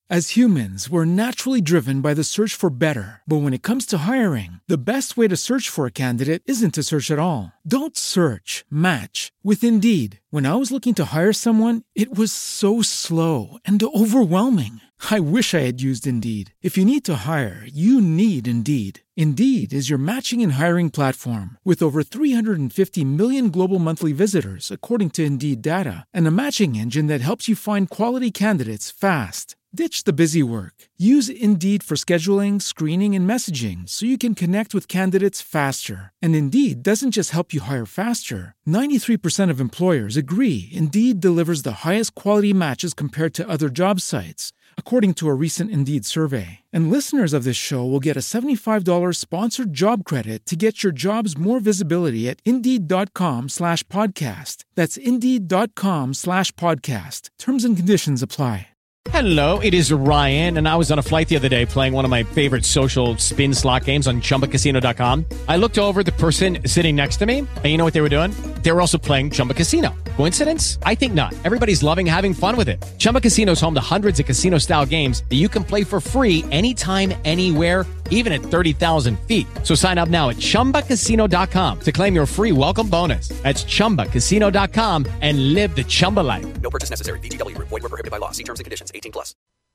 As humans, we're naturally driven by the search for better. But when it comes to hiring, the best way to search for a candidate isn't to search at all. Don't search, match with Indeed. When I was looking to hire someone, it was so slow and overwhelming. I wish I had used Indeed. If you need to hire, you need Indeed. Indeed is your matching and hiring platform with over 350 million global monthly visitors, according to Indeed data, and a matching engine that helps you find quality candidates fast. Ditch the busy work. Use Indeed for scheduling, screening, and messaging so you can connect with candidates faster. And Indeed doesn't just help you hire faster. 93% of employers agree Indeed delivers the highest quality matches compared to other job sites, according to a recent Indeed survey. And listeners of this show will get a $75 sponsored job credit to get your jobs more visibility at Indeed.com/podcast. That's Indeed.com/podcast. Terms and conditions apply. Hello, it is Ryan, and I was on a flight the other day playing one of my favorite social spin slot games on ChumbaCasino.com. I looked over at the person sitting next to me, and you know what they were doing? They were also playing Chumba Casino. Coincidence? I think not. Everybody's loving having fun with it. Chumba Casino is home to hundreds of casino-style games that you can play for free anytime, anywhere, even at 30,000 feet. So sign up now at ChumbaCasino.com to claim your free welcome bonus. That's ChumbaCasino.com and live the Chumba life. No purchase necessary. VGW. Void where prohibited by law. See terms and conditions. 18 plus.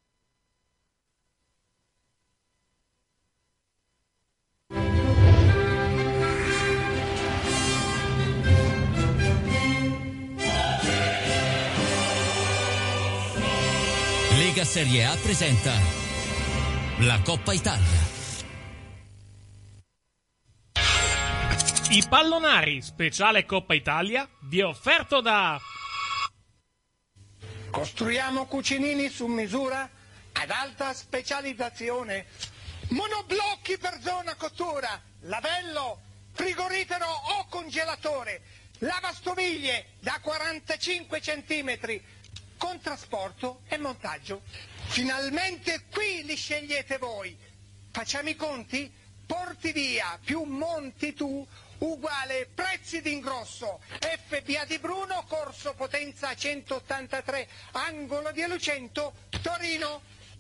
Lega Serie A presenta la Coppa Italia. I pallonari speciale Coppa Italia vi è offerto da Costruiamo cucinini su misura ad alta specializzazione, monoblocchi per zona cottura, lavello, frigorifero o congelatore, lavastoviglie da 45 centimetri, con trasporto e montaggio. Finalmente qui li scegliete voi. Facciamo i conti? Porti via più monti tu uguale prezzi d'ingrosso. FBA di Bruno, corso Potenza 183, angolo di Lucento, Torino.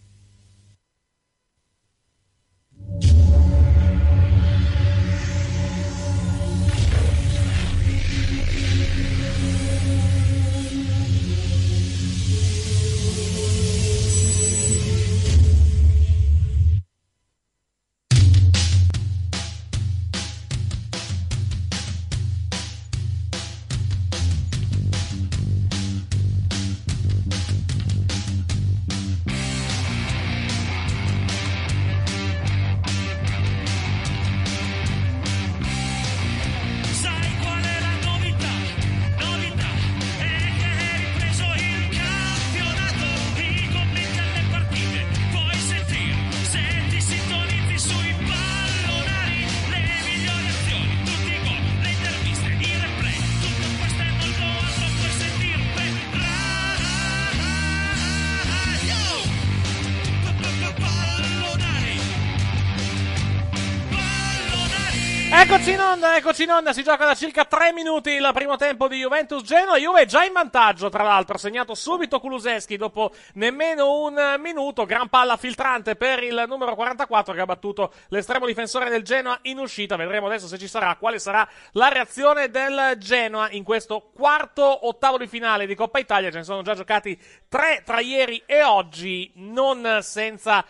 Eccoci in onda, si gioca da circa 3 minuti il primo tempo di Juventus-Genoa. Juve già in vantaggio, tra l'altro, segnato subito Kulusevski dopo nemmeno un minuto, gran palla filtrante per il numero 44 che ha battuto l'estremo difensore del Genoa in uscita. Vedremo adesso se ci sarà, quale sarà la reazione del Genoa in questo quarto ottavo di finale di Coppa Italia. Ce ne sono già giocati 3 tra ieri e oggi, non senza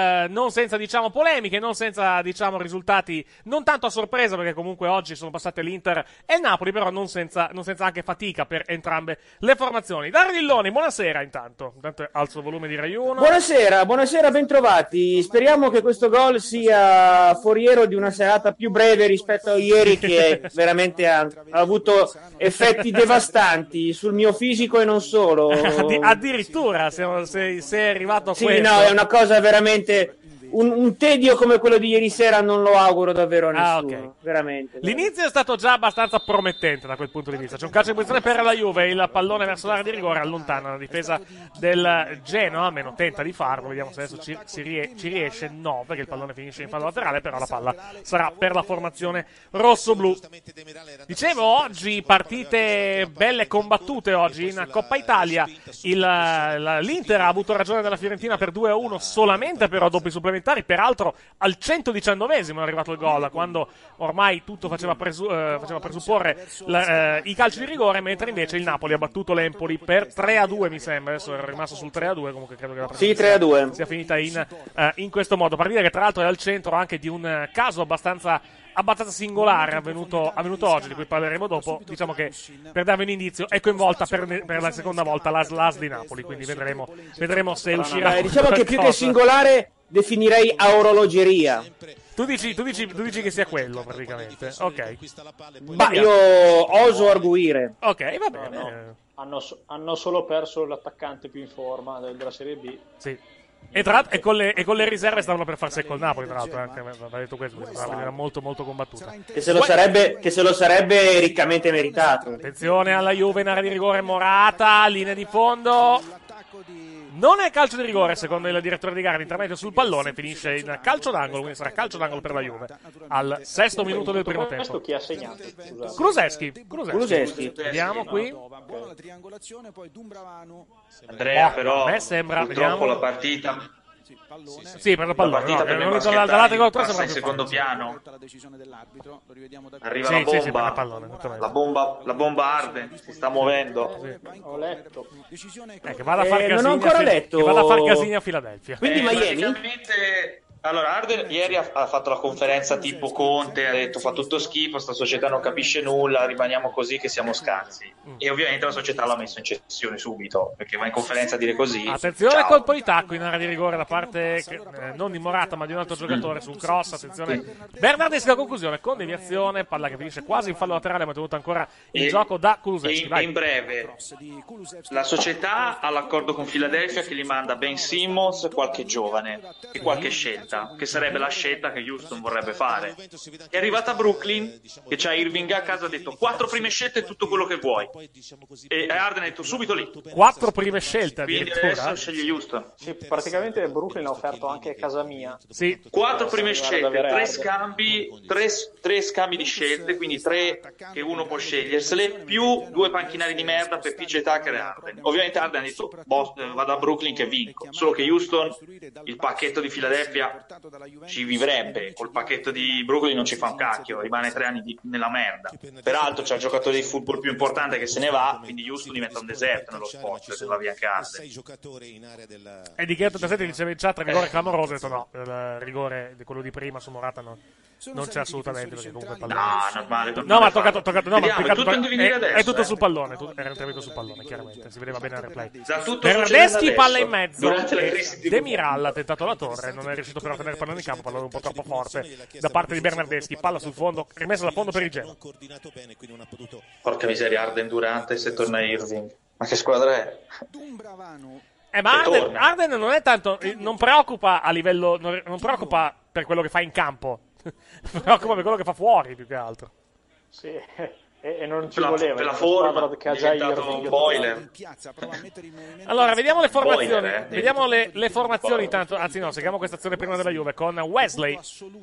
diciamo polemiche, non senza diciamo risultati non tanto a sorpresa, perché comunque oggi sono passate l'Inter e il Napoli, però non senza anche fatica per entrambe le formazioni. Dario Dilloni, buonasera intanto alzo il volume di Rai 1. Buonasera, bentrovati. Speriamo che questo gol sia foriero di una serata più breve rispetto a ieri, che veramente ha avuto effetti devastanti sul mio fisico e non solo. Addirittura sei arrivato a sì, questo. No, è una cosa veramente un tedio come quello di ieri sera non lo auguro davvero a nessuno, ok. veramente. L'inizio è stato già abbastanza promettente da quel punto di vista. C'è un calcio di posizione per la Juve, il pallone verso l'area di rigore, allontana la difesa del Genoa, almeno tenta di farlo, vediamo se adesso ci riesce. No, perché il pallone finisce in fallo laterale, però la palla sarà per la formazione rosso-blu. Dicevo, oggi partite belle combattute oggi in Coppa Italia. L'Inter ha avuto ragione della Fiorentina per 2-1 solamente però doppi supplementari, peraltro al 119esimo è arrivato il gol, quando ormai tutto faceva presupporre i calci di rigore, mentre invece il Napoli ha battuto l'Empoli per 3-2 mi sembra, adesso ero rimasto sul 3-2, comunque credo che la partita 3-2 sia finita in questo modo. Partita che tra l'altro è al centro anche di un caso abbastanza singolare avvenuto oggi, di cui parleremo dopo. Diciamo che, per darvi un indizio, è coinvolta per la seconda volta la SLAS di Napoli, quindi vedremo se uscirà. Diciamo che più che singolare definirei a orologeria. Tu dici che sia quello praticamente. Ok, ma io oso arguire. Ok, va bene. Hanno solo perso l'attaccante più in forma della Serie B. Sì. E con le riserve stavano per far secco il Napoli, tra l'altro, anche va detto questo, era molto molto combattuta. Che se lo sarebbe riccamente meritato. Attenzione alla Juve in area di rigore, Morata, linea di fondo. Non è calcio di rigore, secondo il direttore di gara. L'intervento sul pallone finisce in calcio d'angolo, quindi sarà calcio d'angolo per la Juve al 6° minuto del primo tempo. Questo chi ha segnato? Kulusevski. Vediamo qui. Andrea, però a me sembra, purtroppo la partita sì, per il pallone. La partita per dall'altro gol passa in secondo piano. Arriva la bomba arde, si sta muovendo. Ho letto. Che vada a far casino. Non ho ancora letto. Che vada a far casino a Filadelfia. Quindi Miami. Allora, Arden ieri ha fatto la conferenza tipo Conte, ha detto fa tutto schifo, sta società non capisce nulla, rimaniamo così che siamo scarsi. E ovviamente la società l'ha messo in cessione subito, perché va in conferenza a dire così. Attenzione, ciao. Colpo di tacco in area di rigore da parte non di Morata ma di un altro giocatore sul cross. Attenzione, Bernardeschi la conclusione con deviazione, palla che finisce quasi in fallo laterale ma tenuta ancora in gioco da Kulusevski. In breve, la società ha l'accordo con Philadelphia che gli manda Ben Simmons, qualche giovane e qualche scelta, che sarebbe la scelta che Houston vorrebbe fare. È arrivata Brooklyn, che c'ha Irving a casa, ha detto 4 prime scelte e tutto quello che vuoi. E Harden ha detto subito lì 4 prime scelte quindi adesso sceglie Houston. Sì, praticamente Brooklyn ha offerto anche casa mia. Sì. 4 prime scelte, 3 scambi di scelte, quindi 3 che uno può scegliersele, più 2 panchinari di merda per PJ Tucker e Harden. Ovviamente Harden ha detto vado a Brooklyn che vinco, solo che Houston il pacchetto di Philadelphia ci vivrebbe, col pacchetto di Brooklyn non ci fa un cacchio, rimane 3 anni nella merda. Peraltro c'è il giocatore di football più importante che se ne va, quindi Houston diventa un deserto nello sport se va via Harden. E di che 87 diceva in chat rigore clamoroso, ho detto no, il rigore quello di prima su Morata non c'è assolutamente, perché comunque il pallone normale. No, ma ha toccato no, ma è tutto adesso, sul pallone, era intervento sul pallone, chiaramente, si vedeva bene al replay. Bernardeschi palla in mezzo, Demiral ha tentato la torre, non è riuscito però a tenere il pallone in campo, pallone un po' troppo forte da parte di Bernardeschi, palla sul fondo, rimessa da fondo per il Genoa. Porca miseria, Harden Durante se torna Irving. Ma che squadra è? Ma Harden non è tanto, non preoccupa a livello, non preoccupa per quello che fa in campo, preoccupa per quello che fa fuori più che altro. Sì, e non ci voleva. Per la forma che ha già un boiler. Allora, vediamo le formazioni. Vediamo le formazioni intanto. Anzi no, seguiamo questa azione prima della Juve con Wesley.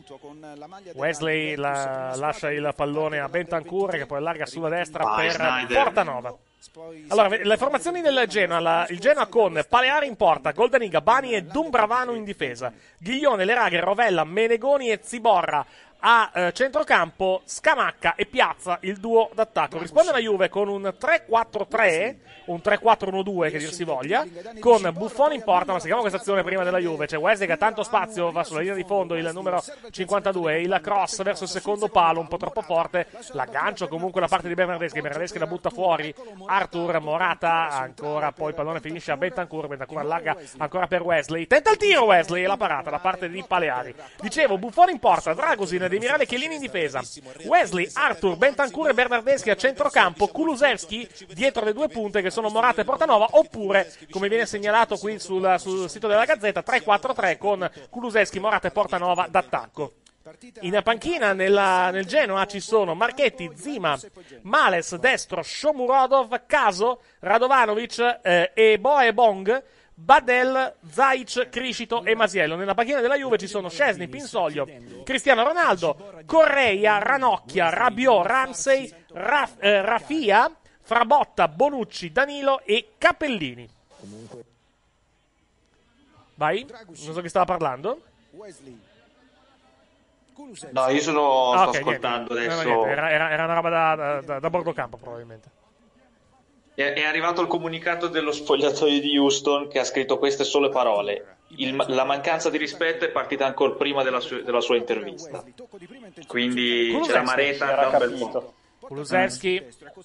Wesley lascia il pallone a Bentancur che poi allarga sulla destra per Portanova. Allora, le formazioni del Genoa, il Genoa con Paleari in porta, Goldaniga, Bani e Dumbravano in difesa, Ghiglione, Leraghe, Rovella, Menegoni e Ziborra a centrocampo, Scamacca e Piazza il duo d'attacco. Risponde la Juve con un 3-4-3, un 3-4-1-2 che dir si voglia, con Buffon in porta. Ma seguiamo questa azione prima della Juve, c'è Wesley che ha tanto spazio, va sulla linea di fondo il numero 52, il cross verso il secondo palo un po' troppo forte, l'aggancio comunque da parte di Bernardeschi la butta fuori Arthur, Morata ancora, poi il pallone finisce a Bentancur allarga ancora per Wesley, tenta il tiro Wesley e la parata da parte di Paleari. Dicevo, Buffon in porta, Dragosin, Demiral e Chiellini in difesa, Wesley, Arthur, Bentancur e Bernardeschi a centrocampo, Kulusevski dietro le due punte che sono Morata e Portanova, oppure come viene segnalato qui sul sito della Gazzetta 3-4-3 con Kulusevski, Morata e Portanova d'attacco. In panchina nel Genoa ci sono Marchetti, Zima, Males, destro, Shomurodov, Caso, Radovanovic e Bong, Badel, Zaic, Criscito e Masiello. Nella panchina della Juve ci sono Szczesny, Pinsoglio, Cristiano Ronaldo, Correia, Ranocchia, Rabiot, Ramsey, Rafia, Frabotta, Bonucci, Danilo e Capellini. Vai, non so chi stava parlando. No, io sto ascoltando niente. adesso. No, era una roba da bordo campo, probabilmente. È arrivato il comunicato dello spogliatoio di Houston che ha scritto queste sole parole. La mancanza di rispetto è partita ancora prima della sua intervista. Quindi c'è la maretta da un bel po'. Kulusevski,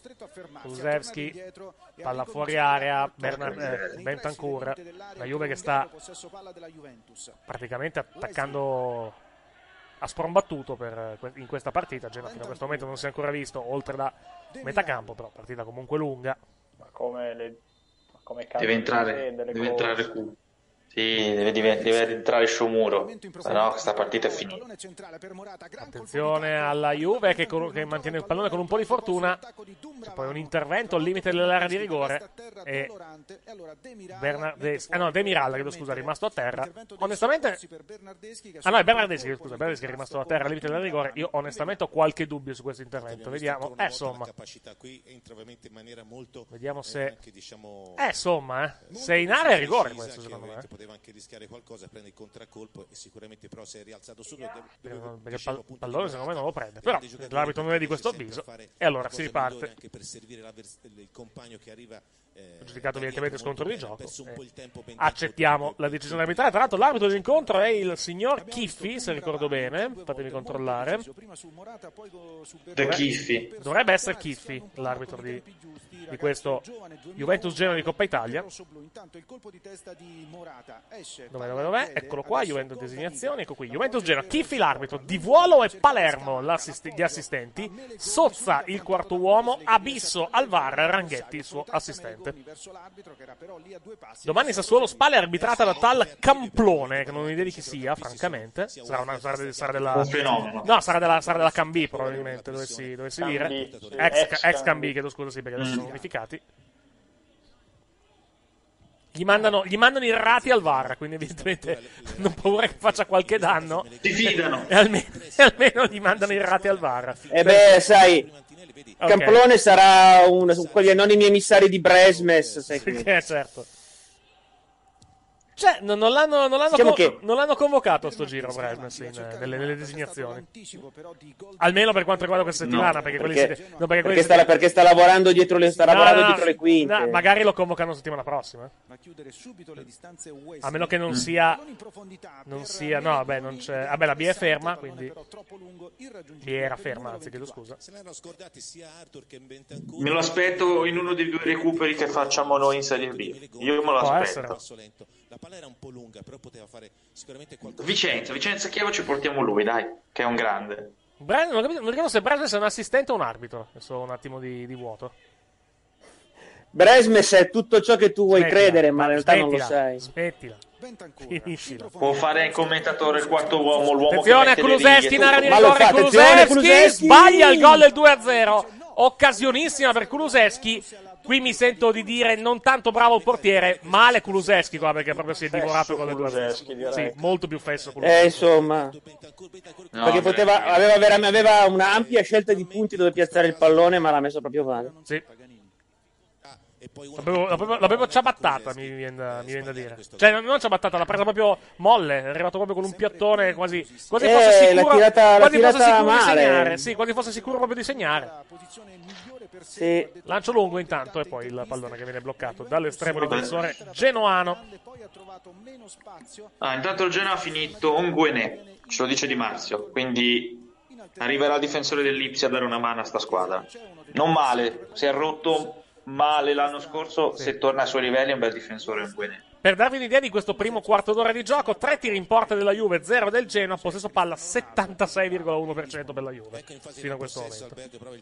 palla fuori area, Bentancur, la Juve che sta praticamente attaccando a sprombattuto in questa partita. Genoa fino a questo momento non si è ancora visto oltre da metà campo, però partita comunque lunga. Ma come deve entrare qui. Sì, deve entrare Sciomuro, se no questa partita è finita. Attenzione alla Juve che mantiene il pallone con un po' di fortuna. C'è poi un intervento al limite dell'area di rigore e Demiral, chiedo scusa, è rimasto a terra. Onestamente è Bernardeschi è rimasto a terra al limite del rigore. Io onestamente ho qualche dubbio su questo intervento. Vediamo, vediamo se se in area è rigore questo, secondo me. Anche rischiare qualcosa, prende il contraccolpo e sicuramente però si è rialzato subito perché il pallone secondo me non lo prende, però l'arbitro non è di questo avviso e allora si riparte. Anche per servire il compagno che arriva giudicato evidentemente scontro di gioco, accettiamo la decisione arbitrale. Tra l'altro l'arbitro dell'incontro è il signor Chiffi, se ricordo bene, fatemi controllare. Dovrebbe essere Chiffi l'arbitro di questo Juventus Genoa di Coppa Italia. Dov'è? Eccolo qua, Juventus designazioni, ecco qui, Juventus Genoa, Chiffi l'arbitro, Divuolo e Palermo gli assistenti, Sozza il quarto uomo, Abisso al VAR, Ranghetti il suo assistente. Domani Sassuolo Spal è arbitrata da tal Camplone, che non ho idea di chi sia, francamente. Sarà della Cambi, probabilmente, dovessi dire. Ex Cambi, chiedo scusa, sì, perché adesso sono unificati. Gli mandano i rati al VAR, quindi evidentemente non ho paura che faccia qualche danno. Si fidano. E almeno gli mandano i rati al VAR. Sai, okay. Camplone sarà uno di quegli anonimi emissari di Bresmes. Certo. Cioè, non l'hanno convocato a sto giro Bresmes nelle designazioni. Almeno per quanto riguarda questa settimana, perché sta lavorando dietro le quinte. No, magari lo convocano settimana prossima. A meno che non sia no, vabbè, non c'è. Vabbè, la B è ferma, quindi B era ferma, anzi, chiedo scusa. Me lo aspetto in uno dei due recuperi che facciamo noi in Serie B. Io me lo aspetto. La palla era un po' lunga, però poteva fare sicuramente qualcosa. Vicenza Chievo ci portiamo lui, dai, che è un grande. Non ricordo se Bresmes è un assistente o un arbitro. Adesso un attimo di vuoto. Bresmes è tutto ciò che tu vuoi credere, ma in realtà non lo sai. Smettila. Finiscila. Può fare il commentatore il quarto uomo, l'uomo attenzione che a Kulusevski in area di rigore. Kulusevski sbaglia il gol del 2-0. Occasionissima per Kulusevski. Qui mi sento di dire non tanto bravo il portiere, male Kulusevski qua, perché proprio si è divorato con le due. Sì, molto più fesso Kulusevski. Insomma, perché aveva un'ampia scelta di punti dove piazzare il pallone, ma l'ha messo proprio male. Sì. L'avevo ciabattata, mi viene da dire. Cioè, non ciabattata, l'ha presa proprio molle. È arrivato proprio con un piattone quasi fosse sicuro. Quasi fosse sicuro di segnare. Sì, quasi fosse sicuro proprio di segnare. Sì. Lancio lungo intanto e poi il pallone che viene bloccato dall'estremo difensore genoano. Intanto il Genoa ha finito un Guenè, ce lo dice Di Marzio, quindi arriverà il difensore dell'Ipsia a dare una mano a sta squadra. Non male, si è rotto male l'anno scorso, se torna ai suoi livelli è un bel difensore un Guené. Per darvi un'idea di questo primo quarto d'ora di gioco, 3 tiri in porta della Juve, 0 del Genoa, possesso palla 76,1% per la Juve fino a questo momento.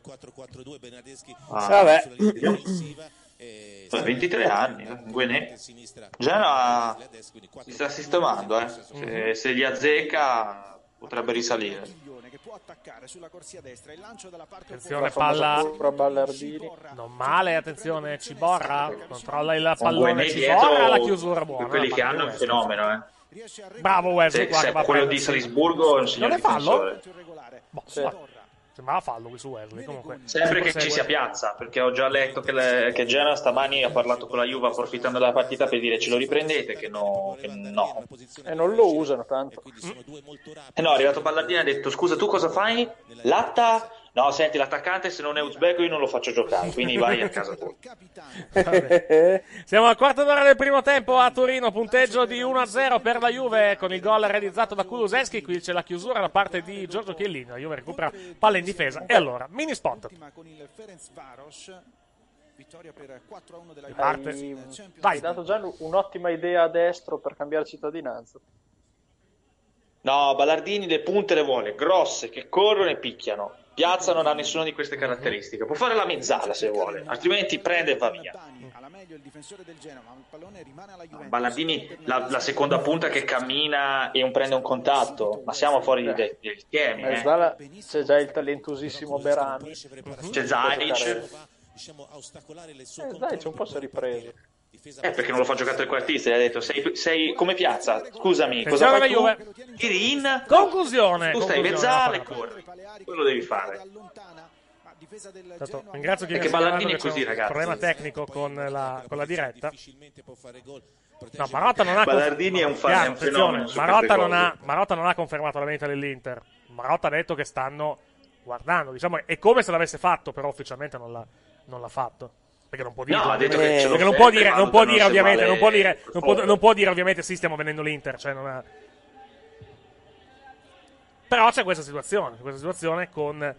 Vabbè. 23 anni, Guené. Genoa si sta sistemando, se gli azzecca potrebbe risalire. Attenzione, palla Ballardini. non male, attenzione, Ciborra controlla il Un pallone, Guené Ciborra, la dietro, chiusura buona. per quelli che hanno è un fenomeno, Bravo Wesley qua se che va a quello prendere. di Salisburgo è un signor Non è fallo? difensore. Boh, sembrava fallo qui su Wesley, comunque. Sempre che prosegue. ci sia piazza, perché ho già letto che Genoa stamani ha parlato con la Juve approfittando della partita per dire ce lo riprendete, che no. E non lo usano tanto. E no, è arrivato Ballardini e ha detto scusa tu cosa fai? Latta? No, senti, l'attaccante se non è uzbeko io non lo faccio giocare, quindi vai a casa tua. Siamo al quarto d'ora del primo tempo a Torino, punteggio di 1-0 per la Juve con il gol realizzato da Kulusevski. Qui c'è la chiusura da parte di Giorgio Chiellini, la Juve recupera palla in difesa e allora mini spot. Hai dato già un'ottima idea a destro per cambiare cittadinanza. No, Ballardini le punte le vuole, grosse, che corrono e picchiano. Piazza non ha nessuna di queste caratteristiche. Può fare la mezzala se vuole, altrimenti prende e va via. Ballardini, la seconda punta che cammina e prende un contatto, ma siamo fuori dai schemi. C'è già il talentosissimo Berami. C'è Zaic. Zaic un po' si è ripreso. Perché non lo fa giocare trequartista, gli ha detto sei come Piazza, scusami, cosa fai tu? Tiri in? Conclusione. Tu stai in mezzala e corri, quello devi fare. Ringrazio chi Perché Ballardini è così, un ragazzi. problema tecnico con la diretta. No, Marotta non ha Ballardini è un fenomeno. Marotta non ha confermato la vendita dell'Inter. Marotta ha detto che stanno guardando, diciamo, è come se l'avesse fatto, però ufficialmente non l'ha fatto. Perché non può dire, no, ha detto che perché non può dire ovviamente sì, stiamo vendendo l'Inter, cioè non ha... Però c'è questa situazione con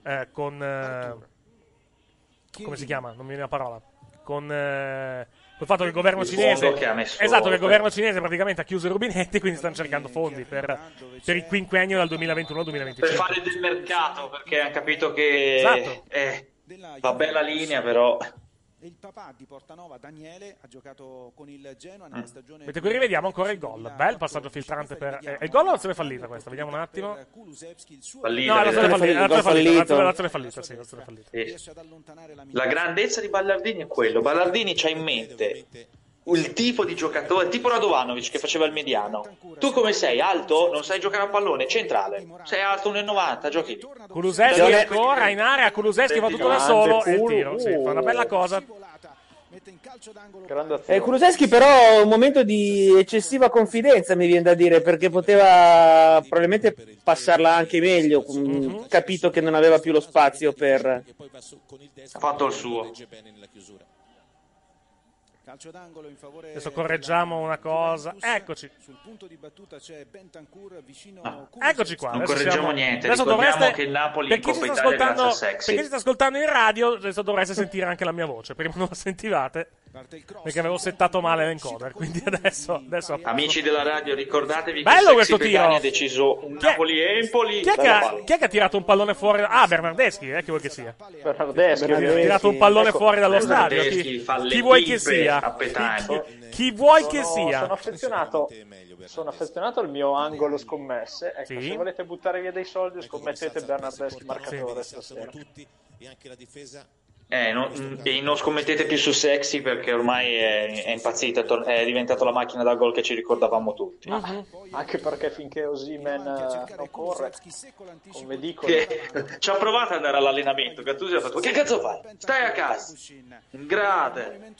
come si chiama? Non mi viene la parola. Con col fatto che il governo cinese che il governo cinese praticamente ha chiuso i rubinetti, quindi stanno cercando fondi per il quinquennio dal 2021 al 2025. Per fare del mercato, perché hanno capito che va bella linea, però il papà di Portanova, Daniele, ha giocato con il Genoa nella stagione. Mentre qui rivediamo ancora il gol. Bel passaggio filtrante per... il gol o l'azione fallita questa? Vediamo un attimo. Fallita. No, l'azione fallita, sì. La grandezza di Ballardini è quello. Ballardini c'ha in mente il tipo di giocatore, tipo Radovanovic che faceva il mediano. Tu come sei? Alto? Non sai giocare a pallone? Centrale. Sei alto 1,90, giochi lì. Kulusevski ancora in area, Kulusevski va tutto da solo e il tiro, sì, fa una bella cosa. Kulusevski però un momento di eccessiva confidenza mi viene da dire, perché poteva probabilmente passarla anche meglio, capito che non aveva più lo spazio per... Ha fatto il suo. Calcio d'angolo in favore. Adesso correggiamo una cosa. Eccoci. Sul punto di battuta c'è Bentancur vicino. Eccoci qua. Non correggiamo niente. Adesso ricordiamo che il Napoli in Coppa Italia grazie a Sexy. Per chi ci sta ascoltando in radio, adesso dovreste sentire anche la mia voce. Prima non la sentivate perché avevo settato male l'encoder. Quindi adesso amici della radio, ricordatevi bello che questo Sexy tiro. Pegani ha deciso un Napoli-Empoli. Chi è che ha tirato un pallone fuori? Ah, Bernardeschi, che vuoi che sia? Bernardeschi ha tirato un pallone fuori dallo stadio. Chi vuoi che sia? Chi vuoi che sia? Sono affezionato al mio angolo scommesse. Ecco, se volete buttare via dei soldi, scommettete Bernardeschi marcatore stasera. Non scommettete più su Sexy perché ormai è impazzita, è diventato la macchina da gol che ci ricordavamo tutti. Anche perché finché Osimhen non corre, come dico, ci ha provato ad andare all'allenamento. Gattuso ha fatto: che cazzo fai? Stai a casa. Grade.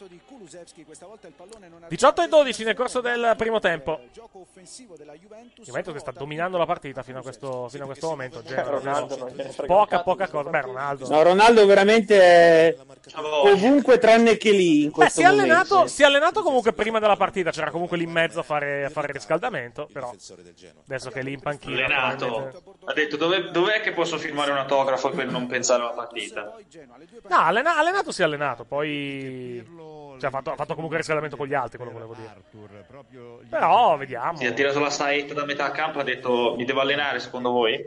18-12 nel corso del primo tempo. Juventus che sta dominando la partita fino a questo momento. Ronaldo non gliene frega poca cosa. Beh, Ronaldo. No, Ronaldo veramente è ovunque tranne che lì in questo momento. Si è allenato comunque prima della partita, c'era comunque lì in mezzo a fare riscaldamento, però adesso che è lì in panchina ha detto dov'è che posso firmare un autografo per non pensare alla partita. No, allenato si è allenato, poi ha fatto comunque riscaldamento con gli altri, quello volevo dire. Però vediamo. Si è tirato la saetta da metà campo, ha detto mi devo allenare secondo voi?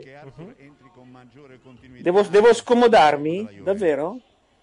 Devo scomodarmi? Davvero?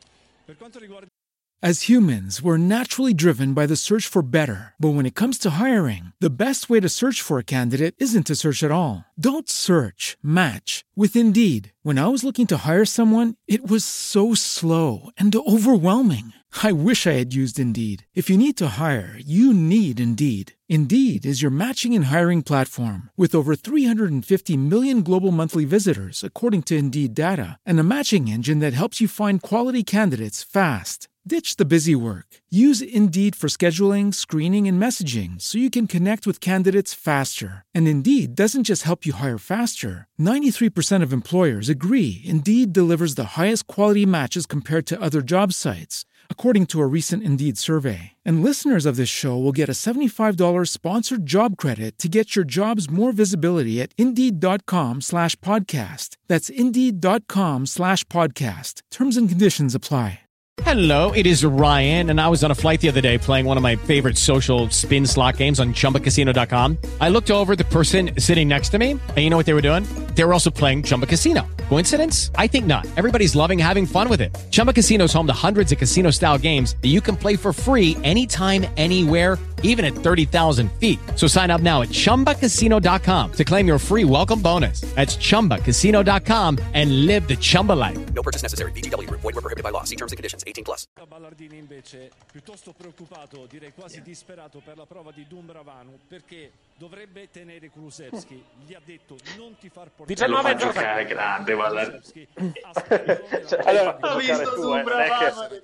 As humans, we're naturally driven by the search for better. But when it comes to hiring, the best way to search for a candidate isn't to search at all. Don't search, match with Indeed. When I was looking to hire someone, it was so slow and overwhelming. I wish I had used Indeed. If you need to hire, you need Indeed. Indeed is your matching and hiring platform with over 350 million global monthly visitors, according to Indeed data, and a matching engine that helps you find quality candidates fast. Ditch the busy work. Use Indeed for scheduling, screening, and messaging so you can connect with candidates faster. And Indeed doesn't just help you hire faster. 93% of employers agree Indeed delivers the highest quality matches compared to other job sites, according to a recent Indeed survey. And listeners of this show will get a $75 sponsored job credit to get your jobs more visibility at Indeed.com/podcast. That's Indeed.com/podcast. Terms and conditions apply. Hello, it is Ryan, and I was on a flight the other day playing one of my favorite social spin slot games on ChumbaCasino.com. I looked over at the person sitting next to me, and you know what they were doing? They were also playing Chumba Casino. Coincidence? I think not. Everybody's loving having fun with it. Chumba Casino is home to hundreds of casino-style games that you can play for free anytime, anywhere, even at 30,000 feet. So sign up now at ChumbaCasino.com to claim your free welcome bonus. That's ChumbaCasino.com and live the Chumba life. No purchase necessary. VGW. Void where prohibited by law. See terms and conditions. 18+. Ballardini invece piuttosto preoccupato, direi quasi disperato per la prova di Dumbravanu, perché dovrebbe tenere Kulusevski. Gli ha detto non ti far portare. Lo fa giocare grande Ballardini. Allora, ho visto Dumbravanu.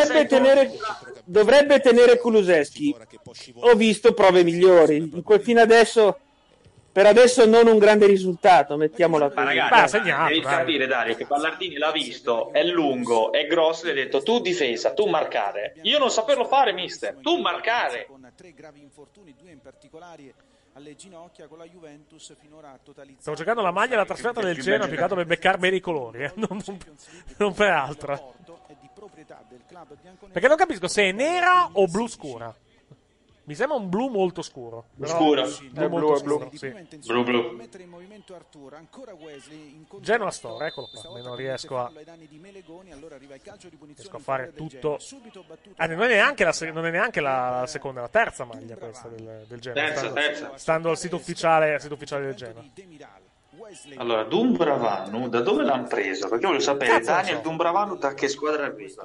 Dovrebbe tenere Kulusevski. Ho visto prove migliori. Fino adesso, per adesso non un grande risultato, mettiamola così. Ma ragazzi, devi capire Dario che Ballardini l'ha visto, è lungo, è grosso, e ha detto tu difesa, tu marcare. Io non saperlo fare, mister, tu marcare. Con 3 gravi infortuni, 2 in particolare alle ginocchia, con la Juventus finora totalizzata. Stavo cercando la maglia e la trasferta del Genoa, peccato per beccar bene i colori, non per altro. Perché non capisco se è nera o blu scura. Mi sembra un blu molto scuro. Scuro. È blu. Sì. Blu. Genoa Store, eccolo qua. Non riesco a fare tutto. Non è neanche la seconda, la terza maglia questa del Genoa. Terza. Stando al sito ufficiale del Genoa. Allora, Dumbravanu, da dove l'hanno preso? Perché voglio sapere, Daniel Dumbravanu da che squadra arriva?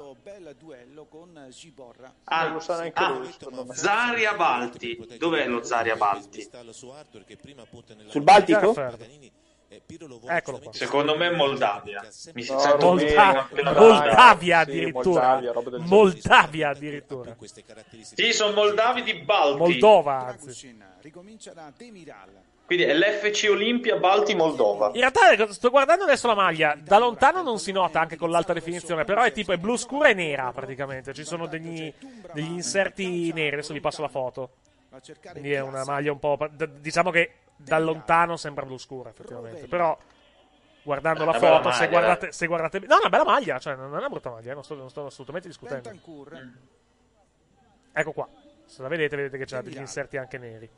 Zaria Balti. Dov'è lo Zaria Balti? Sul Baltico? Eccolo qua. Secondo me Moldavia. Mi No, sento Moldavia addirittura. Moldavia addirittura. Sì, sono moldavi di Balti. Moldova, anzi. Ricomincia da Demiral. Quindi è l'FC Olimpia Balti Moldova. In realtà sto guardando adesso la maglia, da lontano non si nota anche con l'alta definizione, però è tipo è blu scura e nera praticamente, ci sono degli inserti neri, adesso vi passo la foto. Quindi è una maglia un po', diciamo che da lontano sembra blu scura effettivamente, però guardando la foto, se guardate no, è una bella maglia, cioè non è una brutta maglia, non sto assolutamente discutendo. Ecco qua, se la vedete che c'ha degli inserti anche neri.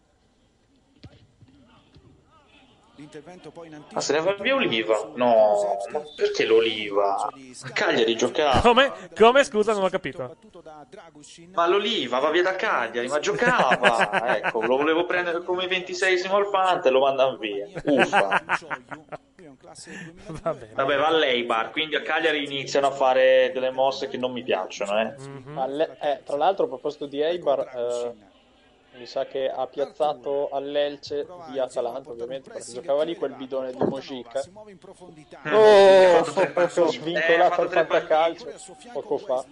Se ne va via Oliva? No, ma perché l'Oliva? A Cagliari giocava. Come? Scusa, non ho capito. Ma l'Oliva va via da Cagliari, ma giocava. Ecco, lo volevo prendere come 26esimo al Fante e lo mandano via. Uffa. Vabbè, va all'Eibar, quindi a Cagliari iniziano a fare delle mosse che non mi piacciono. Tra l'altro, a proposito di Eibar, mi sa che ha piazzato all'Elce di Atalanta, ovviamente, perché giocava lì quel bidone di Mojica. Svincolato al fantacalcio poco fa.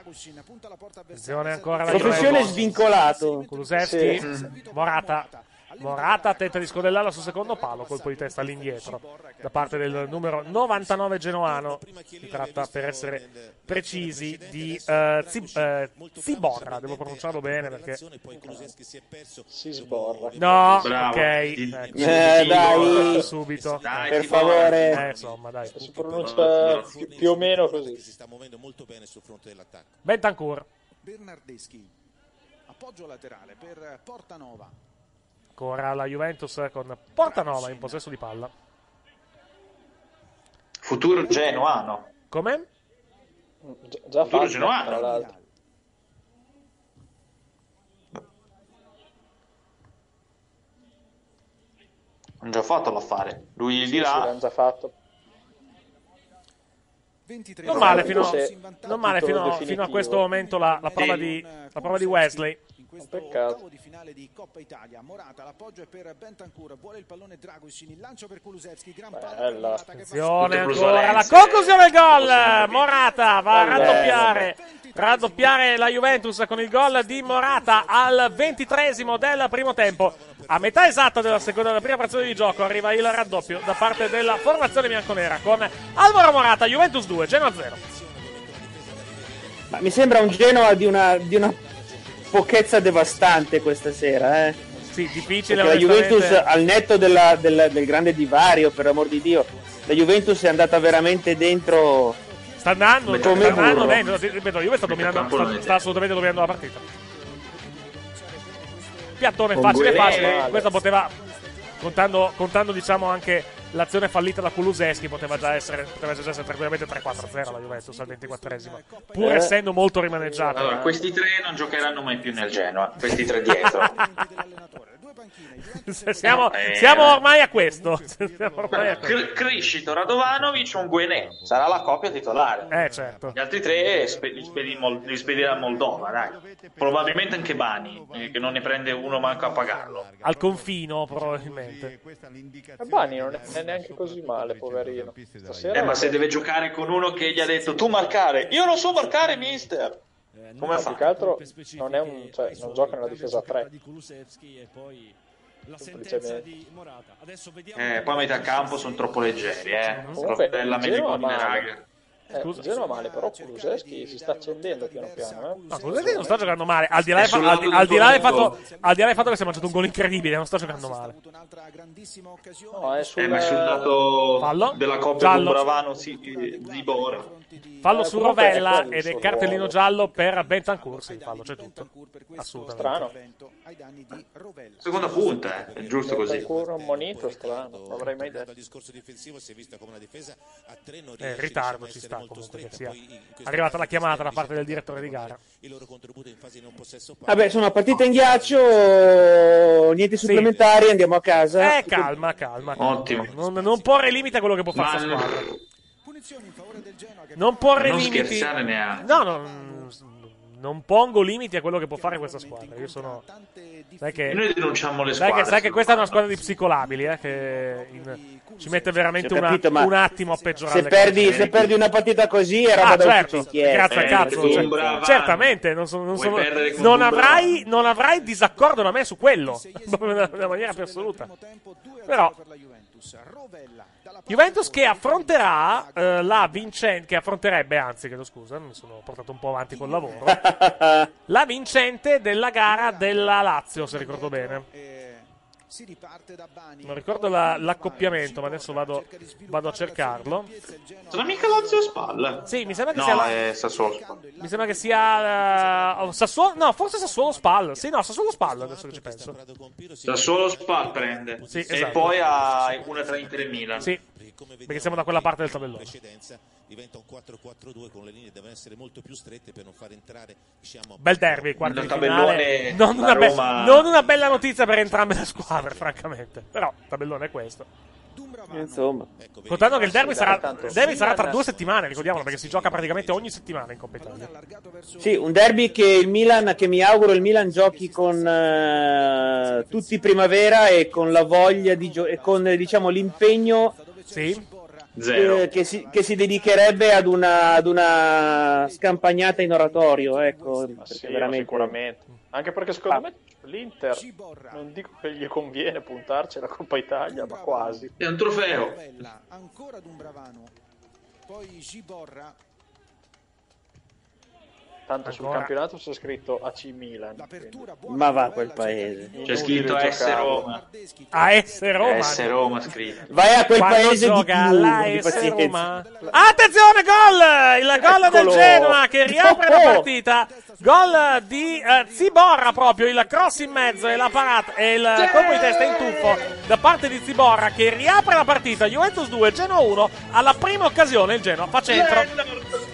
Attenzione ancora la professione svincolato. Kulusevski, Morata. Morata tenta di scodellarla sul secondo palo, colpo di testa all'indietro da parte del numero 99 genoano. Si tratta, per essere precisi, di Ziborra, devo pronunciarlo bene perché Si sborra. no, Bravo. ok, dai, subito, Dai, per ti favore. insomma, dai. Si pronuncia più o meno così. Si sta muovendo molto bene sul fronte dell'attacco. Bentancur, Bernardeschi, appoggio laterale per Portanova. ancora la Juventus con Portanova in possesso di palla. Futuro genuano. Come? Già Futuro fatto, genuano. tra l'altro. Hanno già fatto l'affare. Lui gli Sì, dirà. l'hanno già fatto. 23 Non male fino, Forse non male fino a definitivo. questo momento la prova di Wesley. in questo Peccato. ottavo di finale di Coppa Italia. Morata, l'appoggio è per Bentancur, vuole il pallone Dragosin, il lancio per Kulusevski, gran palla per Bella. Morata che fa Attenzione Tutte ancora, la plusvalenze. conclusione del gol. Morata va a Bella. raddoppiare la Juventus con il gol di Morata al 23esimo del primo tempo. A metà esatta della prima frazione di gioco arriva il raddoppio da parte della formazione bianconera con Alvaro Morata, Juventus 2, Genoa 0. Ma mi sembra un Genoa di una pochezza devastante questa sera, eh. Sì, difficile. Perché la Juventus, onestamente. al netto del grande divario, per amor di Dio, la Juventus è andata veramente dentro. Sta andando come burro. dentro. Ripeto, la Juve sta dominando, sta assolutamente dominando la partita. Piattone facile facile. Questa poteva, contando diciamo anche l'azione fallita da Kulusevski, poteva già essere tranquillamente 3-4-0 la Juventus al 24esimo, pur essendo molto rimaneggiata. Allora, questi tre non giocheranno mai più nel Genoa. Questi tre dietro. Siamo ormai a questo. Siamo ormai a questo. Criscito, Radovanovic, un Guenè. Sarà la coppia titolare. Certo. Gli altri tre li spedirà a Moldova, dai. Probabilmente anche Bani, che non ne prende uno manco a pagarlo. Al confino, probabilmente. Bani non è neanche così male, poverino. Stasera Ma se deve giocare con uno che gli ha detto tu marcare, io non so marcare, mister. Come fa? più che altro non è non gioca nella difesa a 3. La sentenza di Morata. Adesso vediamo Poi a metà campo sono troppo leggeri, Comunque, Bella Genoa meglio male. Genoa male, però Kulusevski si sta accendendo piano piano. No, Kulusevski non sta giocando male, al di là del fatto che si è mangiato un gol incredibile, non sta giocando male. No, è sul ma è sul dato fallo? della coppia Giallo. con Bravano Zibora. Fallo su comunque è Rovella quello ed è il suo cartellino ruolo. giallo per Bentancur. Sì, fallo, c'è tutto. Assolutamente. Strano. Seconda punta, è giusto così. Ancora un monito strano, non avrei mai detto. Dal discorso difensivo si è vista come una difesa a 3 non In riesce ritardo a ci essere sta molto comunque che stretta. sia Poi in questa arrivata la fase chiamata si da parte del capisce direttore di gara. il loro contributo in fase di non possesso palla. Vabbè, insomma, partita in ghiaccio, niente supplementari, andiamo a casa. Calma. Ottimo. Non porre limite a quello che può fare questa squadra. Non porre Non limiti. scherzare neanche. Non pongo limiti a quello che può fare questa squadra. Io sono. Sai che, Noi denunciamo le squadre. sai che questa è una squadra di psicolabili, che ci mette veramente Ho capito, ma un attimo a peggiorare. Se perdi una partita così è roba da certo, ufficio d'inchiesta. grazie al cazzo. tu brava. Certamente, non avrai disaccordo da me su quello, nella maniera più assoluta. Però Juventus che affronterà la vincente, che affronterebbe, anzi, chiedo scusa, mi sono portato un po' avanti col lavoro, la vincente della gara della Lazio, se ricordo bene. Non ricordo l'accoppiamento, ma adesso vado a cercarlo. Sono mica Lazio Spal? Sì, mi sembra che No, sia è Sassuolo Spal. mi sembra che sia Sassuolo, no, forse Sassuolo Spal. Sì, no, Sassuolo Spal, adesso che ci penso. Sassuolo Spal prende. Sì, E esatto. poi ha una tra Inter e Milan. Sì, perché siamo da quella parte del tabellone. Precedenza diventa un 4-4-2 con le linee devono essere molto più strette per non far entrare, diciamo, Bel derby, quarti di Un finale. tabellone Non una bella notizia per entrambe le squadre, francamente. Però, il tabellone è questo. Insomma, Contando che il derby sarà Milan- tra 2 settimane, ricordiamolo, perché si gioca praticamente ogni settimana in Coppa Italia. sì, un derby che mi auguro il Milan giochi con tutti primavera e con la voglia e con, diciamo, l'impegno Sì? che si dedicherebbe ad una scampagnata in oratorio, ecco, Sì, veramente... sicuramente. Anche perché secondo me l'Inter non dico che gli conviene puntarci alla Coppa Italia, ma quasi. È un trofeo. Ancora Dumbravano, poi Giborra. Tanto sul campionato c'è scritto AC Milan. Ma va a quel paese. C'è scritto S Roma. AS Roma. S Roma scritto. Vai a quel Quando paese di gioca più, la di AS pazienza. Roma. Attenzione, gol! Il gol del Genoa che riapre la partita. Gol di Ziborra proprio, il cross in mezzo e la parata e il colpo di testa in tuffo da parte di Ziborra che riapre la partita. Juventus 2, Genoa 1. Alla prima occasione il Genoa fa centro.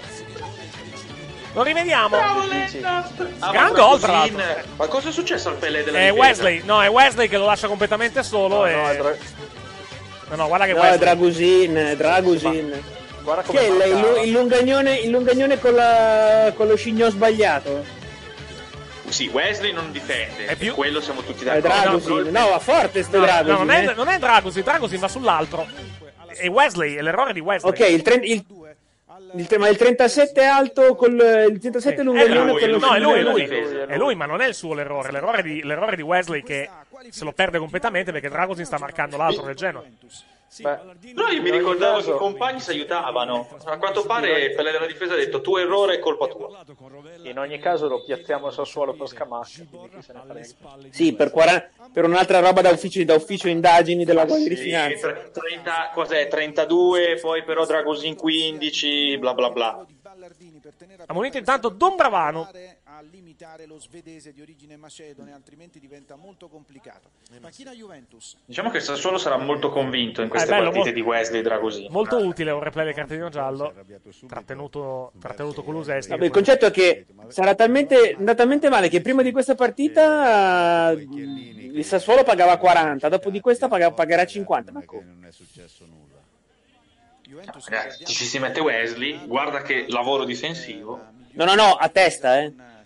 Lo rivediamo. Gran gol, tra l'altro. Ma cosa è successo al Pelé della È difesa? Wesley, no, è Wesley che lo lascia completamente solo. No, guarda che No, Wesley. è Dragusin. Guarda Che è il lungagnone con lo scigno sbagliato? Sì, Wesley non difende. È più- Quello siamo tutti È d'accordo. Dragusin. No, va forte sto Dragusin. No, non è Dragusin va sull'altro. È Wesley, è l'errore di Wesley. Ok, ma il 37 alto il 37 lungagnone con lo No, è lui. scigno. È lui, ma non è il suo l'errore. L'errore di Wesley che se lo perde completamente perché Dragusin sta marcando l'altro del Genoa. No, io mi ricordavo che i compagni si aiutavano. A quanto pare il Pelé della difesa ha detto tuo errore è colpa tua. In ogni caso lo piazziamo al Sassuolo per Scamacca, quindi chi se ne frega. Sì, per un'altra roba da ufficio indagini della Guardia di Finanza. 32, poi però Dragusin 15, bla bla bla. Ammonito intanto Dombravano. A limitare lo svedese di origine macedone, altrimenti diventa molto complicato. Macchina Juventus. Diciamo che il Sassuolo sarà molto convinto in queste partite di Wesley e Dragusin. Molto utile un replay del cartellino giallo trattenuto Kulusevski. Vabbè, il concetto è che sarà andata talmente male che prima di questa partita il Sassuolo pagava 40, dopo di questa pagherà 50. Ma come? Non è successo nulla. Ragazzi, ci si mette Wesley, guarda che lavoro difensivo. No, a testa,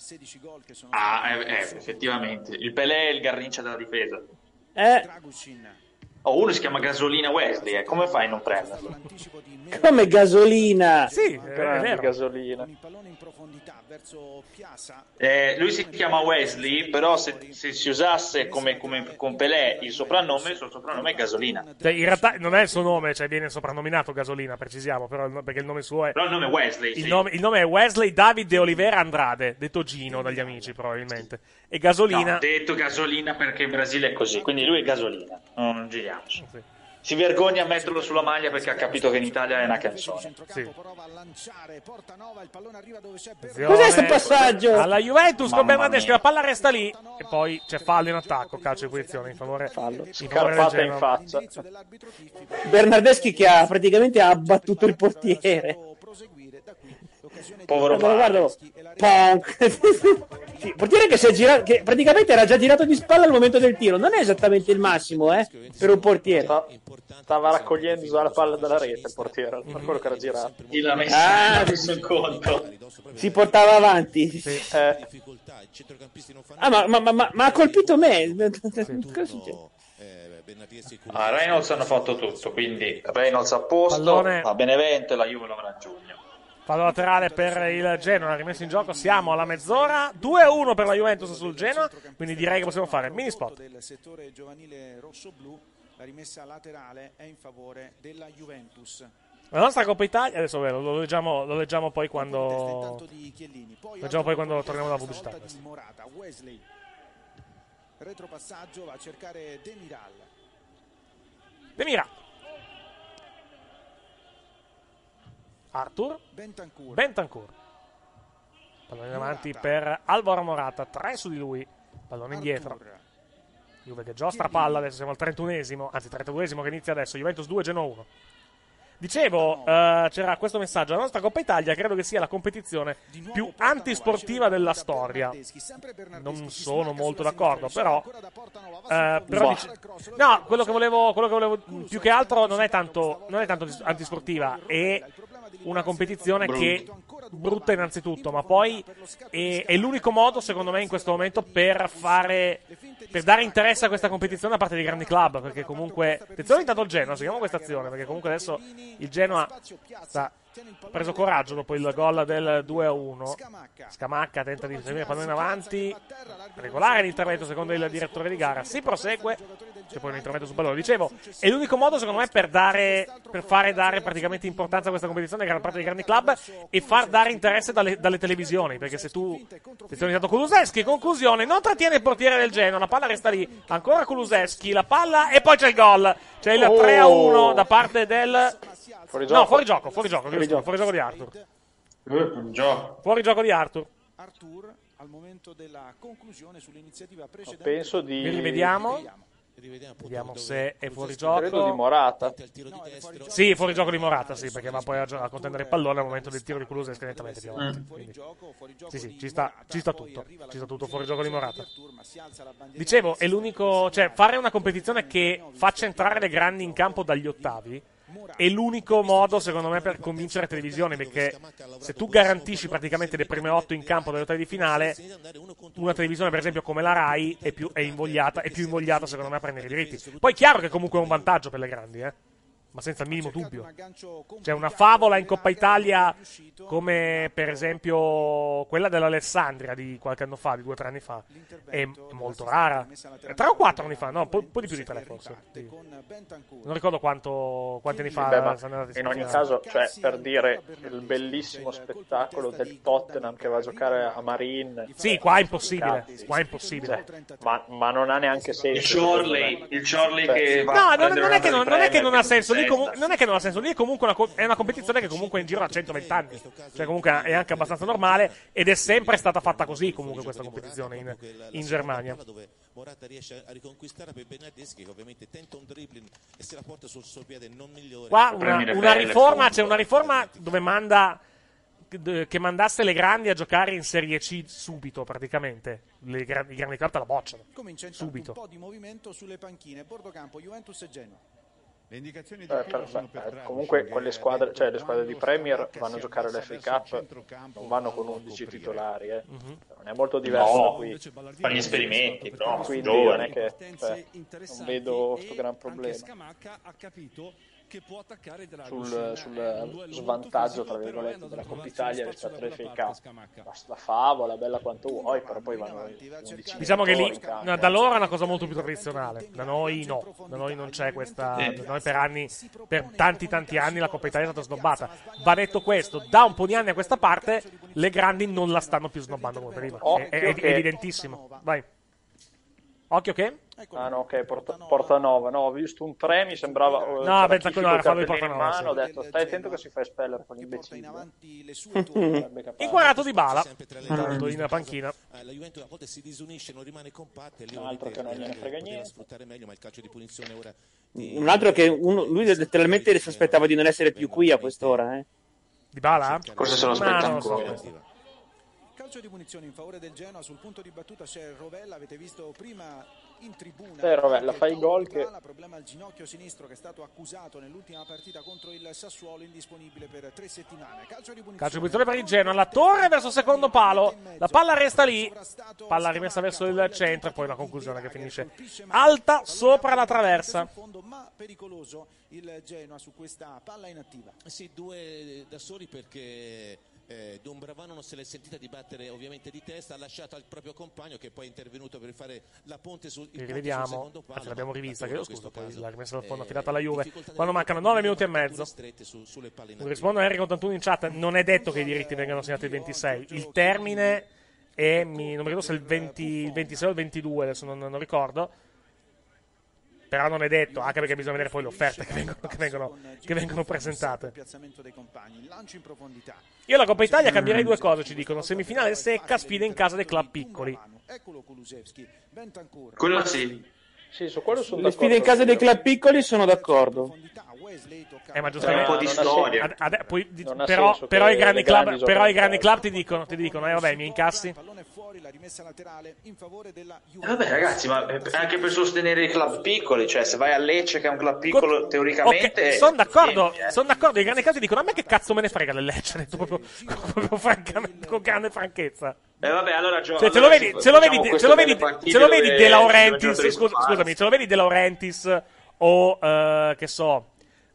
effettivamente. Il Pelé è il Garrincha della difesa. Dragusin. Uno si chiama Gasolina Wesley, come fai a non prenderlo? Come Gasolina? Sì, è vero. Gasolina. Il pallone in profondità verso Piazza. Lui si chiama Wesley, però se si usasse come con Pelé il suo soprannome è Gasolina. Cioè, in realtà non è il suo nome, cioè viene soprannominato Gasolina, precisiamo, però perché il nome suo è... Però il nome è Wesley, il nome è Wesley David de Oliveira Andrade, detto Gino dagli amici probabilmente. E Gasolina... No, detto Gasolina perché in Brasile è così, quindi lui è Gasolina, non giriamoci. Sì. Si vergogna a metterlo sulla maglia perché ha capito che in Italia è una canzone. Sì. Cos'è sto passaggio? Alla Juventus con Mamma Bernardeschi, mia. la palla resta lì e poi c'è fallo in attacco, calcio di punizione in favore Scarpata del in Genoa. faccia. Bernardeschi che praticamente ha abbattuto il portiere. Povero Guarda, sì, portiere che si è girato, che praticamente era già girato di spalla al momento del tiro. Non è esattamente il massimo, per un portiere. Stava raccogliendo la palla dalla rete il portiere, per quello che era girato. L'ha messo in conto. Si portava avanti. Sì. Ma ha colpito me. Cosa succede? Reynolds hanno fatto tutto, quindi Reynolds a posto, Pallone. a Benevento, la Juve lo avrà a giugno. Fallo laterale per il Genoa, rimesso in gioco, siamo alla mezz'ora, 2-1 per la Juventus sul Genoa, quindi direi che possiamo fare mini spot. Del settore giovanile rosso-blu, la rimessa laterale è in favore della Juventus. La nostra Coppa Italia, adesso lo leggiamo poi quando torniamo dalla pubblicità. Morata, Wesley. Retropassaggio, va a cercare Demiral. Demiral. Arthur Bentancur. Pallone in avanti per Alvaro Morata, 3 su di lui, pallone indietro. Juve che giostra palla, adesso siamo al 31esimo, anzi 32esimo che inizia adesso, Juventus 2, Genoa 1. Dicevo, c'era questo messaggio, la nostra Coppa Italia credo che sia la competizione più antisportiva della storia. Non sono molto d'accordo, però no, quello che volevo più che altro non è tanto antisportiva, è una competizione che brutta innanzitutto, ma poi è l'unico modo secondo me in questo momento per fare per dare interesse a questa competizione da parte dei grandi club, perché comunque attenzione intanto il Genoa, seguiamo questa azione, perché comunque adesso il Genoa ha preso coraggio dopo il gol del 2-1. Scamacca tenta di seguire il pallone in avanti, regolare l'intervento secondo il direttore di gara, si prosegue, c'è poi un intervento sul pallone. Dicevo, è l'unico modo secondo me per fare dare praticamente importanza a questa competizione da gran parte dei grandi club e far dare interesse dalle televisioni, perché se tu attenzione intanto Kulusevski, conclusione, non trattiene il portiere del Genoa, la palla resta lì, ancora Kulusevski, la palla e poi c'è il gol, c'è il 3-1 da parte del fuori gioco di Arthur. Fuori gioco di Arthur. Al momento della conclusione sull'iniziativa precedente. Penso di Vediamo se è fuori gioco. Credo di Morata. Sì, è fuori gioco di Morata, sì, perché va poi a contendere il pallone al momento del tiro di Kulusevski nettamente più avanti. Sì, ci sta tutto fuori gioco di Morata. Dicevo, è l'unico, cioè fare una competizione che faccia entrare le grandi in campo dagli ottavi è l'unico modo secondo me per convincere le televisioni, perché se tu garantisci praticamente le prime 8 in campo dagli ottavi di finale, una televisione per esempio come la Rai è più invogliata secondo me a prendere i diritti. Poi è chiaro che comunque è un vantaggio per le grandi, ma senza il minimo dubbio. C'è una favola in Coppa Italia come per esempio quella dell'Alessandria di qualche anno fa, di 2 o 3 anni fa, è molto rara. 3 o 4 anni fa, no, un po' di più di 3 forse. Sì. Non ricordo quanti anni fa. In ogni caso, cioè, per dire il bellissimo spettacolo del Tottenham che va a giocare a Marin. Sì, qua è impossibile. Ma non ha neanche senso. Il Chorley che va no, non è che non ha senso. Non è che non ha senso, lì è comunque è una competizione che comunque è in giro da 120 anni, cioè comunque è anche abbastanza normale ed è sempre stata fatta così comunque questa competizione in Germania. Morata riesce a riconquistare per Bernardeschi che ovviamente tenta un dribbling e se la porta sul suo piede non migliore. Qua una riforma dove che mandasse le grandi a giocare in Serie C subito praticamente. I grandi club te la bocciano subito. Un po' di movimento sulle panchine, bordocampo Juventus e Genoa. Le indicazioni di comunque quelle squadre, cioè le squadre di Premier vanno a giocare l'FA Cup, non vanno con 11 titolari, non è molto diverso da qui. Fanno gli esperimenti, però quindi non è che non vedo questo gran problema che può attaccare sul svantaggio tra virgolette della Coppa Italia rispetto all'FA Cup. La favola bella quanto vuoi, però poi vanno 11. Diciamo che lì da loro è una cosa molto più tradizionale, da noi no, da noi non c'è questa, da noi per tanti anni la Coppa Italia è stata snobbata. Va detto questo, da un po' di anni a questa parte le grandi non la stanno più snobbando come prima, è evidentissimo. Vai. Occhio che? Ah no, ok, Portanova. No, ho visto un 3, mi sembrava. No, pensa che non fallo di Portanova. Sì. Ho detto, stai attento che si fa espellere con imbecille. Inquadrato di Bala. Tanto in panchina. La Juventus a volte si disunisce, non rimane compatta. Altro che non gliene frega niente. Sfruttare meglio, ma il calcio di punizione ora. Un altro che lui letteralmente si aspettava di non essere più qui a qu'ora, Di Bala? Forse se lo aspetta ancora. Calcio di punizione in favore del Genoa, sul punto di battuta c'è Rovella, avete visto prima in tribuna. Rovella fa il gol che problema al ginocchio sinistro che è stato accusato nell'ultima partita contro il Sassuolo, indisponibile per 3 settimane. Calcio di punizione per il Genoa, la torre verso il secondo palo, la palla resta lì, palla rimessa verso il centro e poi una conclusione che finisce alta sopra la traversa. Ma pericoloso il Genoa su questa palla inattiva. Sì, 2 da soli perché Dumbravano non se l'è sentita di battere ovviamente di testa, ha lasciato al proprio compagno che poi è intervenuto per fare la ponte sul secondo palo. L'abbiamo rivista, chiedo scusa, poi la rimessa dal fondo affidata alla Juve quando mancano 9 minuti e mezzo. Rispondo a Enrico 81 in chat, non è detto che i diritti vengano segnati il 26, il termine è non mi ricordo se il 26 o il 22, adesso non ricordo, però non è detto, anche perché bisogna vedere poi le offerte che vengono presentate. Io la Coppa Italia cambierei 2 cose, ci dicono: semifinale secca, sfide in casa dei club piccoli. Quello sì. Sì, su quello sono le sfide in casa dei club piccoli sono d'accordo. Ma giustamente un po' di storia. Però i grandi club ti dicono vabbè, i miei incassi. Vabbè ragazzi, ma anche per sostenere i club piccoli, cioè se vai a Lecce che è un club piccolo teoricamente sono d'accordo, i grandi club ti dicono a me che cazzo me ne frega del Lecce, detto proprio francamente, con grande franchezza. Vabbè, allora cioè, ce lo vedi De Laurentiis, scusami, ce lo vedi De Laurentiis o che so,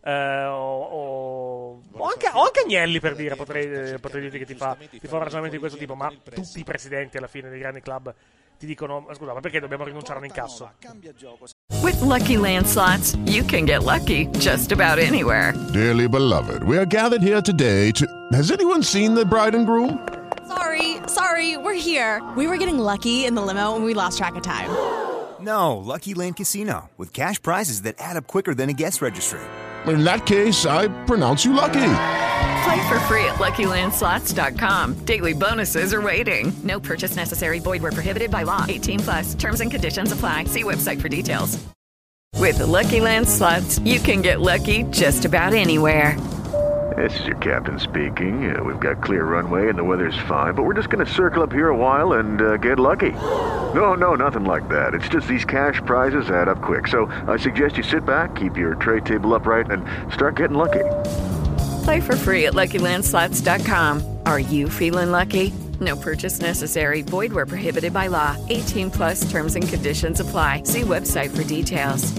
o anche Agnelli, per dire, potrei dirti che ti fa un ragionamento di questo tipo, ma tutti i presidenti alla fine dei grandi club ti dicono scusa, ma perché dobbiamo rinunciare a un incasso? With Lucky Land Slots, you can get lucky just about anywhere. Dearly beloved, we are gathered here today to... Has anyone seen the bride and groom? Sorry, we're here. We were getting lucky in the limo and we lost track of time. No, Lucky Land Casino, with cash prizes that add up quicker than a guest registry. In that case, I pronounce you lucky. Play for free at LuckyLandSlots.com. Daily bonuses are waiting. No purchase necessary. Void where prohibited by law. 18+. Terms and conditions apply. See website for details. With Lucky Land Slots, you can get lucky just about anywhere. This is your captain speaking. We've got clear runway and the weather's fine, but we're just going to circle up here a while and get lucky. No, nothing like that. It's just these cash prizes add up quick. So I suggest you sit back, keep your tray table upright, and start getting lucky. Play for free at LuckyLandSlots.com. Are you feeling lucky? No purchase necessary. Void where prohibited by law. 18+ terms and conditions apply. See website for details.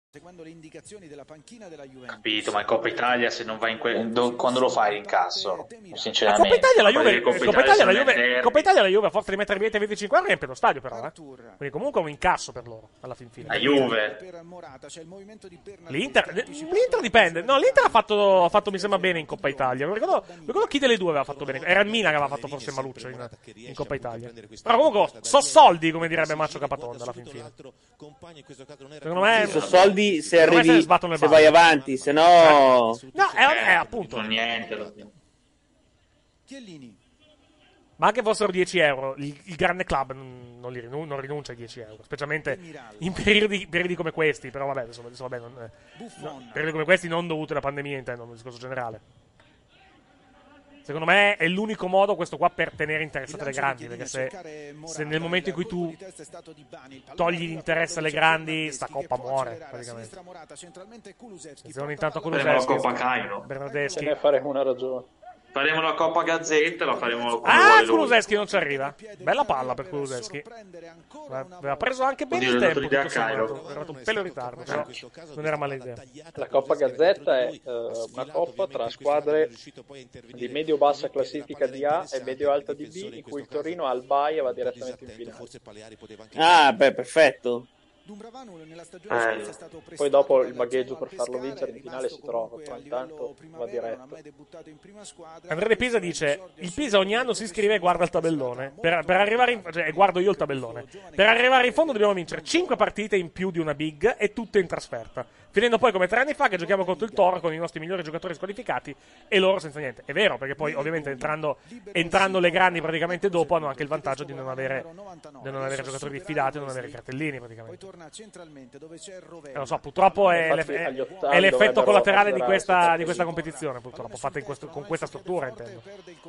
Capito, ma in Coppa Italia se non vai quando lo fai l'incasso, sinceramente. Coppa Italia la Juve a forza di mettere via 25 euro riempie lo stadio, però quindi comunque è un incasso per loro alla fin fine. La Juve, l'Inter dipende. No, l'Inter ha fatto mi sembra bene in Coppa Italia. Non ricordo chi delle due aveva fatto bene. Era il Milan che aveva fatto forse Maluccio in Coppa Italia. Però comunque so soldi, come direbbe Maccio Capatonda alla fin fine. Secondo me so soldi se arrivi, se vai avanti, se no appunto niente. Ma anche fossero 10 euro, il grande club non rinuncia ai 10 euro, specialmente in periodi come questi. Però vabbè, periodi come questi non dovuti alla pandemia, intendo, un discorso generale. Secondo me è l'unico modo questo qua per tenere interessate le grandi, perché se nel momento in cui tu togli l'interesse alle grandi, sta coppa muore praticamente. Se non intanto faremo la Coppa Cairo, Bernardeschi, ne faremo una ragione. Faremo la Coppa Gazzetta, la faremo Kulusevski non ci arriva. Bella palla per Kulusevski. Aveva preso anche bene il tempo, era arrivato un pelo in ritardo, però non era male idea. La Coppa Gazzetta è una coppa tra squadre di medio-bassa classifica di A e medio-alta di B, in cui il Torino al bye va direttamente in finale. Perfetto. Poi dopo il bagheggio per farlo vincere in finale si trova, però intanto va diretto. Andrea De Pisa dice: il Pisa ogni anno si iscrive e guarda il tabellone per arrivare guardo io il tabellone. Per arrivare in fondo dobbiamo vincere 5 partite in più di una big e tutte in trasferta, finendo poi come 3 anni fa che giochiamo contro il Toro con i nostri migliori giocatori squalificati e loro senza niente. È vero, perché poi ovviamente entrando le grandi praticamente dopo hanno anche il vantaggio di non avere giocatori diffidati, non avere cartellini praticamente. Non so, purtroppo è l'effetto collaterale di questa competizione, purtroppo, fatta con questa struttura, intendo.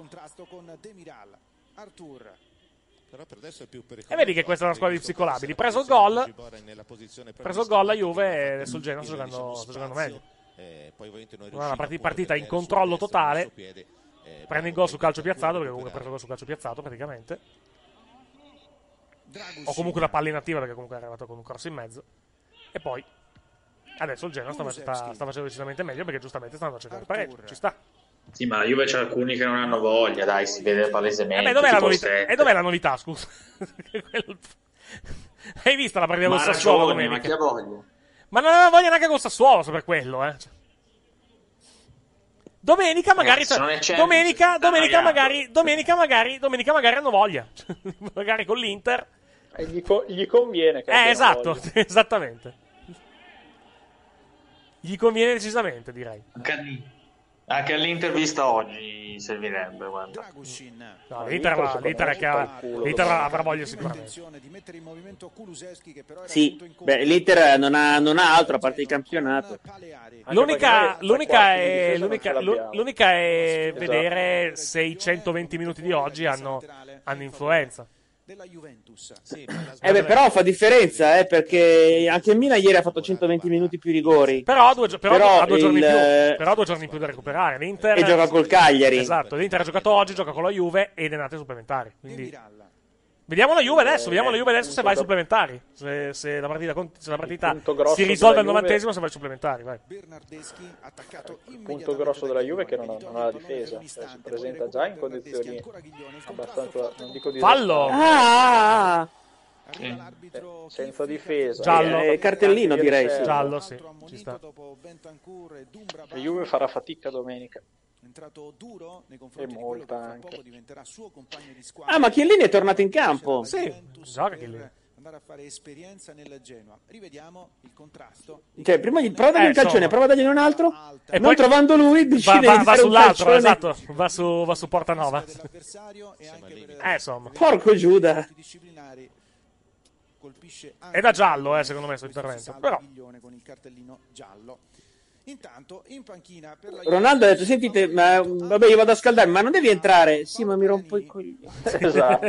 E vedi che questa è una squadra di psicolabili. Preso il gol la Juve e adesso il Genoa sta giocando meglio. Una partita in controllo totale. Prende il gol sul calcio piazzato, perché comunque ha preso il gol sul calcio piazzato praticamente. O comunque una palla inattiva, perché comunque è arrivato con un cross in mezzo. E poi adesso il Genoa sta facendo decisamente meglio, perché giustamente stanno cercando il pareggio. Ci sta. Sì, ma la Juve c'è alcuni che non hanno voglia, dai, si vede palesemente. Dov'è la novità, scusa? Hai visto la partita con Sassuolo domenica? Ma chi ha voglia? Ma non aveva voglia neanche con Sassuolo, so per quello, Domenica magari hanno voglia. Magari con l'Inter. Gli conviene che esatto, voglia. Esattamente. Gli conviene decisamente, direi. Anche all'intervista oggi servirebbe, guarda. No, l'Inter avrà voglia sicuramente. Sì, beh, l'Inter non ha altro a parte il campionato. L'unica è vedere se i 120 minuti di oggi hanno influenza. Della Juventus. Però fa differenza, perché anche il Milan ieri ha fatto 120 minuti più rigori. Però ha 2 giorni in più da recuperare. L'Inter e gioca col Cagliari. Esatto, l'Inter ha giocato oggi, gioca con la Juve ed è andata ai supplementari. Quindi vediamo la Juve adesso se va ai supplementari. Se la partita si risolve al 90esimo, se va ai supplementari, vai. Il punto grosso della Juve è che non ha la difesa, si presenta già in condizioni abbastanza, non dico di fallo. Senza difesa, giallo, cartellino direi, sì. Giallo, sì, ci sta. La Juve farà fatica domenica. Entrato duro nei confronti e molta di anche. Diventerà suo compagno di squadra. Ma Chiellini è tornato in campo. Sì, gioca Chiellini. Andare a fare esperienza nel Genoa. Rivediamo il contrasto. Cioè, prima prova a dargli un calcione, prova a dargli un altro. E non poi trovando lui, decide di va fare un sull'altro, calcione. esatto. Va su Portanova. Insomma. Porco Giuda. È da giallo, secondo me, questo intervento. Però con il cartellino giallo. Intanto in panchina per la Ronaldo ha detto: sentite, ma vabbè, io vado a scaldarmi, ma non devi entrare. Sì, ma mi rompo i coglioni. Esatto.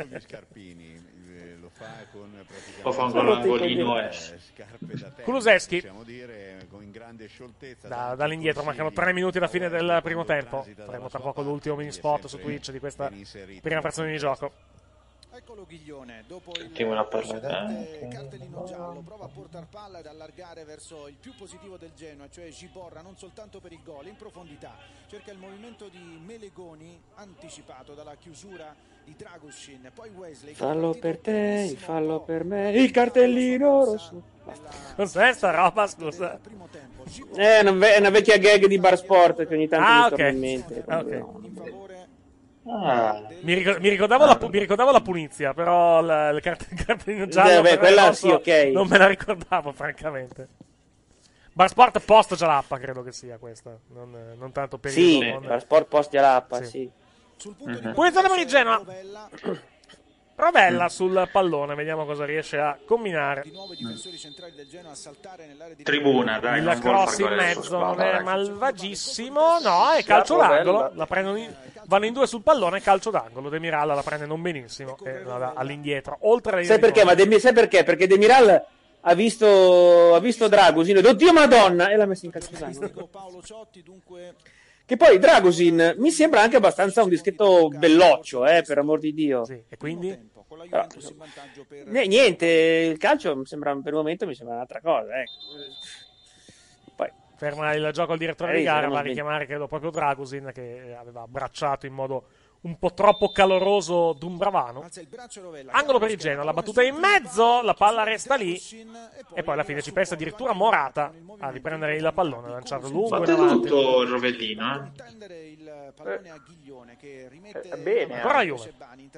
Lo fa con l'angolino Kulusevski dall'indietro, mancano 3 minuti alla fine del primo tempo. Faremo tra poco l'ultimo mini spot su Twitch di questa prima frazione di gioco. Eccolo Ghiglione, dopo il cartellino giallo, prova a portare palla ed allargare verso il più positivo del Genoa, cioè Giborra, non soltanto per il gol, in profondità. Cerca il movimento di Melegoni, anticipato dalla chiusura di Dragushin, poi Wesley. Fallo per te, fallo per me, il cartellino rosso. Cos'è sta roba, scusa? È una vecchia gag di Bar Sport che ogni tanto mi torna in mente. Mi ricordavo la punizia, però il cartellino giallo quella rosso, sì, ok. non me la ricordavo francamente. Bar Sport post Jalappa credo che sia questa, non tanto per il Bar Sport post Jalappa, sì. Punizione per il Genoa. Rovella sul pallone, vediamo cosa riesce a combinare. Tribuna, dai, il cross in mezzo non è malvagissimo, no, è calcio d'angolo, la prendono vanno in 2 sul pallone, calcio d'angolo. Demiral la prende non benissimo e va all'indietro. Oltre sai perché? Sai perché? Perché Demiral ha visto Dragusin, oddio Madonna, e l'ha messo in calcio d'angolo. Che poi Dragusin mi sembra anche abbastanza un dischetto belloccio, per amor di Dio. Sì, e quindi? Niente, il calcio per il momento mi sembra un'altra cosa. Poi ferma il gioco al direttore di gara, va a richiamare credo proprio Dragusin che aveva abbracciato in modo un po' troppo caloroso Dumbravano. Angolo per il Genoa, la battuta è in mezzo, la palla resta lì e poi alla fine ci pensa addirittura Morata a riprendere il pallone, a lanciarlo lungo in avanti. Tutto il rovellino, bene, ancora la Juve.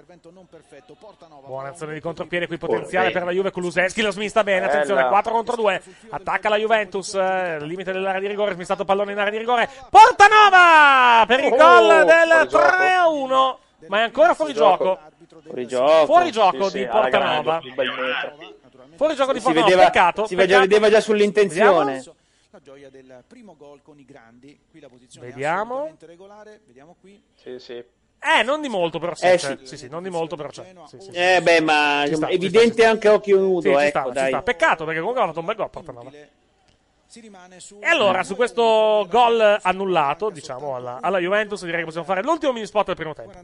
Buona azione di contropiede qui potenziale per la Juve. Kulusevski lo smista bene, attenzione, 4 contro 2, attacca la Juventus, limite dell'area di rigore, smistato pallone in area di rigore, Portanova per il gol del 3-1. Ma è ancora fuori gioco. Fuori gioco di Portanova. Fuori gioco di Portanova, peccato. Si vedeva già sull'intenzione. La gioia del primo gol con i grandi. Qui la posizione vediamo. È assolutamente regolare. Vediamo qui. Sì. Non di molto, però c'è. Sì, non di molto, però c'è. Beh, ma sta, evidente anche a occhio nudo. Ci sta. Peccato, perché comunque ha fatto un bel gol Portanova. E allora, su questo gol annullato, diciamo, alla Juventus, direi che possiamo fare l'ultimo mini spot del primo tempo.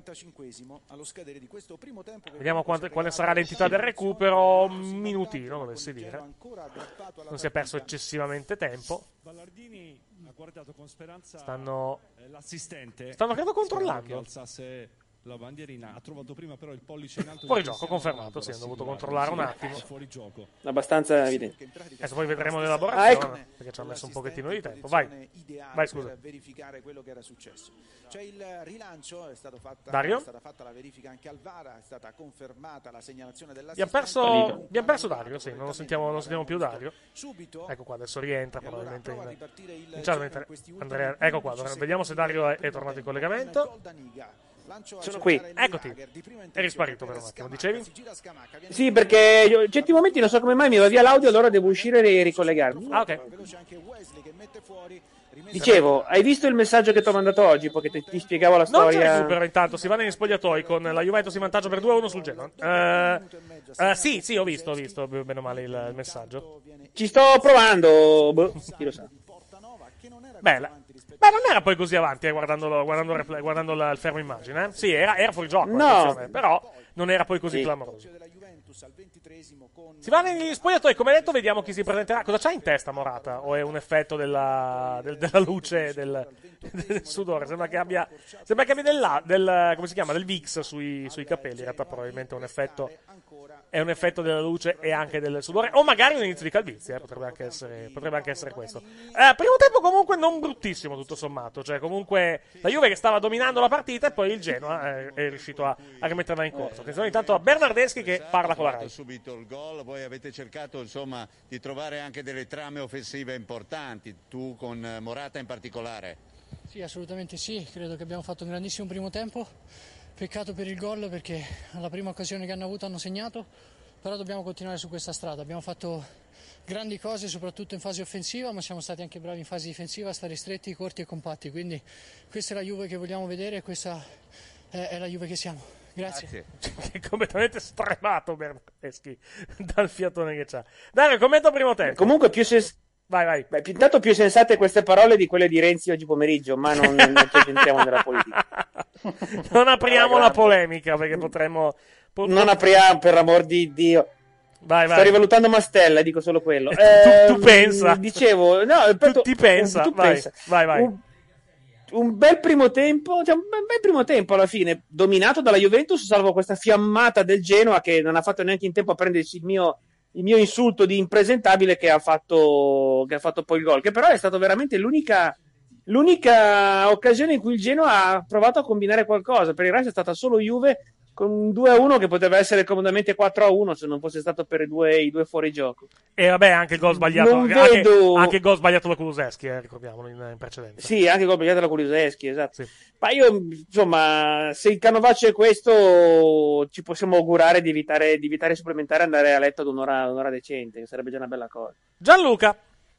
Vediamo quale sarà l'entità del recupero. Un minutino, dovessi dire. Non si è perso eccessivamente tempo. Ballardini ha guardato con speranza stanno l'assistente. Stanno credo controllando. Che alzasse La bandierina ha trovato prima però il pollice in alto. Fuori gioco, confermato, sì, hanno dovuto controllare un attimo. Fuori gioco. Abbastanza evidente. Adesso poi vedremo l'elaborazione, ecco. Perché ci ha messo un pochettino di tempo. Vai, scusa. Per verificare quello che era successo. Cioè il rilancio è stata fatta la verifica anche al VAR, è stata confermata la segnalazione dell'assistente. Abbiamo perso Dario, sì, non sentiamo più Dario. Ecco qua, adesso rientra probabilmente Andrea. Ecco qua, vediamo se Dario è tornato in collegamento. Sono qui. Eccoti. Eri sparito per un attimo, dicevi? Sì, perché in certi momenti non so come mai mi va via l'audio, allora devo uscire e ricollegarmi. Ah, ok. Dicevo, hai visto il messaggio che ti ho mandato oggi? Perché ti spiegavo la storia. Non c'è recupero intanto, si va negli spogliatoi con la Juventus in vantaggio per 2-1 sul Genoa. Sì, ho visto bene o male il messaggio. Ci sto provando, chi lo sa. Bella. Beh, non era poi così avanti, guardando il fermo immagine. Sì, era fuori gioco, no. Però non era poi così clamoroso. Si va negli spogliatoi, come detto, vediamo chi si presenterà. Cosa c'ha in testa Morata? O è un effetto della luce del sudore? Sembra che abbia del come si chiama? Del VIX sui capelli. In realtà probabilmente è un effetto della luce e anche del sudore. O magari un inizio di calvizie, potrebbe anche essere questo. Primo tempo comunque non bruttissimo tutto sommato. Cioè comunque la Juve che stava dominando la partita e poi il Genoa è riuscito a rimetterla in corso. Attenzione intanto a Bernardeschi che parla con la Rai. Subito il gol, voi avete cercato insomma di trovare anche delle trame offensive importanti, tu con Morata in particolare. Sì, assolutamente sì, credo che abbiamo fatto un grandissimo primo tempo, peccato per il gol perché alla prima occasione che hanno avuto hanno segnato, però dobbiamo continuare su questa strada, abbiamo fatto grandi cose soprattutto in fase offensiva, ma siamo stati anche bravi in fase difensiva a stare stretti, corti e compatti, quindi questa è la Juve che vogliamo vedere e questa è la Juve che siamo. Grazie. È completamente stremato Bernardeschi dal fiatone che c'ha. Dario, commento primo tempo. Comunque vai. Beh, intanto più sensate queste parole di quelle di Renzi oggi pomeriggio, ma non ci entriamo nella politica. Non apriamo la polemica perché potremmo non apriamo, per l'amor di Dio. Vai. Sto rivalutando Mastella, dico solo quello. Tu pensa. Dicevo, no, tu pensa. Vai. Un bel primo tempo alla fine, dominato dalla Juventus, salvo questa fiammata del Genoa che non ha fatto neanche in tempo a prendersi il mio insulto di impresentabile che ha fatto poi il gol, che però è stato veramente l'unica occasione in cui il Genoa ha provato a combinare qualcosa. Per il resto è stata solo Juve con un 2-1 che poteva essere comodamente 4-1 se non fosse stato per i due fuorigioco. E vabbè, anche il gol sbagliato. Anche il gol sbagliato da Kulusevski, ricordiamolo in precedenza. Sì, anche il gol sbagliato da Kulusevski, esatto. Sì. Ma io, insomma, se il canovaccio è questo, ci possiamo augurare di evitare supplementare e andare a letto ad un'ora decente, che sarebbe già una bella cosa. Gianluca.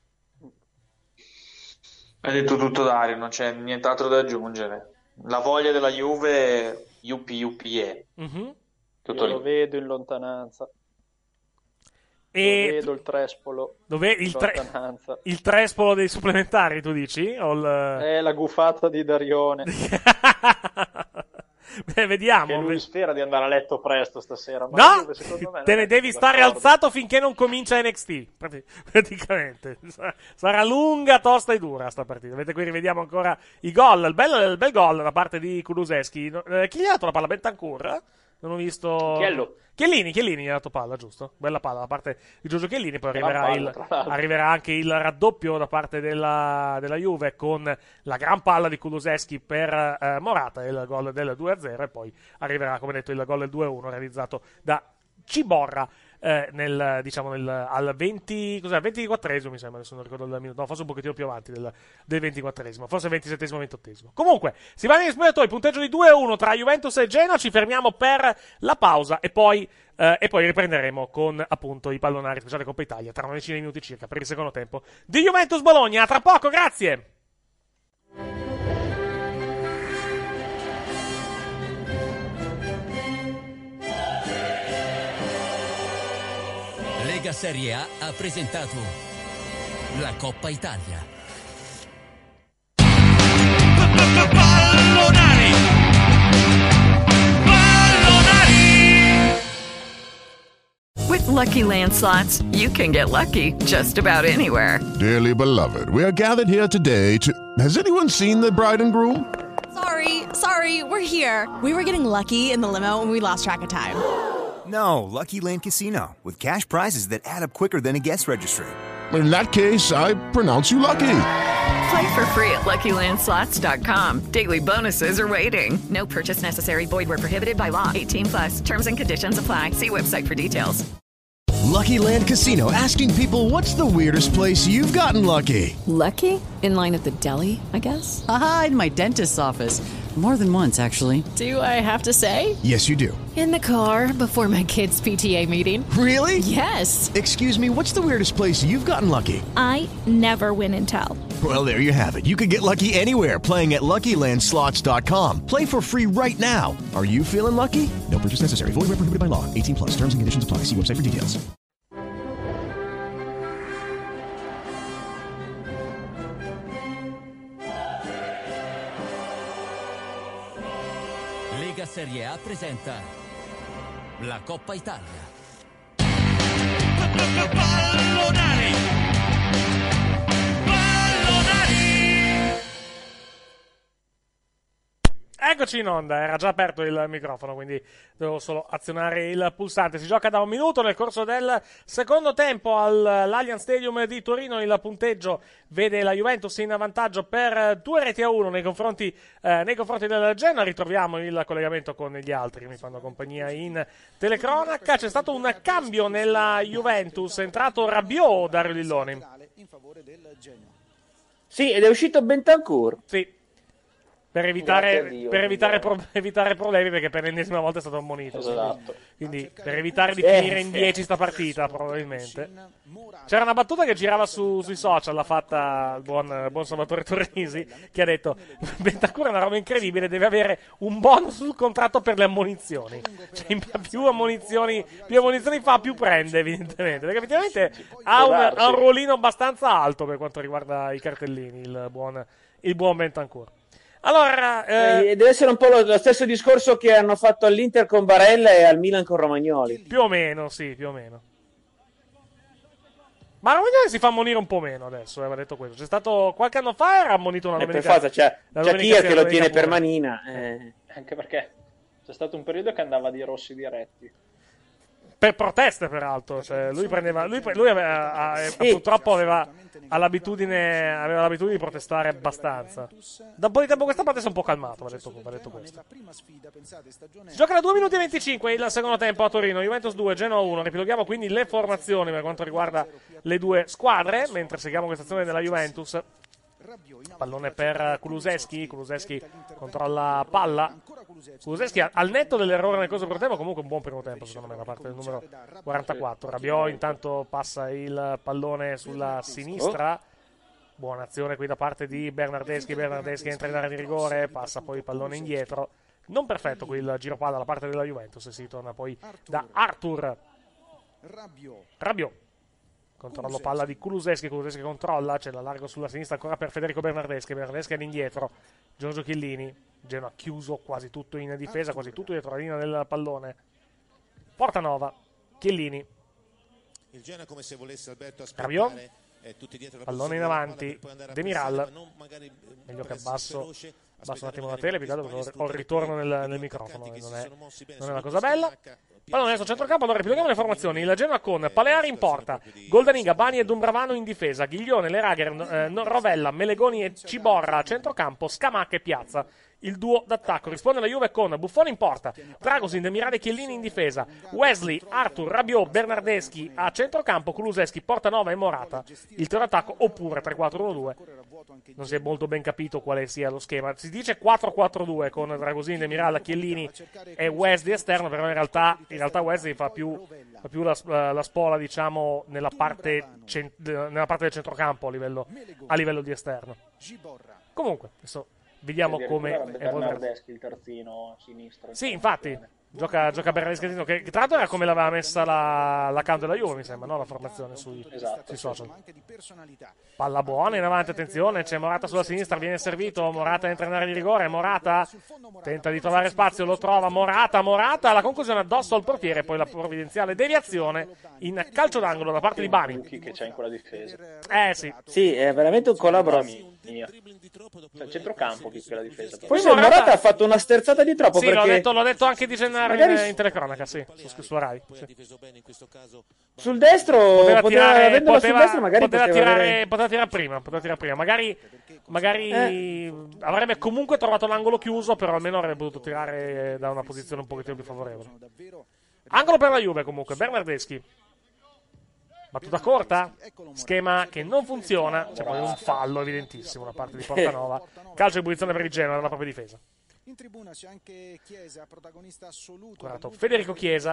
Hai detto tutto Dario, non c'è nient'altro da aggiungere. La voglia della Juve UPE. Mm-hmm. Tutto lo vedo in lontananza. E vedo il trespolo. Dov'è il trespolo dei supplementari, tu dici? La gufata di Darione. Beh, vediamo. Che lui spera di andare a letto presto stasera. Ma no, Juve, secondo me te ne devi stare alzato finché non comincia NXT. Praticamente sarà lunga, tosta e dura sta partita. Vedete, qui rivediamo ancora i gol. Il bel gol da parte di Kulusevski. Chi gli ha dato la palla? Bentancur? Non ho visto. Chiellini gli ha dato palla, giusto? Bella palla da parte di Giorgio Chiellini. Poi arriverà anche il raddoppio da parte della Juve con la gran palla di Kulusevski per Morata, il gol del 2-0. E poi arriverà, come detto, il gol del 2-1 realizzato da Ciborra al 24esimo, mi sembra, adesso non ricordo il minuto, no, forse un pochettino più avanti del 24esimo, forse 27esimo, 28esimo. Comunque, si va negli spogliatoi, punteggio di 2-1 tra Juventus e Genoa, ci fermiamo per la pausa e poi riprenderemo con appunto i pallonari speciali Coppa Italia tra una decina di minuti circa per il secondo tempo di Juventus Bologna. Tra poco, grazie! Lega Serie A ha presentato la Coppa Italia. Pallonari! With Lucky Land Slots, you can get lucky just about anywhere. Dearly beloved, we are gathered here today to... Has anyone seen the bride and groom? Sorry, we're here. We were getting lucky in the limo and we lost track of time. No, Lucky Land Casino, with cash prizes that add up quicker than a guest registry. In that case, I pronounce you lucky. Play for free at LuckyLandSlots.com. Daily bonuses are waiting. No purchase necessary. Void where prohibited by law. 18+. Terms and conditions apply. See website for details. Lucky Land Casino, asking people, what's the weirdest place you've gotten lucky? Lucky? In line at the deli, I guess? Aha, in my dentist's office. More than once, actually. Do I have to say? Yes, you do. In the car before my kids' PTA meeting. Really? Yes. Excuse me, what's the weirdest place you've gotten lucky? I never win and tell. Well, there you have it. You can get lucky anywhere, playing at LuckyLandSlots.com. Play for free right now. Are you feeling lucky? No purchase necessary. Void where prohibited by law. 18+. Terms and conditions apply. See website for details. Lega Serie A presenta la Coppa Italia. Pallonari! Eccoci in onda, era già aperto il microfono, quindi devo solo azionare il pulsante. Si gioca da un minuto nel corso del secondo tempo all'Allianz Stadium di Torino. Il punteggio vede la Juventus in vantaggio per 2-1 nei confronti del Genoa. Ritroviamo il collegamento con gli altri che mi fanno compagnia in telecronaca. C'è stato un cambio nella Juventus, è entrato Rabiot, Dario Lilloni. Sì, ed è uscito Bentancur. Sì. Per evitare problemi, perché per l'ennesima volta è stato ammonito. Esatto. Quindi per evitare di finire in 10 sta partita, probabilmente. C'era una battuta che girava sui social, l'ha fatta il buon Salvatore Torrisi, che ha detto: Bentancur è una roba incredibile, deve avere un bonus sul contratto per le ammonizioni. Cioè, più ammonizioni fa, più prende, evidentemente. Perché effettivamente ha un ruolino abbastanza alto per quanto riguarda i cartellini, il buon Bentancur. Allora, deve essere un po' lo stesso discorso che hanno fatto all'Inter con Barella e al Milan con Romagnoli. Più o meno, sì, più o meno. Ma Romagnoli si fa ammonire un po' meno adesso, aveva detto questo. C'è stato qualche anno fa, era ammonito una domenica. Per forza, c'è Tia che lo tiene per manina. Anche perché c'è stato un periodo che andava di rossi diretti. Per proteste, peraltro. Cioè, lui purtroppo aveva l'abitudine di protestare abbastanza. Da un po' di tempo a questa parte si è un po' calmato, va detto questo. Si gioca da 2 minuti e 25 il secondo tempo a Torino. Juventus 2, Genoa 1. Ripiloghiamo quindi le formazioni per quanto riguarda le due squadre, mentre seguiamo questa azione della Juventus. Pallone per Kulusevski controlla palla. Kulusevski al netto dell'errore nel corso del primo tempo, comunque un buon primo tempo secondo me da parte del numero 44. Rabiot intanto passa il pallone sulla sinistra. Buona azione qui da parte di Bernardeschi entra in area di rigore, passa poi il pallone indietro. Non perfetto qui il giro palla da parte della Juventus, si torna poi da Arthur. Rabiot. Controllo palla di Kulusevski controlla, c'è la largo sulla sinistra ancora per Federico Bernardeschi all'indietro, Giorgio Chiellini, Genoa chiuso quasi tutto in difesa, quasi tutto dietro la linea del pallone. Portanova, Chiellini. Il Genoa come se volesse Alberto Rabiot, pallone in avanti, Demiral, meglio che abbasso un attimo la tele, perché ho il ritorno nel microfono, non è una cosa bella. Pallone adesso centrocampo, allora ripiloghiamo le formazioni. Il Genoa con Paleari in porta, Goldaniga, Bani e Dumbravano in difesa, Ghiglione, Lerager, Rovella, Melegoni e Ciborra a centrocampo, Scamacca e Piazza. Il duo d'attacco. Risponde la Juve con Buffon in porta, Dragosin, Demiral e Chiellini in difesa, Wesley, Arthur, Rabiot, Bernardeschi a centrocampo, Kulusevski, Portanova e Morata. Il trio d'attacco oppure 3-4-1-2. Non si è molto ben capito quale sia lo schema. Si dice 4-4-2 con Dragosin, Demiral, Chiellini e Wesley esterno, però in realtà Wesley fa più la spola, diciamo, nella parte del centrocampo a livello di esterno. Comunque, adesso vediamo come Bernardeschi il terzino sinistro. Sì, infatti gioca Bernardeschi, che tra l'altro era come l'aveva messa l'account della Juve, mi sembra, no? La formazione sui social. Palla buona in avanti, attenzione, c'è Morata sulla sinistra, viene servito, Morata entra in area di rigore, Morata tenta di trovare spazio, lo trova, Morata, la conclusione addosso al portiere, poi la provvidenziale deviazione in calcio d'angolo da parte di Bani. Che c'è in quella difesa. Sì, è veramente un collaboro mia. Cioè, centrocampo che la difesa. Forse Morata ha fatto una sterzata di troppo. Sì, perché l'ho detto anche di Gennaro in telecronaca, sì, su Rai. Sì. Sul destro poteva tirare prima. Magari avrebbe comunque trovato l'angolo chiuso, però almeno avrebbe potuto tirare da una posizione un pochettino più favorevole. Angolo per la Juve comunque, Bernardeschi. Battuta corta, schema che non funziona, c'è poi un fallo evidentissimo da parte di Portanova. Calcio di punizione per il Genoa dalla propria difesa. In tribuna c'è anche Chiesa, protagonista assoluto. Guardato Federico Chiesa,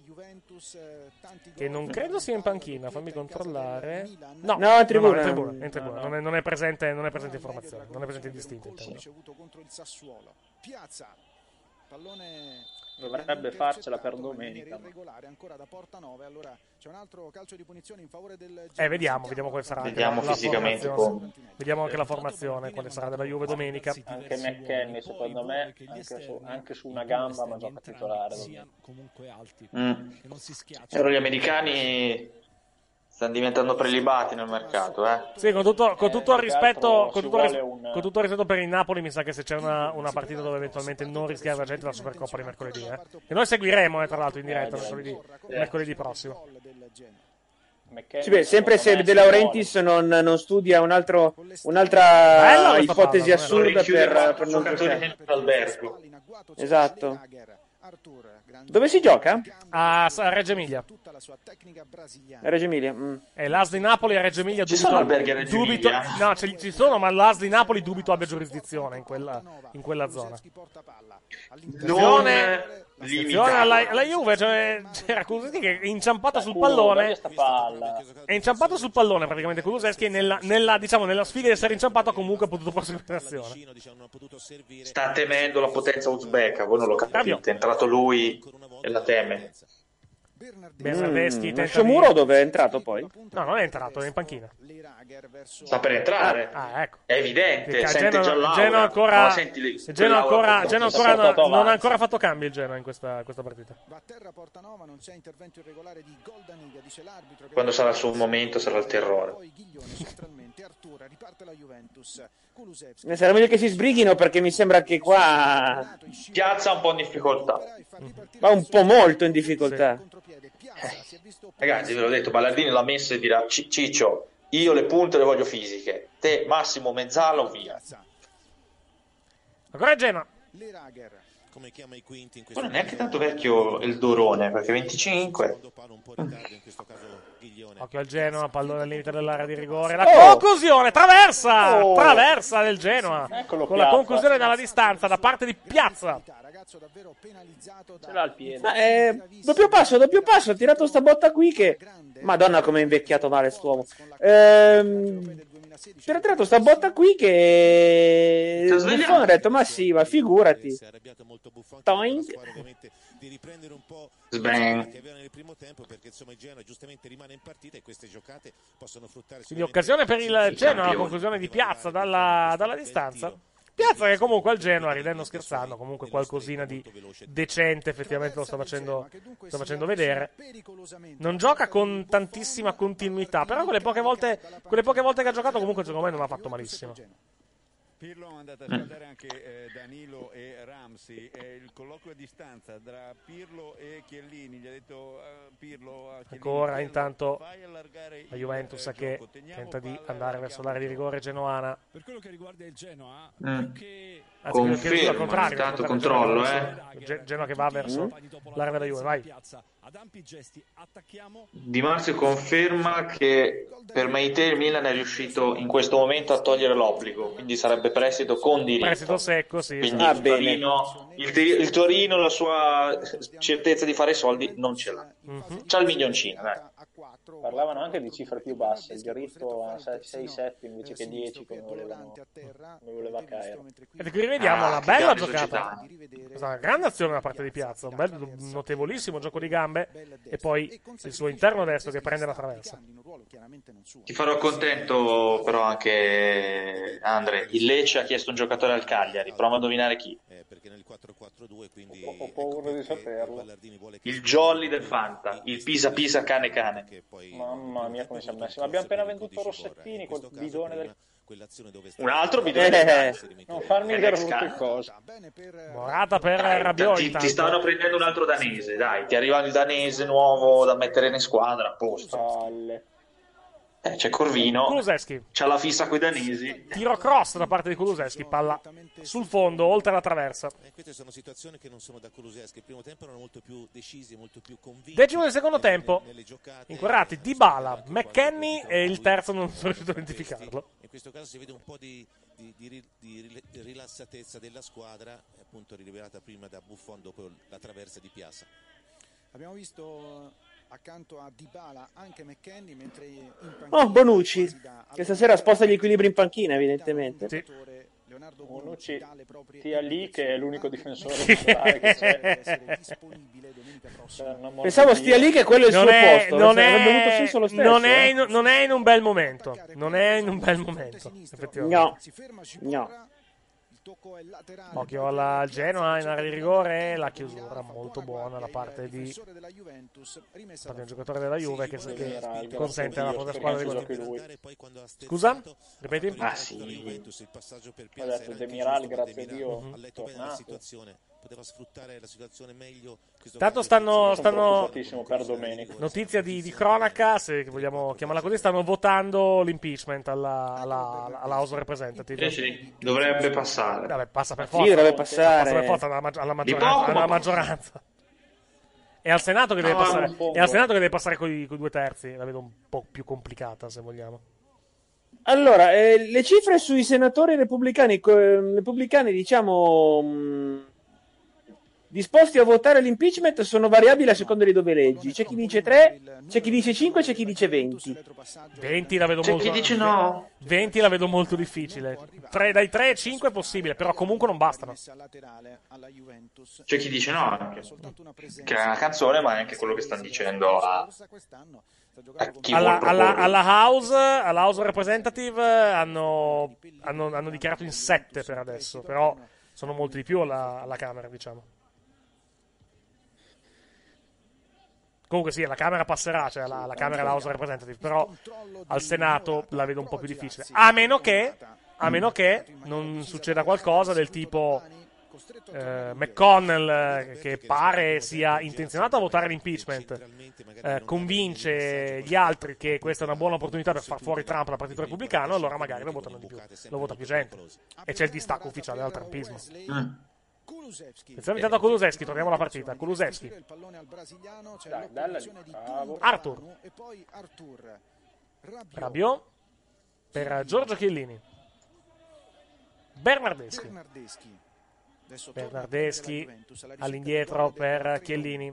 che non credo sia in panchina, fammi controllare. No, in tribuna. In tribuna. Non è presente informazione, non è presente indistinto. Ricevuto contro il Sassuolo. Piazza, pallone. Dovrebbe farcela per domenica. Ancora da Portanova, allora c'è un altro calcio di punizione in favore del vediamo quale sarà. Vediamo fisicamente come. Vediamo anche la formazione, quale sarà della Juve domenica. Anche McKennie, secondo me, anche su una gamba, ma gioca titolare. Gli americani stanno diventando prelibati nel mercato, Sì, con tutto il rispetto per il Napoli, mi sa che se c'è una partita dove eventualmente non rischiare la gente, la Supercoppa di mercoledì, che noi seguiremo tra l'altro in diretta mercoledì prossimo. Sì, sempre se De Laurentiis non studia un'altra ipotesi assurda per non giocare. Esatto. Dove si gioca? A Reggio Emilia. È l'AS di Napoli a Reggio Emilia. Ci sono alberghi a Reggio Emilia? No, ci sono, ma l'AS di Napoli dubito abbia giurisdizione in quella zona. Attenzione alla Juve, cioè c'era Kulusevski che è inciampato sul pallone. È inciampato sul pallone praticamente Kulusevski, e nella sfiga di essere inciampato ha comunque potuto proseguire l'azione. Sta temendo la potenza uzbeka, voi non lo capite, è entrato lui e la teme. Bernardeschi Shomuro dove è entrato poi? No, non è entrato, è in panchina. Sta per entrare. Ecco. È evidente, Genoa non ha ancora fatto cambi il Genoa in questa partita. Quando sarà il suo momento sarà il terrore. Sarà meglio che si sbrighino, perché mi sembra che qua Piazza un po' in difficoltà. Va un po' molto in difficoltà. Ragazzi, ve l'ho detto, Ballardini l'ha messa e dirà: Ciccio, io le punte le voglio fisiche, te Massimo mezzala o via. Ancora Genoa. Come chiama i quinti in questo non è neanche tanto vecchio il Dorone, perché 25. Occhio al Genoa, pallone al limite dell'area di rigore. La conclusione, traversa del Genoa. Con la conclusione dalla distanza da parte di Piazza. Ce l'ha al piede. Doppio passo, ha tirato sta botta qui che... Madonna come è invecchiato male st'uomo. Si era tirato sta botta qui che... Buffon ha detto, ma sì, ma figurati. Toink. Di riprendere un po' Sbang. che avevano nel primo tempo, perché insomma il Genoa giustamente rimane in partita e queste giocate possono fruttare. Quindi occasione per il Genoa, la conclusione di Piazza dalla distanza. Piazza che comunque al Genoa, ridendo scherzando, comunque qualcosina di decente effettivamente lo sta facendo vedere. Non gioca con tantissima continuità, però quelle poche volte che ha giocato comunque secondo me non ha fatto malissimo. Pirlo è andato a guardare anche Danilo e Ramsey, il colloquio a distanza tra Pirlo e Chiellini, gli ha detto Pirlo a Chiellini, ancora intanto la Juventus che tenta di andare verso l'area di rigore genoana. Per quello che riguarda il Genoa, conferma, intanto controllo Genoa che va verso l'area della Juve, vai. Ad ampi gesti attacchiamo. Di Marzio conferma che per Meite il Milan è riuscito in questo momento a togliere l'obbligo, quindi sarebbe prestito con diritto. Prestito secco, sì. Quindi il Torino la sua certezza di fare soldi non ce l'ha. C'ha il milioncino, dai. Parlavano anche di cifre più basse, il diritto a 6-7 invece che 10 come voleva Cairo. E qui rivediamo una bella giocata, una grande azione da parte di Piazza, un bel notevolissimo gioco di gambe e poi il suo interno destro che prende la traversa. Ti farò contento però anche Andre, il Lecce ha chiesto un giocatore al Cagliari, prova a indovinare chi. Perché nel 4-4-2 Ho paura di saperlo. Il jolly del Fanta, il Pisa Pisa cane cane. Mamma mia come si è messo. Abbiamo appena venduto Rossettini col bidone del... Un altro bidone del cazzo. Non farmi dire brutte cose. Morata per Rabiot. Ti stavano prendendo un altro danese, dai, ti arriva il danese nuovo da mettere in squadra, a posto. C'è Corvino, Kulusevski. c'ha la fissa coi danesi. Tiro cross da parte di Kulusevski, palla sul fondo, oltre la traversa. Queste sono situazioni che non sono da Kulusevski. Il primo tempo erano molto più decisi, molto più convinti. Decimo del secondo tempo, inquadrati Dybala, McKennie e il terzo non sono riuscito a identificarlo. In questo caso si vede un po' di rilassatezza della squadra, appunto rivelata prima da Buffon dopo la traversa di Piazza. Abbiamo visto accanto a Dybala anche McKennie, mentre in panchina Bonucci, che stasera sposta gli equilibri in panchina, evidentemente. Sì. Bonucci stia lì, che è l'unico difensore titolare che c'è. Pensavo stia lì, che quello è il suo posto. Avrebbe avuto senso lo stesso. Non è in un bel momento. Non è in un bel momento, effettivamente. No. Occhio al Genoa in area di rigore, la chiusura molto buona da parte di un giocatore della Juve che consente alla propria squadra di gol. Scusa? Ripeti? Ah sì, ho detto Demiral, grazie a Dio, è tornato. Poteva sfruttare la situazione meglio. Tanto stanno per Domenico. notizia di cronaca, se vogliamo chiamarla così, stanno votando l'impeachment alla House of Representatives. Sì, dovrebbe passare. Vabbè, passa per forza. Sì, dovrebbe passare. Passa per forza alla maggioranza. E al Senato che deve passare. E al Senato che deve passare con i 2/3. La vedo un po' più complicata, se vogliamo. Allora, le cifre sui senatori repubblicani, diciamo, disposti a votare l'impeachment sono variabili a seconda di dove leggi. C'è chi dice 3, c'è chi dice 5, c'è chi dice 20. 20 la vedo C'è molto. chi dice no. 20 la vedo molto difficile. Dai 3 ai 5 è possibile, però comunque non bastano. C'è chi dice no anche. Che è una canzone, ma è anche quello che stanno dicendo a chi vuol proporre. alla House Representative hanno dichiarato in 7 per adesso, però sono molti di più alla Camera, diciamo. Comunque sì, la Camera passerà, cioè la Camera e la House of Representative, però al Senato la vedo un po' più difficile. A meno che non succeda qualcosa del tipo McConnell, che pare sia intenzionato a votare l'impeachment, convince gli altri che questa è una buona opportunità per far fuori Trump dal Partito Repubblicano, allora magari lo votano di più, lo vota più gente. E c'è il distacco ufficiale dal trumpismo. Pensiamo intanto a Kulusevski, torniamo alla partita. Kulusevski, Arthur, Rabiot per Giorgio Chiellini, Bernardeschi all'indietro per Chiellini.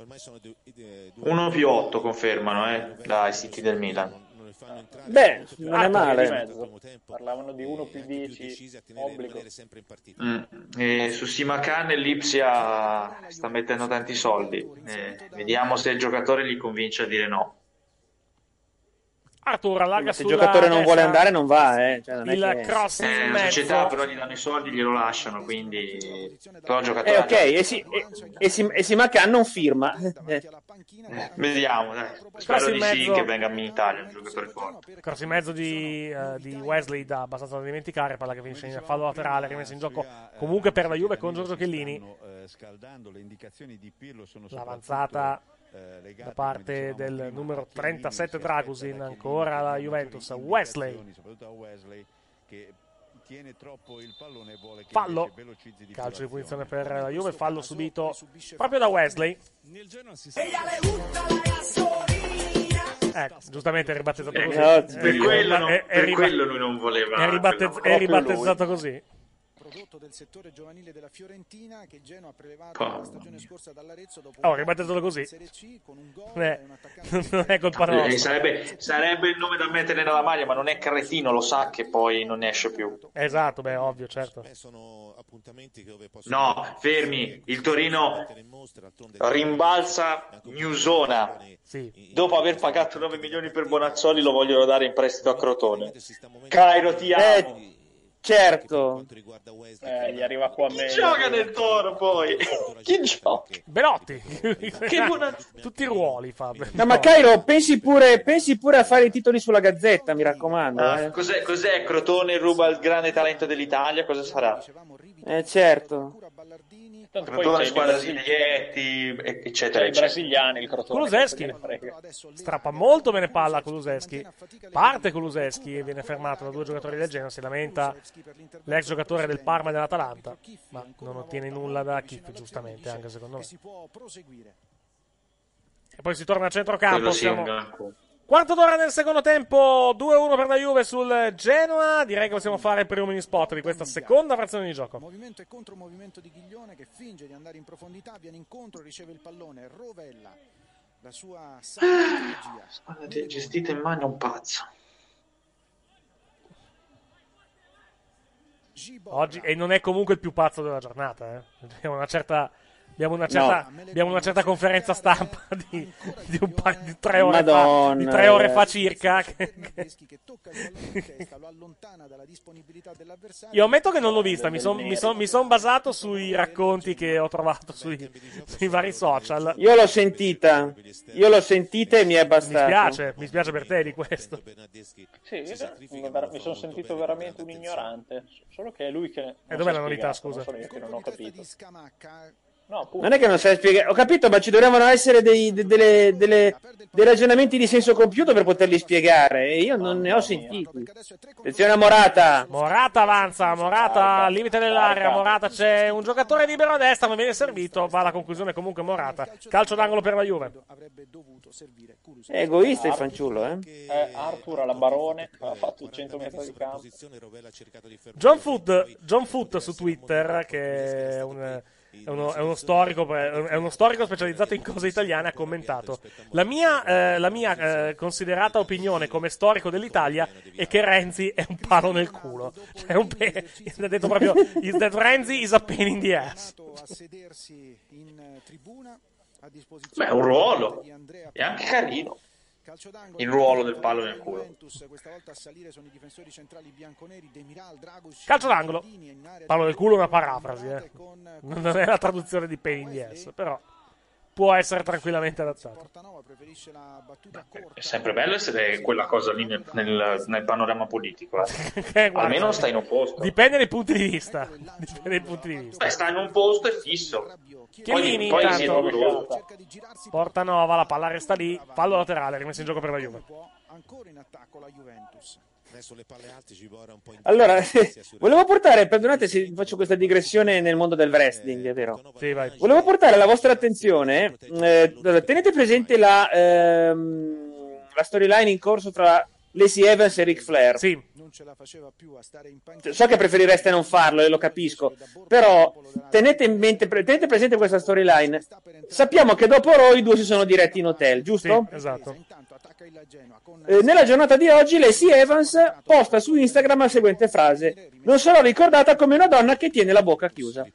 1+8 confermano dai siti del Milan. Beh, non è male. Parlavano di 1+10 obbligo. E su Simakan l'Ipsia sta mettendo tanti soldi. Vediamo se il giocatore li convince a dire no. Arthur allarga se il giocatore non vuole andare non va, cioè, non il cross in la mezzo. società però gli danno i soldi, glielo lasciano, quindi però il giocatore ok, e Simakan non firma. Vediamo, dai. Spero di sì che venga in Italia, un giocatore forte. Cross in mezzo di Wesley da abbastanza da dimenticare, palla che finisce in fallo laterale, rimessa in gioco comunque per la Juve con Giorgio Chiellini. L'avanzata da parte del numero 37 Dragusin, ancora la Juventus. Wesley, fallo, calcio di punizione per la Juve, fallo subito proprio da Wesley. Giustamente è ribattezzato così. Per quello lui non voleva. È ribattezzato così. Prodotto del settore giovanile della Fiorentina, che il Genoa ha prelevato la stagione scorsa dall'Arezzo dopo ribattezzalo così. Serie C, con un gol Non è colpa nostra. Sarebbe il nome da mettere nella maglia, ma non è cretino, lo sa che poi non esce più. Esatto, beh, ovvio, certo. No, fermi, il Torino rimbalza Newsona. Sì. Dopo aver pagato 9 milioni per Bonazzoli lo vogliono dare in prestito a Crotone. Cairo, ti amo. Certo. Gli arriva qua a me. Chi gioca nel Toro poi? Chi gioca? Belotti. Tutti i ruoli fa. No, ma Cairo, pensi pure a fare i titoli sulla Gazzetta, mi raccomando. Cos'è? Crotone ruba il grande talento dell'Italia? Cosa sarà? Certo. Crotone, squadra Siglietti, eccetera, I brasiliani, il Crotone. Kulusevski strappa molto bene palla. Kulusevski parte Kulusevski e viene fermato da 2 giocatori del Genoa. Si lamenta l'ex giocatore del Parma e dell'Atalanta, ma non ottiene nulla da Kip, giustamente, anche secondo me. E poi si torna a centrocampo. Quarto d'ora nel secondo tempo, 2-1 per la Juve sul Genoa. Direi che possiamo fare il primo mini spot di questa seconda frazione di gioco. Movimento e contromovimento di Ghiglione che finge di andare in profondità, viene incontro, riceve il pallone, rovella la sua strategia. Gestita in mano un pazzo. Oggi, e non è comunque il più pazzo della giornata, Abbiamo una certa conferenza stampa di 3 ore fa, di 3 ore fa circa. Io ammetto che non l'ho vista, mi son basato sui racconti che ho trovato sui vari social. Io l'ho sentita e mi è bastato. Mi spiace per te di questo. Sì, mi sono sentito veramente un ignorante, solo che è lui che... E dov'è la novità, scusa? Non ho capito. No, non è che non sai spiegare, ho capito, ma ci dovevano essere dei ragionamenti di senso compiuto per poterli spiegare e io non ne ho sentiti. Attenzione a Morata avanza, Morata al limite dell'area, Morata, c'è un giocatore libero a destra, non viene servito, va alla conclusione comunque Morata, calcio d'angolo per la Juve. È egoista il fanciullo, Arthur alla Barone ha fatto 100 metri di campo. John Foot su Twitter, che è uno storico specializzato in cose italiane, ha commentato: la mia considerata opinione come storico dell'Italia è che Renzi è un palo nel culo. Cioè ha detto proprio Renzi is a pain in the ass. Beh, è un ruolo, è anche carino il ruolo del palo nel culo. Calcio d'angolo, palo nel culo è una parafrasi, non è la traduzione di pain in the ass, però può essere tranquillamente adattato. È sempre bello essere quella cosa lì nel panorama politico. Almeno sta in un posto. Dipende dai punti di vista. Sta in un posto e fisso. Chiellini intanto porta Nova, la palla resta lì, fallo laterale, rimessa in gioco per la Juve. Ancora in attacco la Juventus. Allora, volevo portare, perdonate se faccio questa digressione nel mondo del wrestling, è vero? Sì, vai. Volevo portare alla vostra attenzione, tenete presente la storyline in corso tra Lacey Evans e Ric Flair. Sì. So che preferireste non farlo, e lo capisco, però tenete presente questa storyline. Sappiamo che dopo Raw i due si sono diretti in hotel, giusto? Sì, esatto. Nella giornata di oggi Lacey Evans posta su Instagram la seguente frase: non sarò ricordata come una donna che tiene la bocca chiusa.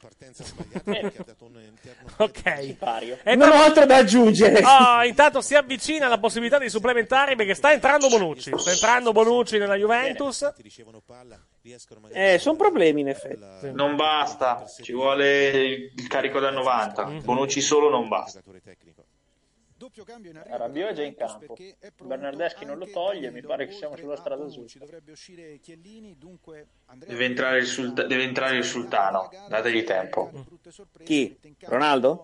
Ok, non ho altro da aggiungere. Intanto si avvicina la possibilità di supplementari, perché sta entrando Bonucci nella Juventus. Sono problemi in effetti. Non basta, ci vuole il carico da 90. Bonucci solo non basta. Rabiot è già in campo, Bernardeschi non lo toglie, mi pare che siamo sulla strada giusta. Deve entrare il sultano, dategli tempo. Chi? Ronaldo?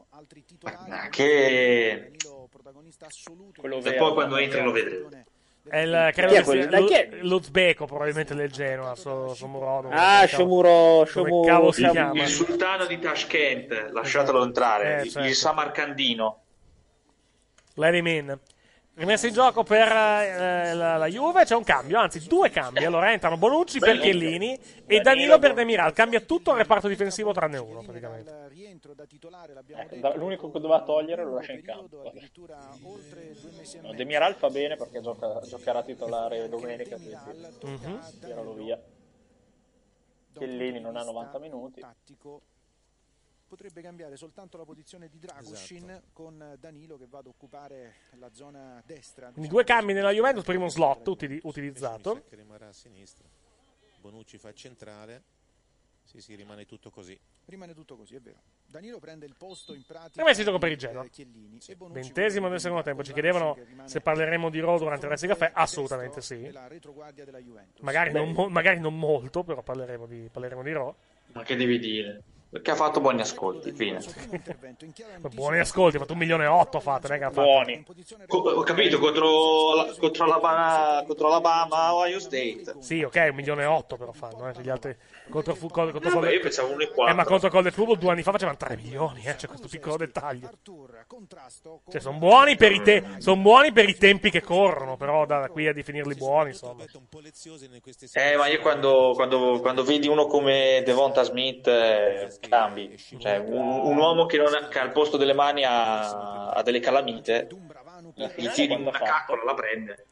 Che e poi quando entra lo vedremo. Credo che sia l'Uzbeko probabilmente del Genoa, Shomurodov. Come cavolo si chiama? Il sultano di Tashkent, lasciatelo entrare, il Samarcandino. Let him in. Rimessa in gioco per la Juve, c'è un cambio, anzi 2 cambi. Allora entrano Bonucci per Chiellini e Danilo per Demiral. Cambia tutto il reparto difensivo tranne uno, praticamente. L'unico che doveva togliere lo lascia in campo. Demiral fa bene perché giocherà titolare domenica, quindi tiralo via. Chiellini non ha 90 minuti. Potrebbe cambiare soltanto la posizione di Dragushin con Danilo che va ad occupare la zona destra. Quindi 2 cambi nella Juventus, primo slot utilizzato. Bonucci fa centrale. Sì, rimane tutto così. Rimane tutto così, è vero. Danilo prende il posto in pratica. E me si gioca per il Genoa. 20° del secondo tempo. Ci chiedevano se parleremo di Raw durante il Resti Caffè. Assolutamente sì. Magari non molto, però parleremo di Raw. Ma che devi dire? Perché ha fatto buoni ascolti, fine. Buoni ascolti, ha fatto 1,8 milioni fate, non è che ha fatto. Buoni. Ho capito, contro Alabama, Ohio State. Sì, ok, 1,8 milioni però fanno, gli altri contro io pensavo 1,4. Ma contro College Football 2 anni fa facevano 3 milioni, c'è questo piccolo dettaglio. Cioè, sono buoni per i tempi che corrono, però da qui a definirli buoni, insomma. Ma io quando vedi uno come Devonta Smith cambi, cioè un uomo che al posto delle mani ha delle calamite, gli tiri una caccola, la prende.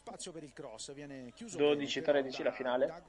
12-13 la finale?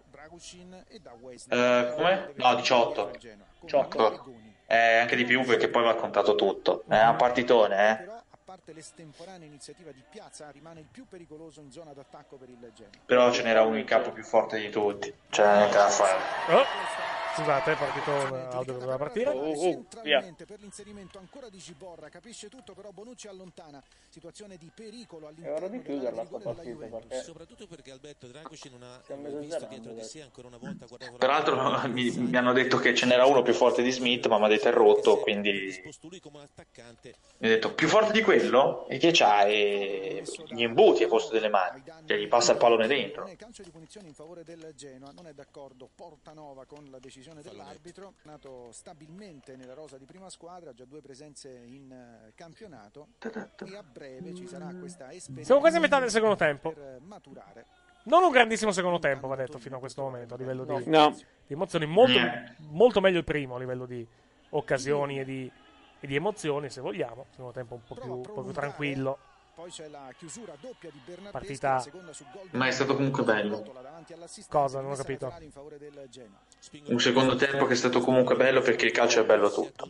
Come? No, 18. Anche di più perché poi va contato tutto. È un partitone, A parte l'estemporanea iniziativa di Piazza, rimane il più pericoloso in zona d'attacco per il Genoa. Però ce n'era uno in campo più forte di tutti. Cioè, niente da fare. Scusate, è partito Aldo che doveva partire. Via. Per l'inserimento ancora di Giborra, capisce tutto, però Bonucci allontana. Situazione di pericolo all'interno di chiuderla sta partita, perché soprattutto perché Alberto Dragoci non ha visto dietro di sé ancora una volta. Peraltro mi hanno detto che ce n'era uno più forte di Smith, ma mi ha detto è rotto, quindi mi ha detto più forte di quello? E che c'ha? E gli imbuti a posto delle mani, cioè gli passa il pallone dentro. Calcio di punizione in favore del Genoa, non è d'accordo Portanova con la decisione dell'arbitro, nato stabilmente nella rosa di prima squadra, già 2 presenze in campionato e a breve ci sarà questa esperienza. Siamo quasi a metà del secondo tempo. Per maturare. Non un grandissimo secondo tempo, va detto, fino a questo momento, a livello di emozioni, molto meglio il primo, a livello di occasioni e di emozioni, se vogliamo. Secondo tempo un po' più tranquillo. Poi c'è la chiusura doppia di Bernardeschi, partita. Ma è stato comunque bello. Cosa? Non ho capito. Un secondo tempo che è stato comunque bello perché il calcio è bello tutto.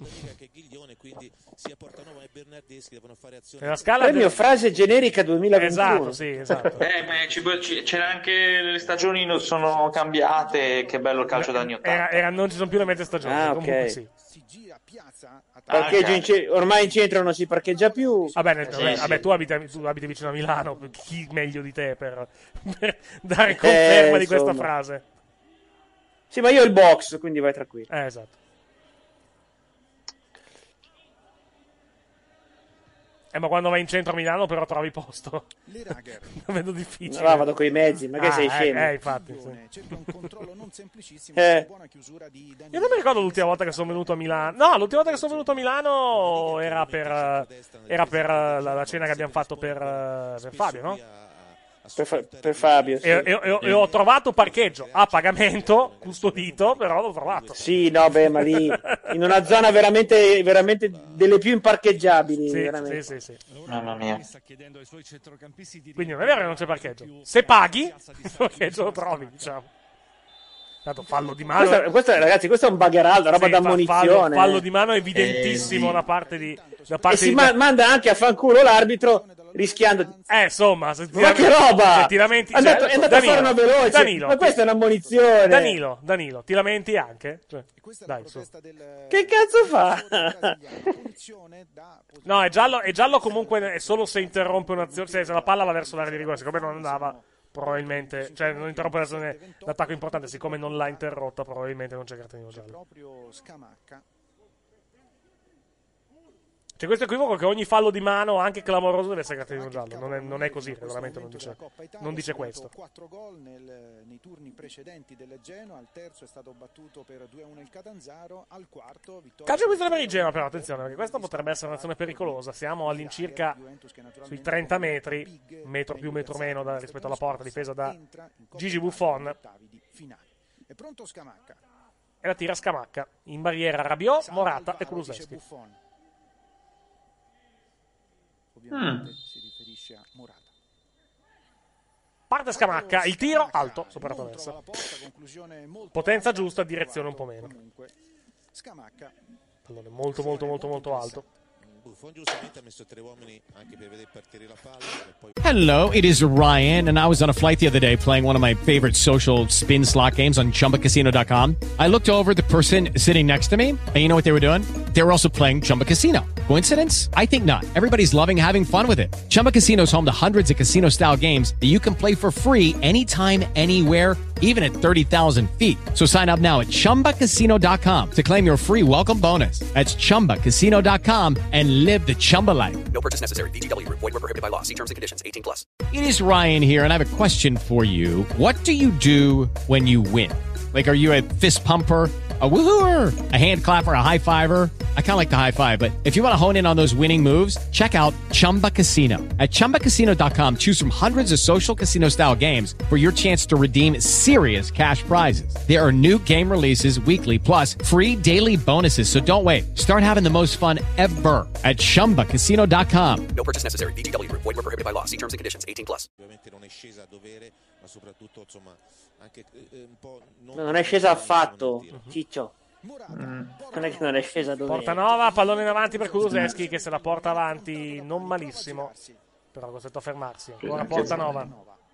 Nella scala premio frase generica 2021. Esatto. C'era anche le stagioni sono cambiate, che bello il calcio da anni 80. Non ci sono più le mezze stagioni, comunque sì. Ormai in centro non si parcheggia più. Vabbè, tu abiti vicino a Milano, chi meglio di te per dare conferma di questa frase? Sì, ma io ho il box, quindi vai tranquillo. Esatto. Ma quando vai in centro a Milano però trovi posto. Lo vedo difficile. No, vado coi mezzi, ma che sei scemo? Infatti, sì. Io non mi ricordo l'ultima volta che sono venuto a Milano. No, l'ultima volta che sono venuto a Milano era per la cena che abbiamo fatto per Fabio, no? Per Fabio, sì. E ho trovato parcheggio a pagamento, custodito, però l'ho trovato. Sì, no, ma lì in una zona veramente delle più imparcheggiabili. Sì. Mamma mia. Quindi non è vero che non c'è parcheggio. Se paghi, il parcheggio lo trovi, diciamo. Tanto fallo di mano. Ragazzi, questo è un buggeraldo, roba da ammonizione. Fallo di mano evidentissimo da parte di. Manda anche a fanculo l'arbitro. Rischiando insomma, ma che roba! Se ti lamenti, è andato a fare una veloce. Danilo, ma questa è un'ammonizione. Danilo, ti lamenti anche? Dai, su. Che cazzo fa? No, è giallo comunque è solo se interrompe un'azione, se la palla va verso l'area di rigore, siccome non andava probabilmente, cioè non interrompe l'azione d'attacco importante, siccome non l'ha interrotta probabilmente non c'è cartellino giallo. Proprio Scamacca. C'è questo equivoco che ogni fallo di mano, anche clamoroso, deve essere cartellino giallo. Non è così, il regolamento non dice questo. 4 gol nei turni precedenti del Genoa, al terzo è stato battuto per 2-1 il Catanzaro, al quarto vittoria. Calcio di per il Genoa, però attenzione, perché questa potrebbe essere un'azione pericolosa. Siamo all'incirca sui 30 metri, metro più, metro meno rispetto alla porta, difesa da Gigi Buffon. È pronto Scamacca. E la tira Scamacca. In barriera Rabiot, Morata e Kulusevski. Ovviamente si riferisce a Morata. Parte Scamacca, il tiro alto sopra la traversa. Potenza giusta, direzione un po' meno. Scamacca. Allora, molto alto. Hello, it is Ryan, and I was on a flight the other day playing one of my favorite social spin slot games on ChumbaCasino.com. I looked over at the person sitting next to me, and you know what they were doing? They were also playing Chumba Casino. Coincidence? I think not. Everybody's loving having fun with it. Chumba Casino is home to hundreds of casino-style games that you can play for free anytime, anywhere, even at 30,000 feet. So sign up now at ChumbaCasino.com to claim your free welcome bonus. That's ChumbaCasino.com and live the Chumba life. No purchase necessary. VGW. Void where prohibited by law. See terms and conditions. 18+. It is Ryan here, and I have a question for you. What do you do when you win? Like, are you a fist pumper, a woohooer, a hand clapper, a high fiver? I kind of like the high five, but if you want to hone in on those winning moves, check out Chumba Casino. At ChumbaCasino.com, choose from hundreds of social casino-style games for your chance to redeem serious cash prizes. There are new game releases weekly, plus free daily bonuses, so don't wait. Start having the most fun ever at ChumbaCasino.com. No purchase necessary. VGW. Void where prohibited by law. See terms and conditions. 18+. Ovviamente non è scesa a dovere, ma soprattutto, insomma, anche un po' Non è scesa affatto, Ciccio. Non è che non è scesa dove. Portanova, pallone in avanti per Kulusevski che se la porta avanti non malissimo, però costretto a fermarsi. Ancora Portanova.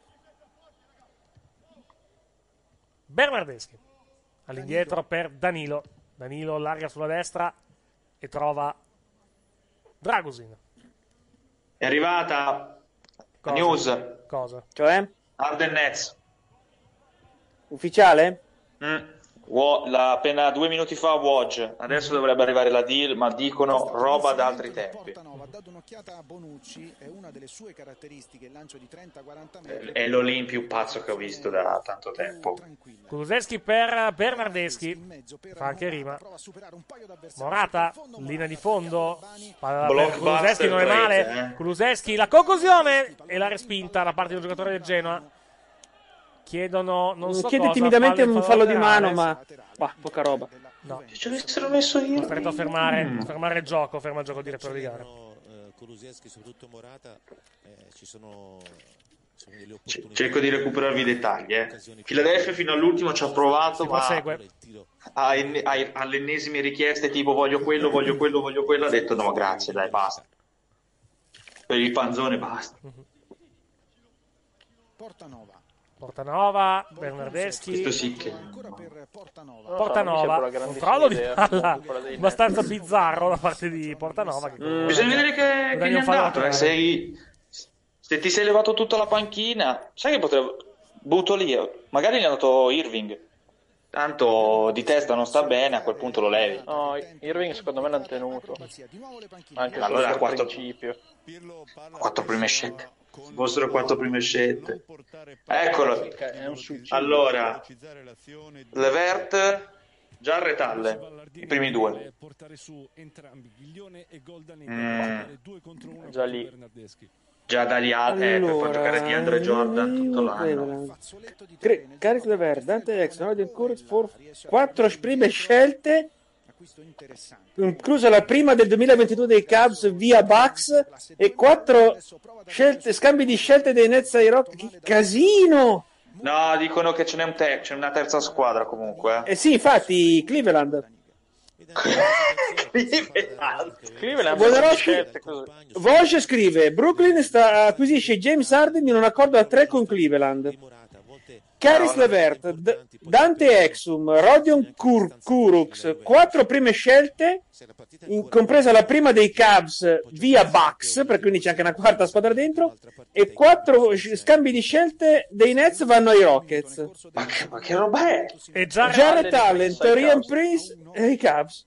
Bernardeschi all'indietro per Danilo. Danilo larga sulla destra e trova Dragusin. È arrivata news. Cosa? Cioè? Arden Nets. Ufficiale? Appena 2 minuti fa Woj. Adesso dovrebbe arrivare la deal, ma dicono roba da altri tempi. Ha dato un'occhiata a Bonucci, è una delle sue caratteristiche il lancio di 30-40 metri. È l'Olin più pazzo che ho visto da tanto tempo. Kulusevski per Bernardeschi, fa anche rima. Morata, linea di fondo, Kulusevski non è male. Kulusevski, la conclusione e la respinta da parte di un giocatore del Genoa. Chiedono, non so chiede cosa, timidamente un fallo di mano, laterale. ma poca roba. No. Ci avessero messo io. Costretto a fermare il gioco, ferma il gioco direttore di gara. Kulusevski, soprattutto Morata, ci sono delle opportunità. Cerco di recuperarvi i dettagli. Philadelphia fino all'ultimo ci ha provato, ma alle ennesime richieste tipo voglio quello, ha detto no grazie, dai basta. Per il panzone basta. Portanova, Bernardeschi. Questo sì che Portanova, controllo di palla abbastanza bizzarro da parte di Portanova. Bisogna vedere che gli è andato. Se ti sei levato tutta la panchina, sai che potrebbe. Butto lì, magari gli è andato Irving. Tanto di testa non sta bene, a quel punto lo levi. No, Irving secondo me l'hanno tenuto. Anche allora sul principio. 4 prime scelte. Fossero 4 prime scelte. Eccolo. Allora, Levert, Jarrett Allen, i primi 2. Già lì. Già dagli altri per poi giocare di Andre Jordan tutto l'anno. Carico Levert, Dante Ex, Northern Courage, 4 prime scelte, inclusa la prima del 2022 dei Cubs via Bucks e 4 scambi di scelte dei Nets ai Rock. Che casino! No, dicono che c'è una terza squadra comunque. Sì, infatti, Cleveland. Woj scrive: Brooklyn acquisisce James Harden in un accordo a 3 con Cleveland. Caris Levert, Dante Exum, Rodion Kurucs, 4 prime scelte, compresa la prima dei Cavs via Bucks, per quindi c'è anche una quarta squadra dentro, e 4 scambi di scelte dei Nets vanno ai Rockets. Ma che roba è? E Jarrett Allen, Torian Prince e i Cavs.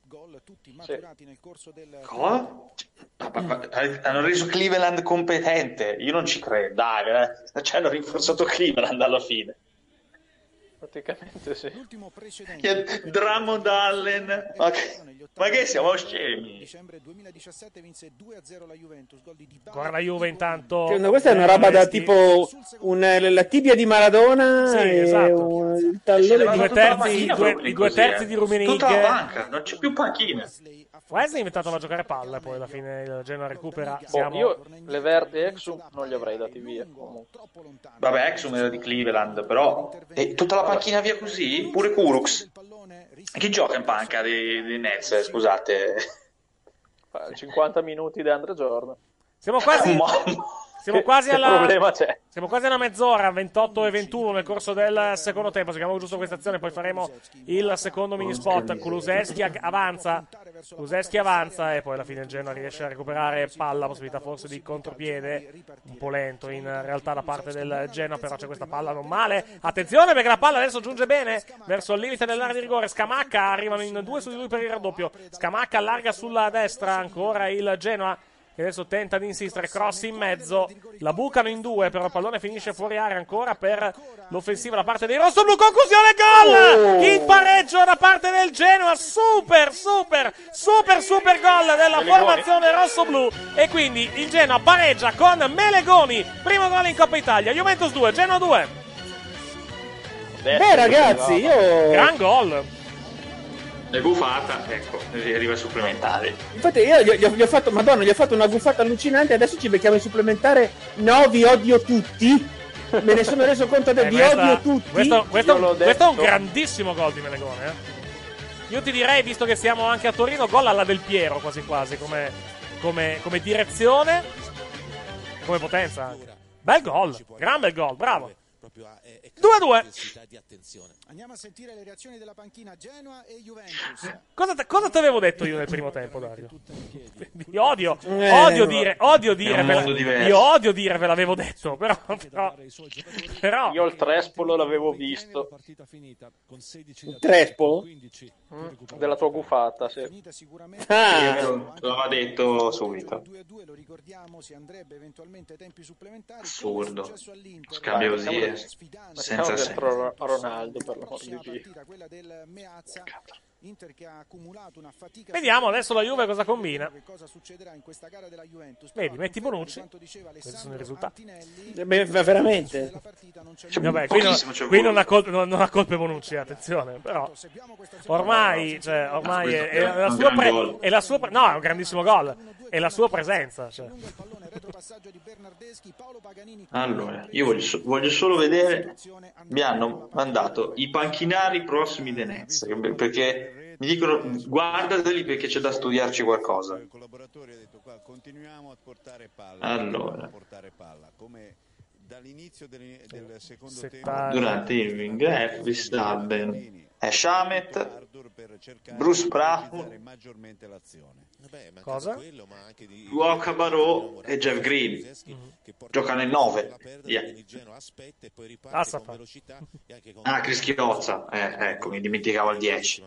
Cosa? Hanno reso Cleveland competente. Io non ci credo, dai, cioè hanno rinforzato Cleveland alla fine. Praticamente sì. Drummond Allen, ma che siamo scemi? Dicembre 2017 vinse 2-0 la Juventus, gol di Dybala. Guarda la Juve intanto. Questa è una roba da tipo la tibia di Maradona, sì, e esatto. Il tallone i 2 terzi di Rummenigge. Tutta la banca, non c'è più panchina. Wesley è inventato a giocare palla, poi alla fine il Genoa recupera. Io Levert e Exum non li avrei dati via comunque. Vabbè, Exum era di Cleveland, però tutta la panchina via così, pure Kurucs. Chi gioca in panca dei Nets, scusate? 50 minuti di Andre Jordan. Siamo quasi Che alla problema c'è? Siamo quasi alla mezz'ora, 28 e 21 nel corso del secondo tempo. Seguiamo giusto questa azione, poi faremo il secondo mini spot. Kulusevski avanza e poi alla fine il Genoa riesce a recuperare palla, possibilità forse di contropiede, un po' lento in realtà da parte del Genoa, però c'è questa palla non male. Attenzione perché la palla adesso giunge bene verso il limite dell'area di rigore. Scamacca, arrivano in 2 su di lui per il raddoppio. Scamacca allarga sulla destra, ancora il Genoa che adesso tenta di insistere, cross in mezzo, la bucano in 2, però il pallone finisce fuori area ancora per l'offensiva da parte dei rossoblu. Conclusione, gol! Il pareggio da parte del Genoa, super gol della formazione rossoblu, e quindi il Genoa pareggia con Melegoni, primo gol in Coppa Italia. Juventus 2, Genoa 2. Beh ragazzi, gran gol. È buffata, ecco, arriva ai supplementari. Infatti io gli ho fatto, Madonna, gli ho fatto una buffata allucinante, adesso ci becchiamo in supplementare. No, vi odio tutti. Me ne sono reso conto, vi odio tutti. Questo è un grandissimo gol di Melegone, Io ti direi, visto che siamo anche a Torino, gol alla Del Piero quasi come direzione, come potenza anche. Bel gol, gran bel gol, bravo. 2-2. Andiamo a sentire le reazioni della panchina Genoa e Juventus. Cosa ti avevo detto io nel primo tempo, Dario? Io odio dire ve l'avevo detto, però io il Trespolo l'avevo visto. Il Trespolo? Della tua gufata, sì. L'aveva detto subito. Lo ricordiamo, si andrebbe eventualmente ai tempi supplementari. Assurdo. Scambio così senza senso. Ronaldo, per l'amor di Dio. Quella del Meazza. Inter che ha accumulato una fatica. Vediamo adesso la Juve cosa combina. Cosa succederà in questa gara della Juventus? Vedi, metti Bonucci. Questi sono i risultati. Veramente. Vabbè, qui non ha colpe Bonucci, attenzione, però ormai è la sua no, è un grandissimo gol, è la sua presenza, Allora, io voglio solo vedere, mi hanno mandato i panchinari prossimi di Nets, perché mi dicono guardateli perché c'è da studiarci qualcosa. Continuiamo a portare palla. Allora, come dall'inizio del secondo tempo durante Irving, Vistalben, Shamet, Bruce Brown, cosa? Luca Barò e Jeff Green giocano in 9. Chris Chiozza, ecco, mi dimenticavo il 10.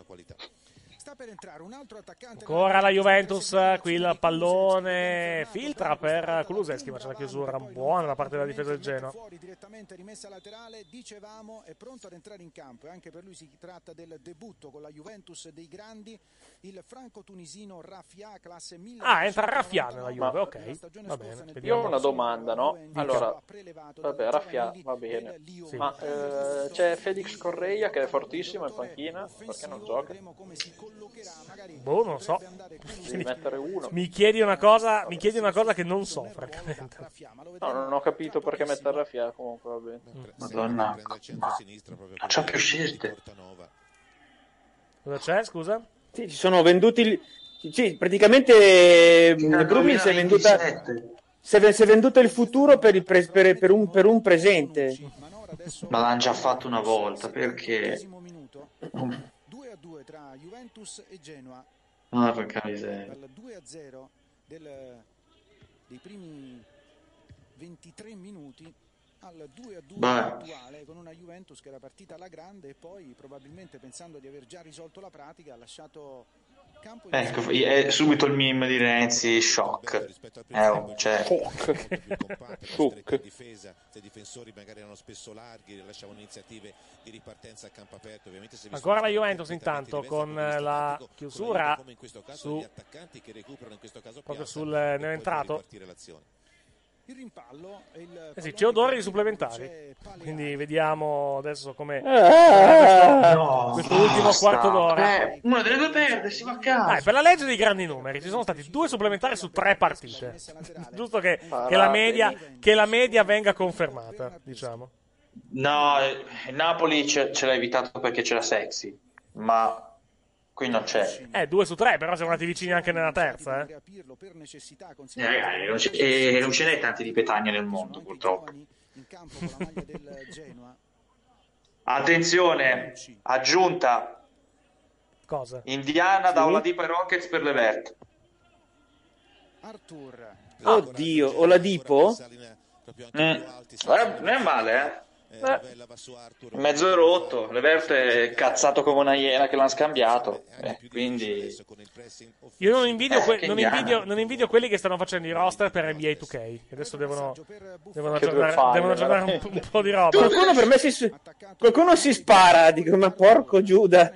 Ancora la Juventus, qui il pallone filtra per Kulusevski, ma c'è la chiusura buona da parte della difesa del Genoa. Fuori direttamente, rimessa laterale, dicevamo, è pronto ad entrare in campo e anche per lui si tratta del debutto con la Juventus dei grandi, il franco-tunisino Raffia, classe 1000. Entra Raffia nella Juve, ok, va bene. Io ho una domanda, no? Allora, vabbè, Raffia va bene, sì. Ma c'è Felix Correia che è fortissimo in panchina, perché non gioca? Boh, non lo so. Mettere uno. Mi chiedi una cosa che non so, francamente. No, non ho capito perché mettere Raffia, comunque va bene. Madonna, non c'ha più scelte. Cosa c'è, scusa? Sì, ci sono venduti. Sì, praticamente Brooklyn si è venduto il futuro per un presente. Ma l'hanno già fatto una volta, perché? 2-2 tra Juventus e Genoa. Porca miseria. Dal 2-0 dei primi 23 minuti al 2-2 attuale, con una Juventus che era partita alla grande e poi probabilmente pensando di aver già risolto la pratica ha lasciato campo. Ecco, è subito il meme di Renzi, shock. Se i difensori magari erano spesso larghi, lasciavano iniziative di ripartenza a campo aperto. Ovviamente ancora la Juventus intanto con la chiusura proprio sul neoentrato. Il rimpallo e il sì, c'è odore di supplementari, quindi vediamo adesso come questo ultimo quarto d'ora. Una delle due perde, si va a casa. Per la legge dei grandi numeri ci sono stati 2 supplementari su 3 partite. Giusto che la media venga confermata, diciamo. No, il Napoli ce l'ha evitato perché c'era Sexy, ma qui non c'è. 2 su 3, però siamo andati vicini anche nella terza, Ragazzi, non ce n'è tanti di Petagna nel mondo, purtroppo. Attenzione, aggiunta. Cosa? Indiana da Oladipo ai Rockets per Levert. Oddio, Oladipo? Guarda, non è male, mezzo rotto. Levert è cazzato come una iena che l'hanno scambiato. Quindi io non invidio quelli che stanno facendo i roster per NBA 2K. Che adesso devono aggiornare un po' di roba. Qualcuno per me qualcuno si spara, dico, ma porco Giuda.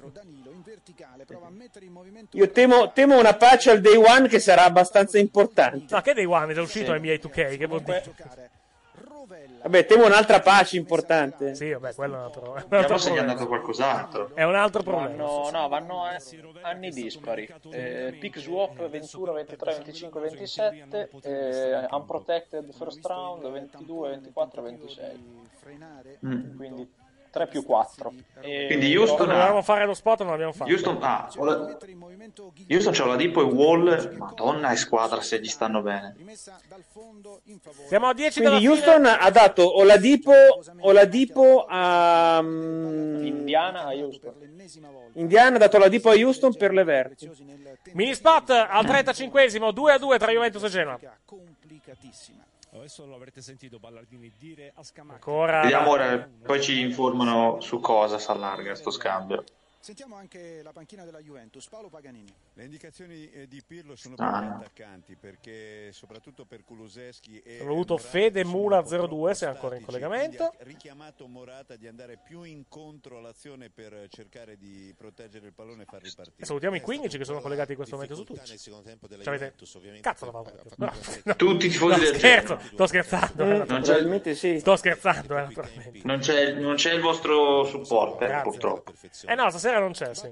Io temo una patch al day one che sarà abbastanza importante. No, che day one? È già uscito NBA 2K, che vuol dire? Vabbè, temo un'altra patch importante. Sì, vabbè, quello è un altro vediamo se gli è andato qualcos'altro. È un altro problema. Vanno anni dispari. Pick swap Ventura 23, 25, 27, unprotected first round 22, 24, 26. Quindi 3 più 4. Quindi Houston dovevamo fare lo spot, non l'abbiamo fatto. Houston c'ha Oladipo e Wall. Madonna, è squadra se gli stanno bene. Siamo a 10 quindi dalla Houston fine. ha dato Oladipo a Indiana a Houston. Indiana ha dato Oladipo a Houston per Levert. Mini spot al 35esimo, 2-2 tra Juventus e Genoa. Adesso lo avrete sentito Ballardini dire a Scamacca. Ancora. Vediamo ora, poi ci informano su cosa si allarga sto scambio. Sentiamo anche la panchina della Juventus, Paolo Paganini. Le indicazioni di Pirlo sono per gli attaccanti, perché soprattutto per Kulusevski e ho avuto Fede Mula 02, se è ancora in collegamento. Ha richiamato Morata di andare più incontro all'azione per cercare di proteggere il pallone e far ripartire. E salutiamo i 15 che sono collegati in questo momento su tutti. Cazzo la paura. Tutti i tifosi del Genoa. Sto scherzando. Naturalmente sì. Sto scherzando, naturalmente. Non c'è il vostro supporto, purtroppo. No, stasera non c'è, sì.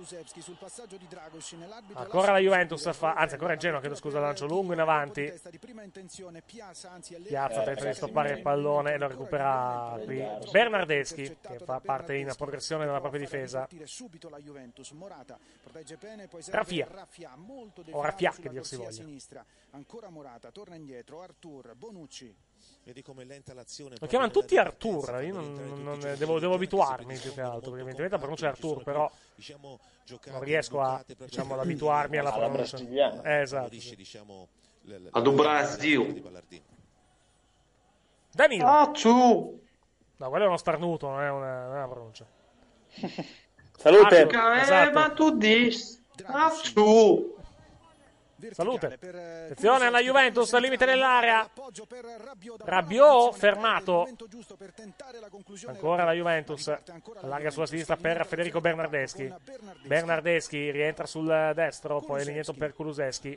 Ancora la Juventus anzi ancora il Genoa, chiedo scusa, lancio lungo in avanti. Piazza tenta di stoppare il pallone e lo recupera qui Bernardeschi, che fa parte in progressione della propria difesa. Raffia o Raffia, che dir si voglia. Ancora Morata, torna indietro, Artur, Bonucci. Vedi come lenta l'azione. Lo chiamano tutti Artur, io non devo abituarmi più che altro, perché evidentemente la pronuncia è Artur, però non riesco ad abituarmi alla pronuncia. Esatto. Ad un Brasil. Danilo. No, quello è uno starnuto, non è una pronuncia. Salute. Esatto. Ma tu dici. Salute. Attenzione alla Juventus, al limite dell'area. Rabiot fermato. Ancora la Juventus. Allarga sulla sinistra per Federico Bernardeschi. Bernardeschi rientra sul destro, poi è lineiato per Kulusevski.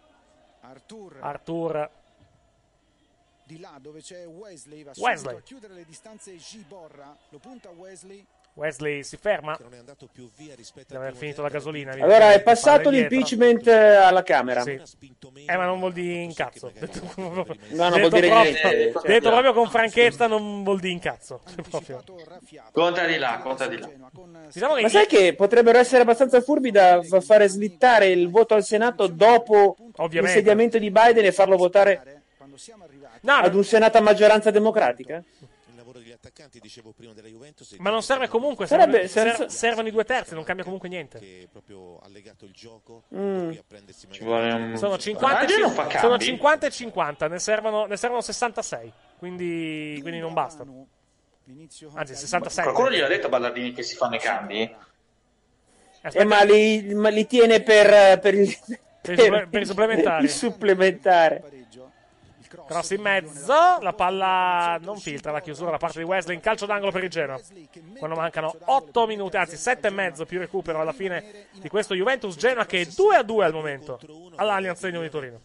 Artur. Di là dove c'è Wesley, va Wesley a chiudere le distanze Giborra, lo punta Wesley si ferma. Deve aver finito la gasolina. Allora è passato l'impeachment alla Camera. Sì. Ma non vuol dire incazzo. No, non vuol dire niente. Detto proprio con franchezza, non vuol dire incazzo. Conta di là. Diciamo che ma sai che potrebbero essere abbastanza furbi da fare slittare il voto al Senato dopo l'insediamento di Biden e farlo votare ad un Senato a maggioranza democratica? Attaccanti, dicevo prima, della Juventus, ma non serve comunque, servono i 2/3, non cambia comunque niente. Che proprio ha legato il gioco sono 50 e 50, ne servono 66, quindi non bastano. Anzi 67. Qualcuno gliel'ha detto a Ballardini che si fanno i cambi? Ma li tiene per i supplementari. Il supplementare. Cross in mezzo, la palla non filtra, la chiusura da parte di Wesley in calcio d'angolo per il Genoa. Quando mancano 8 minuti, anzi 7 e mezzo più recupero alla fine di questo Juventus Genoa che è 2-2 al momento all'Allianz Stadium di Torino.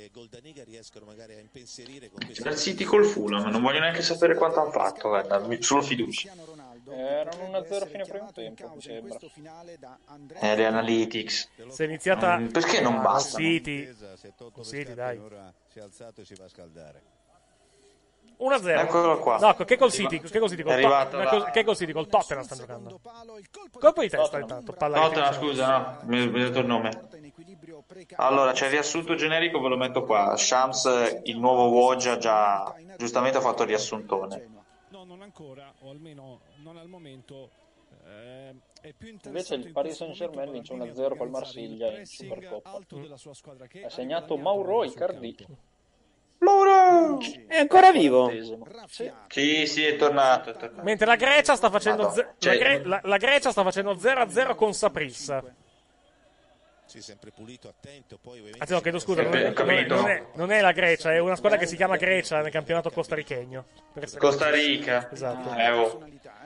Dal City col Fulham, non voglio neanche sapere quanto hanno fatto, guarda, solo fiducia. Erano 1-0 fine primo tempo, mi sembra. Le analytics. Si è iniziata perché non basta? City, dai. Si è alzato e si va a scaldare. 1-0. Eccolo qua. No, che col City? Che col City? È arrivato Che col City? Col Tottenham stanno giocando. Colpo di testa intanto. Tottenham, scusa, no, mi ho detto il nome. Allora, c'è il riassunto generico, ve lo metto qua. Shams, il nuovo Woj, già giustamente ha fatto il riassuntone. No, non ancora, o almeno non al momento. È più Invece il Paris Saint-Germain vince 1-0 col Marsiglia in Supercoppa. Ha segnato Mauro Icardi. Mauro! È ancora vivo? Sì, è tornato. Mentre la Grecia sta facendo la Grecia sta facendo 0-0 con Saprissa. Sì, sempre pulito, attento, poi Anzi, no, chiedo scusa, non è la Grecia, è una squadra che si chiama Grecia nel campionato costarichegno. Costa Rica. Esatto.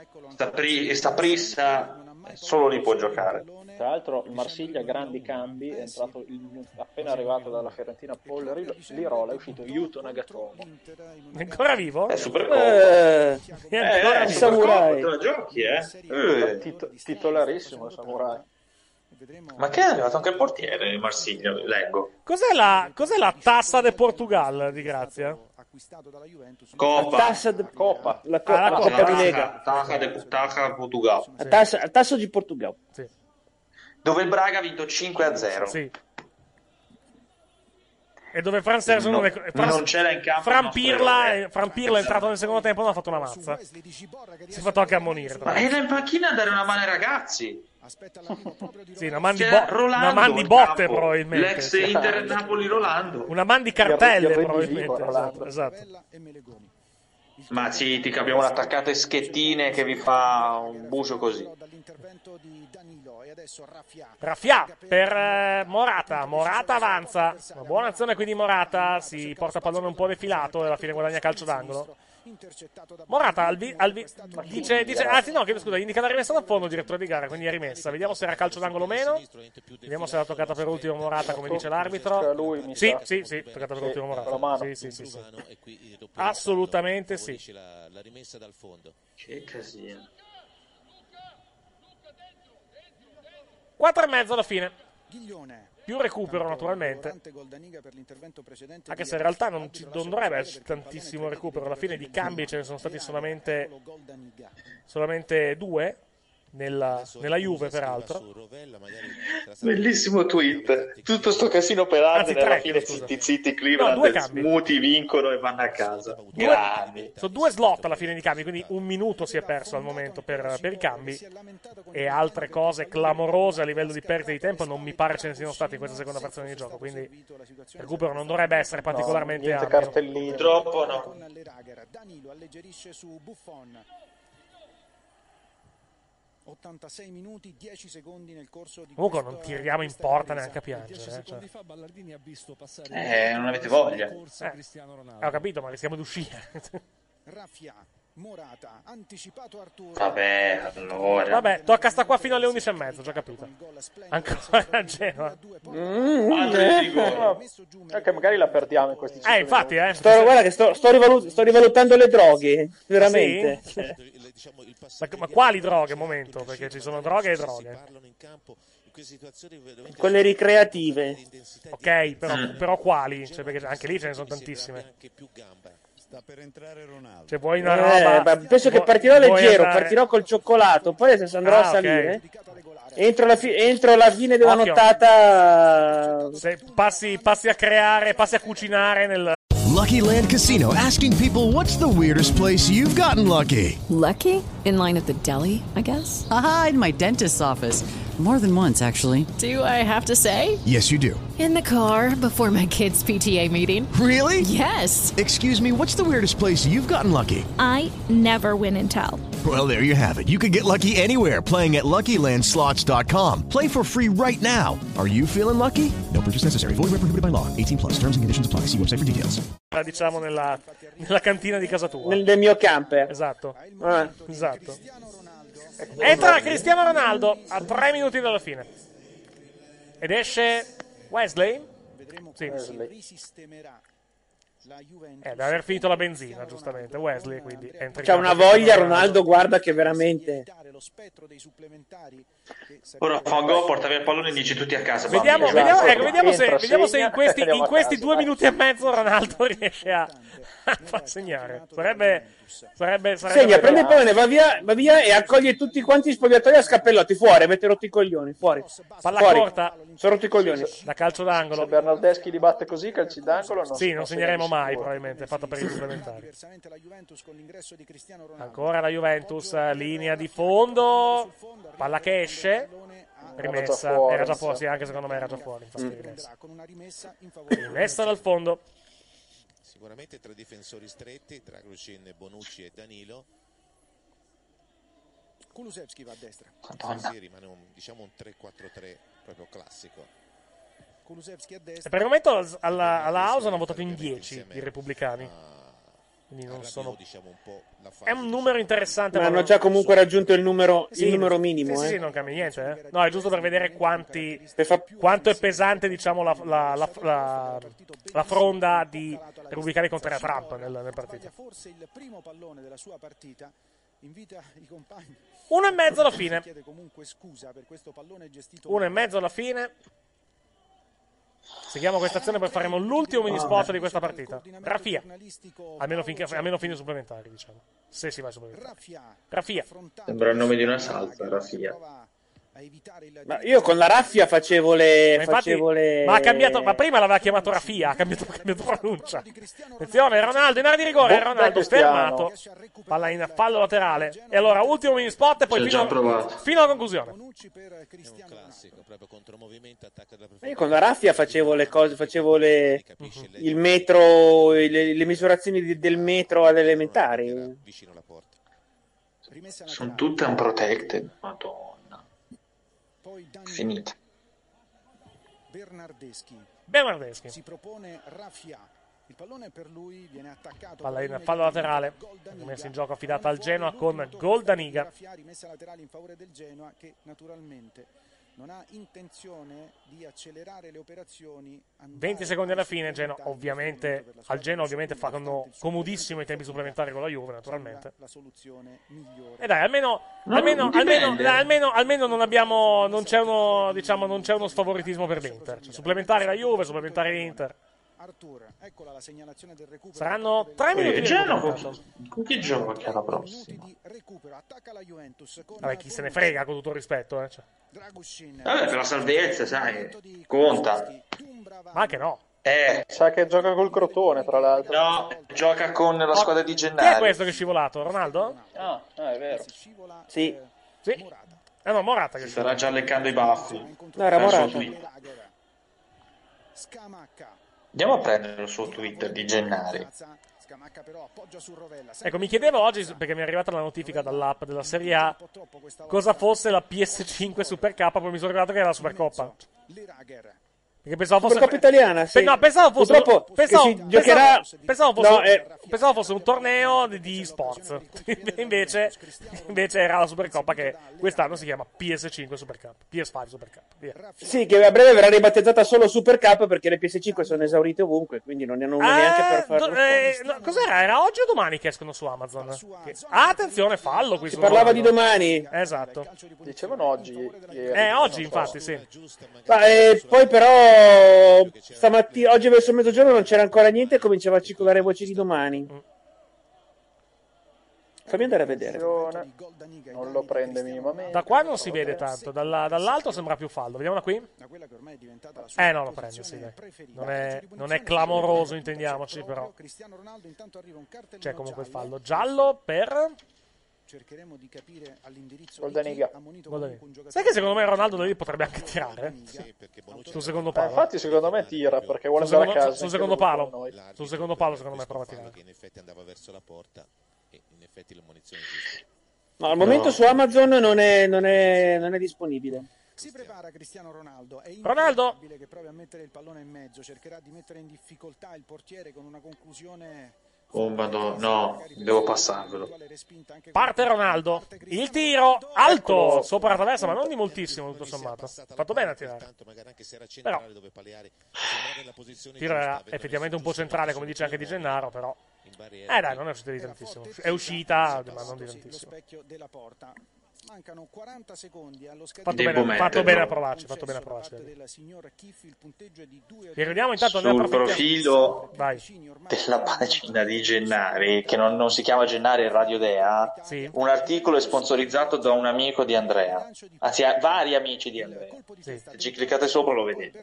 Saprissa solo lì può giocare. Tra l'altro il Marsiglia grandi cambi, è entrato appena arrivato dalla Fiorentina Paul Lirola, è uscito Yuto Nagatomo. È ancora vivo? È Supercoppa. Samurai. Te la giochi, Titolarissimo il Samurai. Ma che è arrivato anche il portiere in Marsiglia, leggo. Cos'è la tassa de Portugal di Grazia? Coppa. Coppa. La Coppa di Lega. Taca Portugal. Tasso di Portugal. Sì. Dove il Braga ha vinto 5-0. Sì. E dove Fran Sergio non c'era in campo. Fran Pirla è entrato nel secondo tempo e non ha fatto una mazza. Si è fatto anche ammonire. Ma era in panchina a dare una mano ai ragazzi. Sì, una man di botte probabilmente. L'ex Inter Napoli Rolando. Una man di cartelle probabilmente. Esatto. Ma sì, ti capiamo un attaccato e schettine che vi fa un bucio così. Raffia per Morata. Morata avanza. Una buona azione qui di Morata. Si porta pallone un po' defilato e alla fine guadagna calcio d'angolo. Morata dice anzi no, scusa, indica la rimessa da fondo il direttore di gara, quindi è rimessa. Vediamo se era calcio d'angolo o meno. Vediamo se l'ha toccata per ultimo Morata, come dice l'arbitro. Sì, toccata per ultimo Morata. Sì. Assolutamente sì. La rimessa dal fondo. Che casino. 4,5 alla fine. Più recupero naturalmente, anche se in realtà non dovrebbe esserci tantissimo recupero. Alla fine di cambi ce ne sono stati solamente 2 nella Juve, peraltro. Bellissimo tweet. Tutto sto casino per Arden, alla fine zitti Cleveland, muti, vincono e vanno a casa. Grandi. Sono 2 slot alla fine di cambi, quindi un minuto si è perso al momento per i cambi, e altre cose clamorose a livello di perdita di tempo non mi pare ce ne siano state in questa seconda frazione di gioco, quindi il recupero non dovrebbe essere particolarmente ampio. Purtroppo no. Danilo alleggerisce su Buffon. 86 minuti, 10 secondi nel corso di comunque non tiriamo in porta neanche a piangere. Non avete voglia. Ho capito, ma rischiamo di uscire. Raffia, Morata, anticipato Arturo. Vabbè, allora. Vabbè, tocca sta qua fino alle 11:30, già capito. Ancora a Genoa. Anche magari la perdiamo in questi 5 infatti, guarda che sto rivalutando le droghe, veramente. Sì? Ma quali droghe, momento? Perché ci sono droghe e droghe. Quelle ricreative. Ok, però quali? Cioè, perché anche lì ce ne sono tantissime. Sta per entrare Ronaldo. Cioè, vuoi una roba... penso che partirò leggero, partirò col cioccolato, poi adesso andrò a salire. Entro la fine della nottata. Se passi a cucinare nel... Lucky Land Casino, asking people, what's the weirdest place you've gotten lucky? Lucky? In line at the deli, I guess? Aha, in my dentist's office. More than once, actually. Do I have to say? Yes, you do. In the car before my kids' PTA meeting. Really? Yes. Excuse me, what's the weirdest place you've gotten lucky? I never win and tell. Well, there you have it. You can get lucky anywhere, playing at LuckyLandSlots.com. Play for free right now. Are you feeling lucky? No purchase necessary. Void where prohibited by law. 18+. Terms and conditions apply. See website for details. Diciamo nella cantina di casa tua. Nel mio camper. Esatto. Esatto. Entra Cristiano Ronaldo a 3 minuti dalla fine. Ed esce Wesley. Vedremo sì. come si risistemerà Deve aver finito la benzina, giustamente, Wesley, quindi entra in C'ha campo. una voglia Ronaldo, guarda che veramente... Ora fa un gol, porta via il pallone e dici tutti a casa. Vediamo se in questi 2 minuti e mezzo Ronaldo riesce a far segnare. Sarebbe Segna, prende il pallone, va via e accoglie tutti quanti gli spogliatoi a scappellotti. Fuori, avete rotto i coglioni. Fuori. Palla Fuori. corta. Sono rotto i coglioni. Da calcio d'angolo. Se Bernardeschi li batte così, calci d'angolo non segneremo mai, probabilmente. È fatto per i supplementari. Ancora la Juventus, linea di fondo. Palla che esce. Rimessa. Era già fuori, sì, anche secondo me era già fuori. Rimessa dal fondo. Sicuramente tra difensori stretti, tra Grushin, Bonucci e Danilo. Kulusevski va a destra. Sì, rimane un 3-4-3 proprio classico. Kulusevski a E destra. per il momento alla House hanno votato in 10 i repubblicani. Quindi non sono... È un numero interessante. Ma hanno già comunque raggiunto il numero minimo. Sì, non cambia niente. No, è giusto per vedere quanto è pesante, diciamo, la fronda di repubblicani contro Trump nel partito. Forse il primo pallone della sua partita. Invita i compagni. 1,5 alla fine. Chiede comunque scusa per questo pallone gestito. 1,5 alla fine. Seguiamo questa azione, poi faremo l'ultimo mini spot di questa partita. Raffia. Almeno fine supplementari, diciamo. Se si va ai supplementari. Raffia. Sembra il nome di una salsa, Raffia. Ma io con la Raffia facevo le... Ma ha cambiato, ma prima l'aveva chiamato Raffia, ha cambiato pronuncia. Attenzione, Ronaldo in area di rigore, Ronaldo fermato. Palla in fallo laterale. E allora ultimo mini spot e poi fino alla conclusione. È un classico, proprio contromovimento, attacca da Io con la Raffia facevo le cose, il metro, le misurazioni del metro alle elementari. vicino alla porta. Sono tutte unprotected, madonna. Finita. Bernardeschi si propone Raffia. Il pallone per lui viene attaccato. Palla in fallo laterale. Messa in gioco affidata al Genoa con Goldaniga. Raffia rimessa laterale in favore del Genoa, che naturalmente non ha intenzione di accelerare le operazioni. 20 secondi alla fine, Genoa ovviamente fanno comodissimo i tempi supplementari con la Juve, naturalmente. La soluzione migliore. E dai, almeno non c'è uno sfavoritismo per l'Inter. Cioè, supplementari la Juve, supplementari l'Inter. Arthur, eccola la segnalazione del recupero. Saranno 3 minuti di recupero. Con chi gioca la prossima? Attacca la Juventus con Vabbè, chi se ne frega, con tutto il rispetto, cioè. Vabbè, per la salvezza, sai, conta. Ma anche no. Sa che gioca col Crotone, tra l'altro. No, gioca con la squadra di Chi è Gennaro. questo che è scivolato? Ronaldo? Ah, è vero. Sì. No, Morata che Si starà già leccando i baffi. No, era Sul Morata. Twitter. Andiamo a prendere il suo Twitter di Gennari. Ecco, mi chiedevo oggi, perché mi è arrivata la notifica dall'app della Serie A, cosa fosse la PS5 Supercoppa, poi mi sono ricordato che era la Supercoppa. Perché pensavo fosse Supercoppa italiana, sì. No, pensavo fosse Purtroppo si giocherà... pensavo fosse un torneo di sports. invece era la Supercoppa, che quest'anno si chiama PS5 Supercup, PS5 Supercup. Via. Sì, che a breve verrà ribattezzata solo Supercup perché le PS5 sono esaurite ovunque, quindi non ne hanno una neanche per farlo. Cos'era? Era oggi o domani che escono su Amazon? Attenzione, fallo qui. Si parlava di domani. Esatto. Dicevano oggi. Oggi, infatti, sì. Poi però stamattina, oggi verso mezzogiorno non c'era ancora niente e cominciava a circolare voci di domani. Fammi andare a vedere. Non lo prende minimamente. Da qua non si vede tanto, dall'alto sembra più fallo. Vediamo da qui. No, lo prende, sì, dai. Non è clamoroso, intendiamoci, però. C'è comunque il fallo. Giallo per... Cercheremo di capire all'indirizzo Goldaniga. Sai che secondo me Ronaldo da lì potrebbe anche tirare? Sul secondo palo. Infatti secondo me tira perché vuole andare a casa. Sul secondo palo. Sul secondo palo secondo me prova a tirare. Che in effetti andava verso la porta e in effetti la munizione giusta. No, al momento su Amazon non è disponibile. Si prepara Cristiano Ronaldo. È Ronaldo che provi a mettere il pallone in mezzo, cercherà di mettere in difficoltà il portiere con una conclusione Oh, madonna, no, devo passarvelo. Parte Ronaldo, il tiro alto sopra la traversa, ma non di moltissimo tutto sommato. Fatto bene a tirare. Però il tiro era effettivamente un po' centrale, come dice anche Di Gennaro, però dai, non è uscita di tantissimo. È uscita, ma non di tantissimo. Mancano 40 secondi allo fatto bene a provarci. Vi ricordiamo intanto sul profilo della pagina di Gennari, che non si chiama Gennari, è Radio Dea. Sì. Un articolo è sponsorizzato da un amico di Andrea, anzi vari amici di Andrea. Se ci cliccate sopra lo vedete.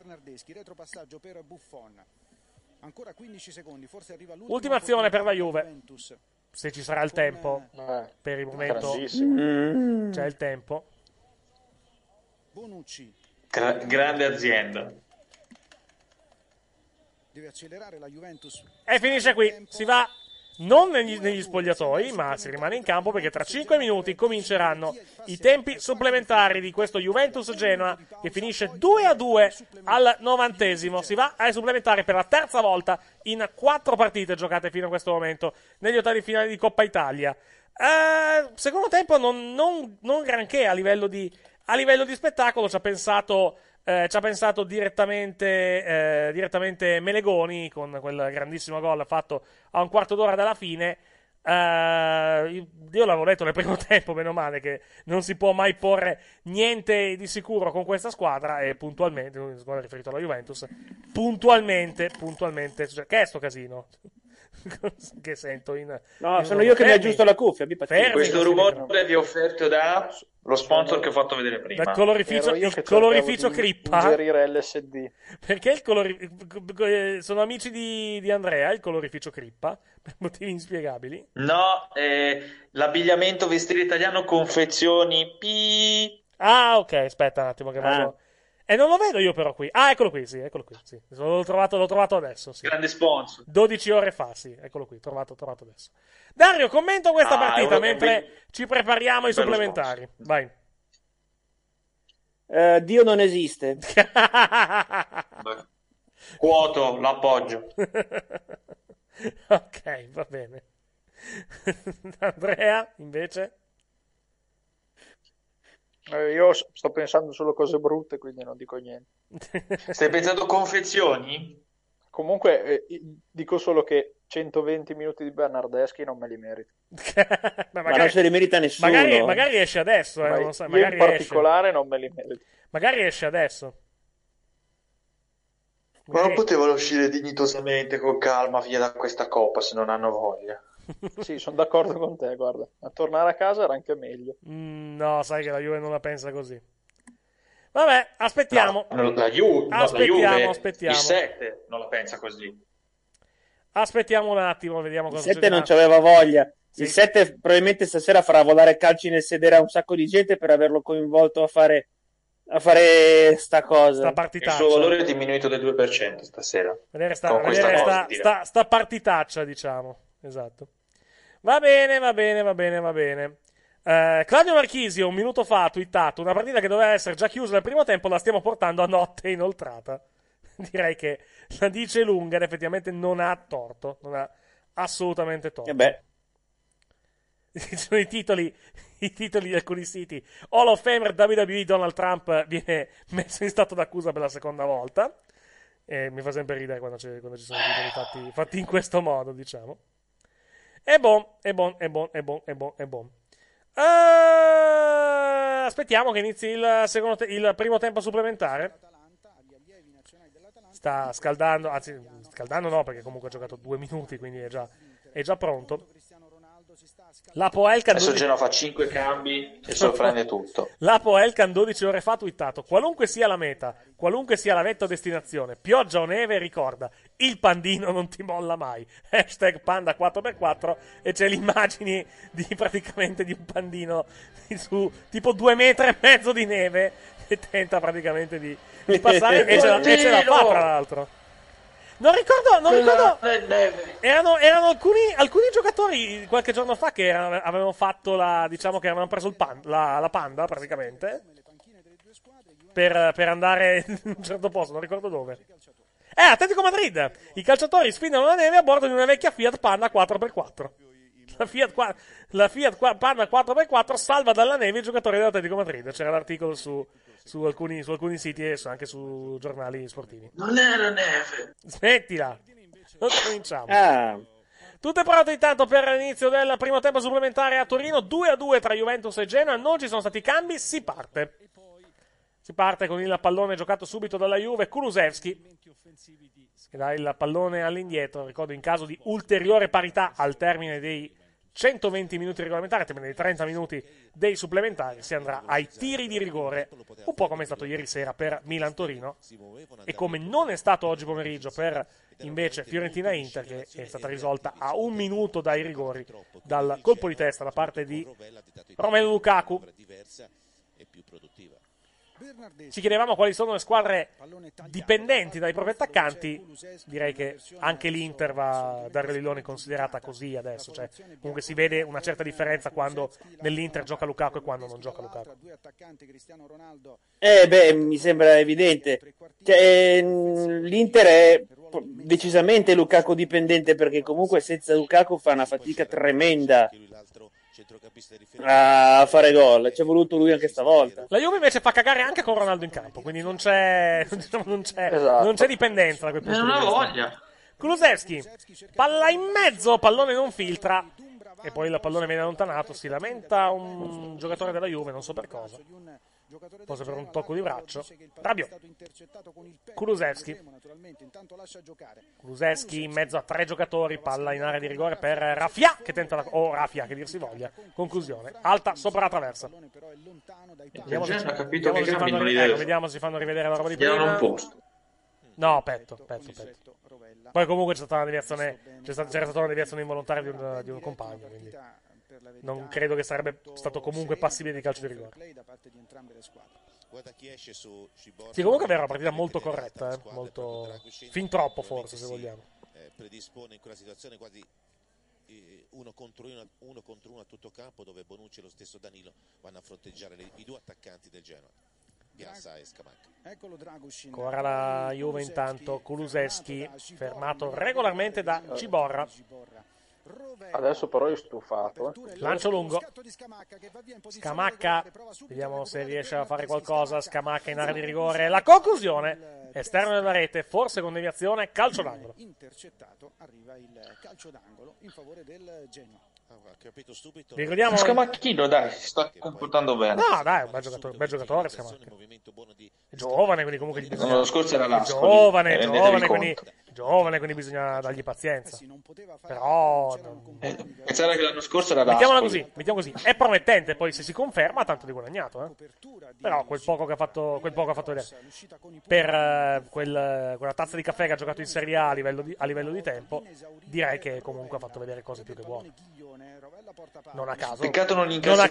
Ancora 15 secondi, forse arriva ultima azione per la Juve. Se ci sarà il tempo, per il momento c'è il tempo. Bonucci grande azienda. deve accelerare la Juventus. E finisce qui. Si va non negli spogliatoi, ma si rimane in campo, perché tra 5 minuti cominceranno i tempi supplementari di questo Juventus-Genoa, che finisce 2-2 al 90esimo. Si va ai supplementari per la terza volta in 4 partite giocate fino a questo momento negli ottavi finali di Coppa Italia. Secondo tempo non granché a livello di spettacolo. Ci ha pensato direttamente Melegoni con quel grandissimo gol fatto a un quarto d'ora dalla fine. Io l'avevo detto nel primo tempo, meno male, che non si può mai porre niente di sicuro con questa squadra, e puntualmente, squadra riferito alla Juventus, puntualmente, cioè, che è sto casino? Che sento no, sono io che mi aggiusto la cuffia. Questo rumore vi è offerto da lo sponsor che ho fatto vedere prima, dal colorificio Crippa. Ingerire LSD. Perché sono amici di Andrea, il colorificio Crippa, per motivi inspiegabili. No, l'abbigliamento vestire italiano, confezioni Ah, ok, aspetta un attimo che vado. E non lo vedo io però qui. Ah, eccolo qui, sì. L'ho trovato adesso, sì. Grande sponsor. 12 ore fa, sì. Eccolo qui, trovato adesso. Dario, commento questa partita mentre ci prepariamo ai supplementari. Vai. Dio non esiste. Quoto, l'appoggio. Ok, va bene. Andrea, invece? Io sto pensando solo cose brutte, quindi non dico niente. Stai pensando confezioni? Comunque dico solo che 120 minuti di Bernardeschi non me li merito. Ma non se li merita nessuno. Magari esce adesso, non lo so, io magari in particolare non me li merito. Magari esce adesso. Ma non potevano uscire dignitosamente, con calma, via da questa coppa, se non hanno voglia. Sì, sono d'accordo con te, guarda. A tornare a casa era anche meglio. No, sai che la Juve non la pensa così. Vabbè, aspettiamo. No, la Juve, aspettiamo. Il 7 non la pensa così. Aspettiamo un attimo, vediamo cosa succederà. Il 7 non c'aveva voglia. Sì. Il 7 probabilmente stasera farà volare calci nel sedere a un sacco di gente per averlo coinvolto a fare sta cosa. Il suo valore è diminuito del 2% stasera. Vedere sta partitaccia, diciamo. Esatto. Va bene. Claudio Marchisio, un minuto fa, ha twittato: una partita che doveva essere già chiusa nel primo tempo la stiamo portando a notte inoltrata. Direi che la dice lunga ed effettivamente non ha torto. Non ha assolutamente torto. Sono i titoli di alcuni siti. Hall of Famer WWE Donald Trump viene messo in stato d'accusa per la seconda volta. E mi fa sempre ridere quando ci sono titoli fatti in questo modo, diciamo. È buon. Aspettiamo che inizi il primo tempo supplementare. Sta scaldando, anzi scaldando no, perché comunque ha giocato 2 minuti, quindi è già pronto. Lapo Elkan adesso Genoa fa 5 cambi e sorprende tutto. Lapo Elkan 12 ore fa ha twittato: qualunque sia la meta, qualunque sia la vetta destinazione, pioggia o neve, ricorda, il pandino non ti molla mai. Hashtag Panda 4x4, e c'è l'immagine praticamente di un pandino su tipo 2,5 metri di neve che tenta praticamente di passare e ce la fa, tra l'altro. Non ricordo. Erano alcuni giocatori qualche giorno fa che avevano fatto diciamo che avevano preso la Panda praticamente per andare in un certo posto, non ricordo dove. Atletico Madrid. I calciatori sfidano la neve a bordo di una vecchia Fiat Panda 4x4. La Fiat Panda 4x4 salva dalla neve i giocatori dell'Atletico Madrid. C'era l'articolo su alcuni siti e anche su giornali sportivi. Non era neve. Smettila. Non cominciamo. Tutte pronte intanto per l'inizio del primo tempo supplementare a Torino. 2-2 tra Juventus e Genoa. Non ci sono stati cambi. Si parte con il pallone giocato subito dalla Juve. Kulusevski che dà il pallone all'indietro. Ricordo, in caso di ulteriore parità al termine dei 120 minuti regolamentari, al termine dei 30 minuti dei supplementari, si andrà ai tiri di rigore, un po' come è stato ieri sera per Milan-Torino e come non è stato oggi pomeriggio per invece Fiorentina-Inter, che è stata risolta a un minuto dai rigori dal colpo di testa da parte di Romelu Lukaku. Ci chiedevamo quali sono le squadre dipendenti dai propri attaccanti. Direi che anche l'Inter va da Reiloni considerata così adesso, cioè comunque si vede una certa differenza quando nell'Inter gioca Lukaku e quando non gioca Lukaku. Mi sembra evidente. L'Inter è decisamente Lukaku dipendente, perché comunque senza Lukaku fa una fatica tremenda a fare gol. Ci è voluto lui anche stavolta. La Juve invece fa cagare anche con Ronaldo in campo, quindi non c'è dipendenza da quel punto di vista. Non ho voglia. Kulusevski, palla in mezzo, pallone non filtra e poi il pallone viene allontanato. Si lamenta un giocatore della Juve, non so per cosa, forse per un tocco di braccio. Rabiot, Kulusevski in mezzo a 3 giocatori, palla in area di rigore per Rafia che tenta Rafia, che dir si voglia. Conclusione, alta sopra la traversa. Vediamo se si fanno rivedere la roba di prima. No, petto. Poi comunque c'era stata una deviazione involontaria di un compagno, quindi non credo che sarebbe stato comunque passibile di calcio di rigore. Sì, comunque è vero, una partita molto corretta, molto fin troppo forse, se vogliamo. Predispone in quella situazione quasi uno contro uno a tutto campo, dove Bonucci e lo stesso Danilo vanno a fronteggiare i due attaccanti del Genoa, Piazza e Scamacca. Ancora la Juve intanto. Kulusevski fermato regolarmente da Ciborra. Adesso però è stufato. Lancio lungo. Scamacca, vediamo se riesce a fare qualcosa. Scamacca in area di rigore. La conclusione, esterno della rete, forse con deviazione, calcio d'angolo. Intercettato, arriva il calcio d'angolo in favore del Genoa. Vi ricordiamo... Scamacchino, dai, si sta comportando bene. No, dai, è un bel giocatore Scamacca. È giovane, quindi comunque gli bisogna... L'anno scorso era l'Ascoli. Giovane, quindi bisogna dargli pazienza. Però... Pensare che l'anno scorso era l'Ascoli. Mettiamo così. È promettente, poi se si conferma, tanto di guadagnato. Però quel poco che ha fatto vedere. Per quella tazza di caffè che ha giocato in Serie A a livello di tempo, direi che comunque ha fatto vedere cose più che buone. Non a caso. Peccato non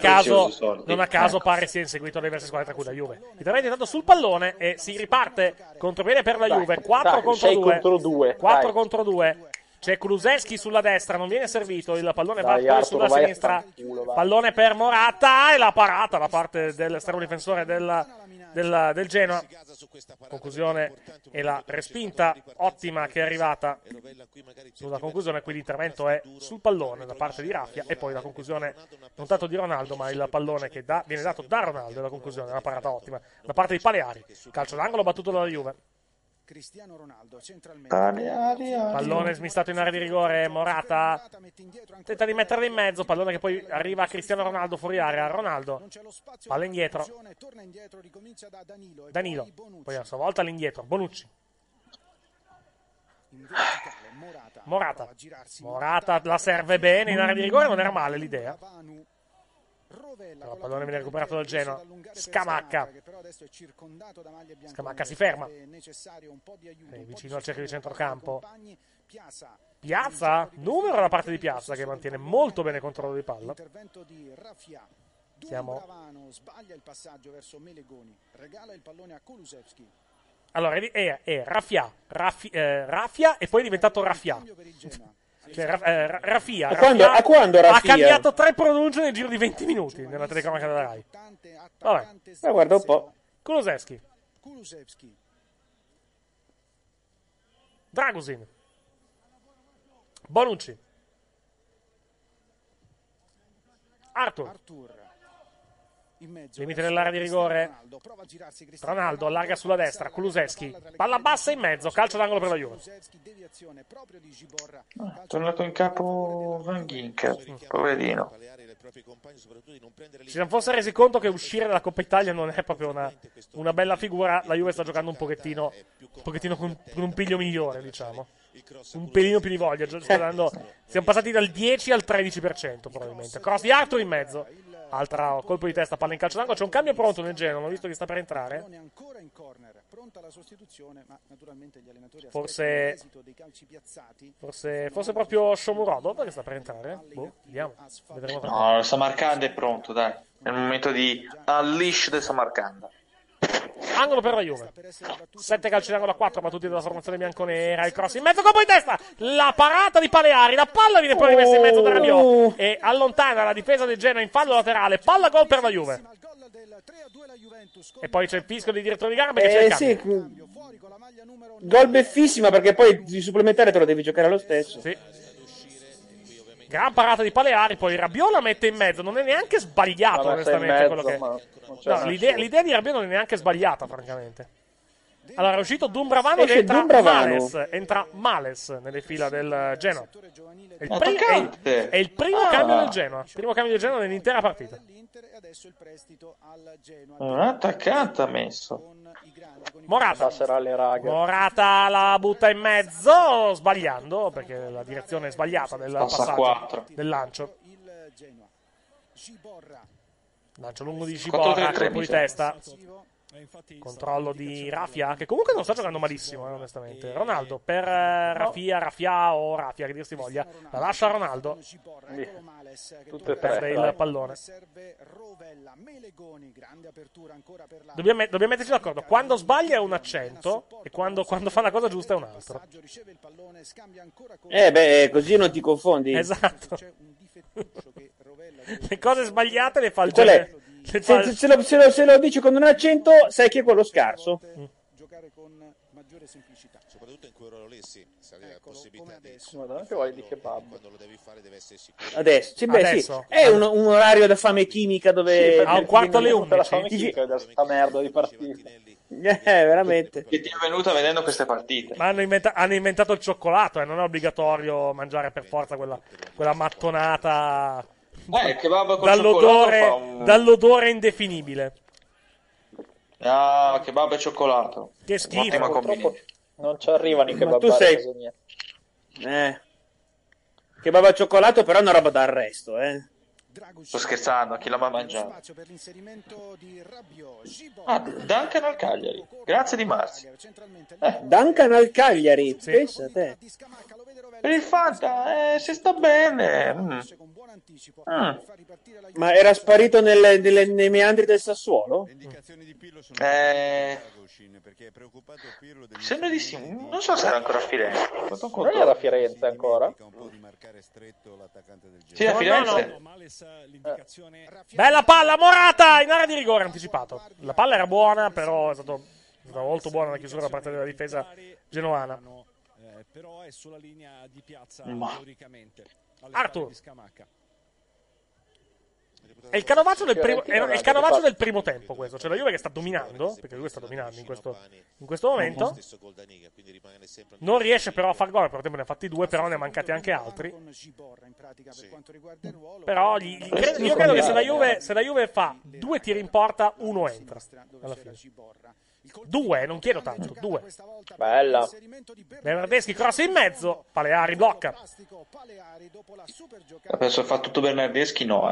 a caso pare sia inseguito da diverse squadre, tra cui la Juve. Intervento intanto sul pallone e si riparte contropiede per la Juve. 4 contro 2. 4 contro 2. C'è Kulusevski sulla destra, non viene servito, il pallone va sulla sinistra. Pallone per Morata e la parata da parte dell'estremo difensore del Genoa. Conclusione e la respinta ottima che è arrivata sulla conclusione. Qui l'intervento è sul pallone da parte di Rafia e poi la conclusione non tanto di Ronaldo, ma il pallone che viene dato da Ronaldo e la conclusione, una parata ottima da parte di Paleari. Calcio d'angolo battuto dalla Juve. Cristiano Ronaldo centralmente. Pallone smistato in area di rigore. Morata tenta di metterla in mezzo. Pallone che poi arriva a Cristiano Ronaldo fuori area. Ronaldo, palla indietro. Danilo, poi a sua volta all'indietro. Bonucci. Morata la serve bene in area di rigore. Non era male l'idea. Però il pallone viene recuperato dal Genoa. Scamacca si ferma vicino al cerchio di centrocampo. Piazza, numero da parte di Piazza, che mantiene molto bene il controllo di palla. Sbaglia il passaggio verso Melegoni, regala il pallone a Kulusevski. Allora è Raffia e poi è diventato Raffia. Cioè, Rafia a quando Rafia? Ha cambiato 3 pronunce nel giro di 20 minuti nella telecronaca della Rai. Vabbè, guarda un po'. Kulusevski. Dragusin. Bonucci. Arthur. In mezzo, Limite nell'area di rigore. Ronaldo allarga sulla destra. Kulusevski. Palla bassa in mezzo. Calcio d'angolo per la Juve. È tornato in capo Van Ginkel, poverino. Ci siamo forse resi conto che uscire dalla Coppa Italia non è proprio una bella figura. La Juve sta giocando un pochettino con un piglio migliore, diciamo. Un pelino più di voglia. Siamo passati dal 10 al 13% probabilmente. Cross di Arthur in mezzo. Altro colpo di testa, palla in calcio d'angolo. C'è un cambio pronto nel Genoa, ho visto che sta per entrare. Forse proprio Shomurodov che sta per entrare. Boh, vediamo. Vedremo. No, Samarcanda è pronto, dai. È il momento di unleash del Samarcanda. Angolo per la Juve. 7 calci d'angolo a 4 battuti dalla formazione bianconera. Il cross in mezzo, colpo di testa. La parata di Paleari. La palla viene poi rimessa in mezzo da Rabiot e allontana la difesa del Genoa in fallo laterale. Palla gol per la Juve. E poi c'è il fischio di direttore di gara perché c'è il cambio. Gol beffissima perché poi di supplementare te lo devi giocare lo stesso. Sì. Gran parata di Paleari, poi Rabiot la mette in mezzo, non è neanche sbagliato onestamente quello che... No, l'idea di Rabiot non è neanche sbagliata francamente. Allora è uscito Dumbravano ed entra Males nelle fila del Genoa. È il primo cambio del Genoa, il primo cambio del Genoa nell'intera partita. Un attaccante ha messo. Morata la butta in mezzo sbagliando perché la direzione è sbagliata del passaggio, del lancio. Lancio lungo di Giborra, colpo di testa. Controllo di Rafia, che comunque non sta giocando malissimo, onestamente. Ronaldo per Rafia o Rafia, che dir si voglia. La lascia Ronaldo. Perde il pallone. Dobbiamo metterci d'accordo. Quando sbaglia è un accento e quando fa la cosa giusta è un altro. Così non ti confondi. Esatto. Le cose sbagliate le fa il genere. Se lo dici con un accento, sai che è quello scarso. Giocare con maggiore semplicità. Soprattutto in quel ruolo lì, sì. La possibilità di che vuoi di kebab. Quando lo devi fare deve essere sicuro. Adesso. Sì. È un orario da fame chimica dove a un quarto alle 11 da sta merda di partita. Veramente. Che ti è venuta vedendo queste partite. Ma hanno inventato il cioccolato, non è obbligatorio mangiare per forza quella mattonata. Dall'odore indefinibile. Kebab e cioccolato. Che schifo. Non ci arrivano i kebab. Tu sei kebab al cioccolato però è una roba d'arresto, Sto scherzando, chi l'ha mai mangiato? Duncan al Cagliari. Grazie Di Marzi. Duncan al Cagliari, sì. Pensa a te. Per il Fanta, si sta bene. Ma era sparito nei meandri del Sassuolo? Sembra di sì. Non so se era ancora a Firenze. Non era a Firenze ancora? Sì, a Firenze. Bella palla, Morata in area di rigore anticipato. La palla era buona, però è stata molto buona la chiusura da parte della difesa genoana. Però è sulla linea di piazza teoricamente. Arthur. È il canovaccio del primo tempo questo, cioè la Juve che sta dominando, perché la Juve sta dominando in questo momento. Non riesce però a far gol, per tempo ne ha fatti 2, però ne ha mancati anche altri. Però io credo che se la Juve fa 2 tiri in porta, 1 entra alla fine. 2, non chiedo tanto, 2. Bella. Bernardeschi cross in mezzo, Paleari blocca. Penso fa tutto Bernardeschi, no.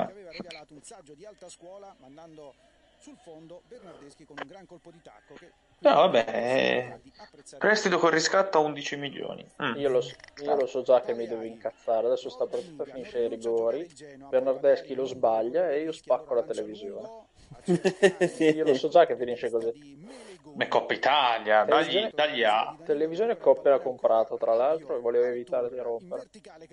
No, vabbè. Prestito con riscatto a 11 milioni. Io lo so già che mi devo incazzare. Adesso sta partita finisce ai rigori. Bernardeschi lo sbaglia e io spacco la televisione. Io lo so già che finisce così. Ma Coppa Italia, dagli A. Televisione che ho appena comprato, tra l'altro, e volevo evitare di rompere.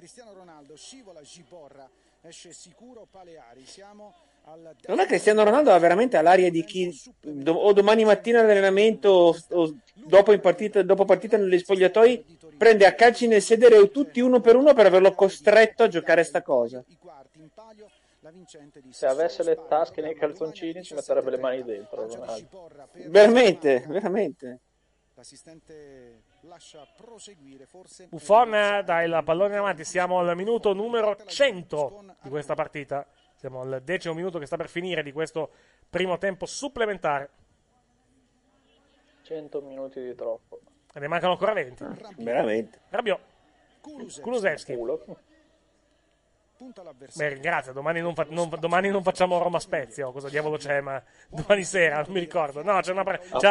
Non è Cristiano Ronaldo, ha veramente all'aria di chi o domani mattina all'allenamento o dopo partita negli spogliatoi prende a calci nel sedere tutti uno per uno per averlo costretto a giocare sta cosa. Se avesse le tasche nei calzoncini ci metterebbe le mani dentro. Veramente, veramente. L'assistente lascia proseguire, forse Buffon dai il pallone in avanti, siamo al minuto numero 100 di questa partita, siamo al 10° minuto che sta per finire di questo primo tempo supplementare. 100 minuti di troppo. E ne mancano ancora 20. Veramente. Rabiot. Kulusevski. Beh, ringrazio, domani non facciamo Roma Spezia o cosa diavolo c'è, ma domani sera, non mi ricordo. No, c'è una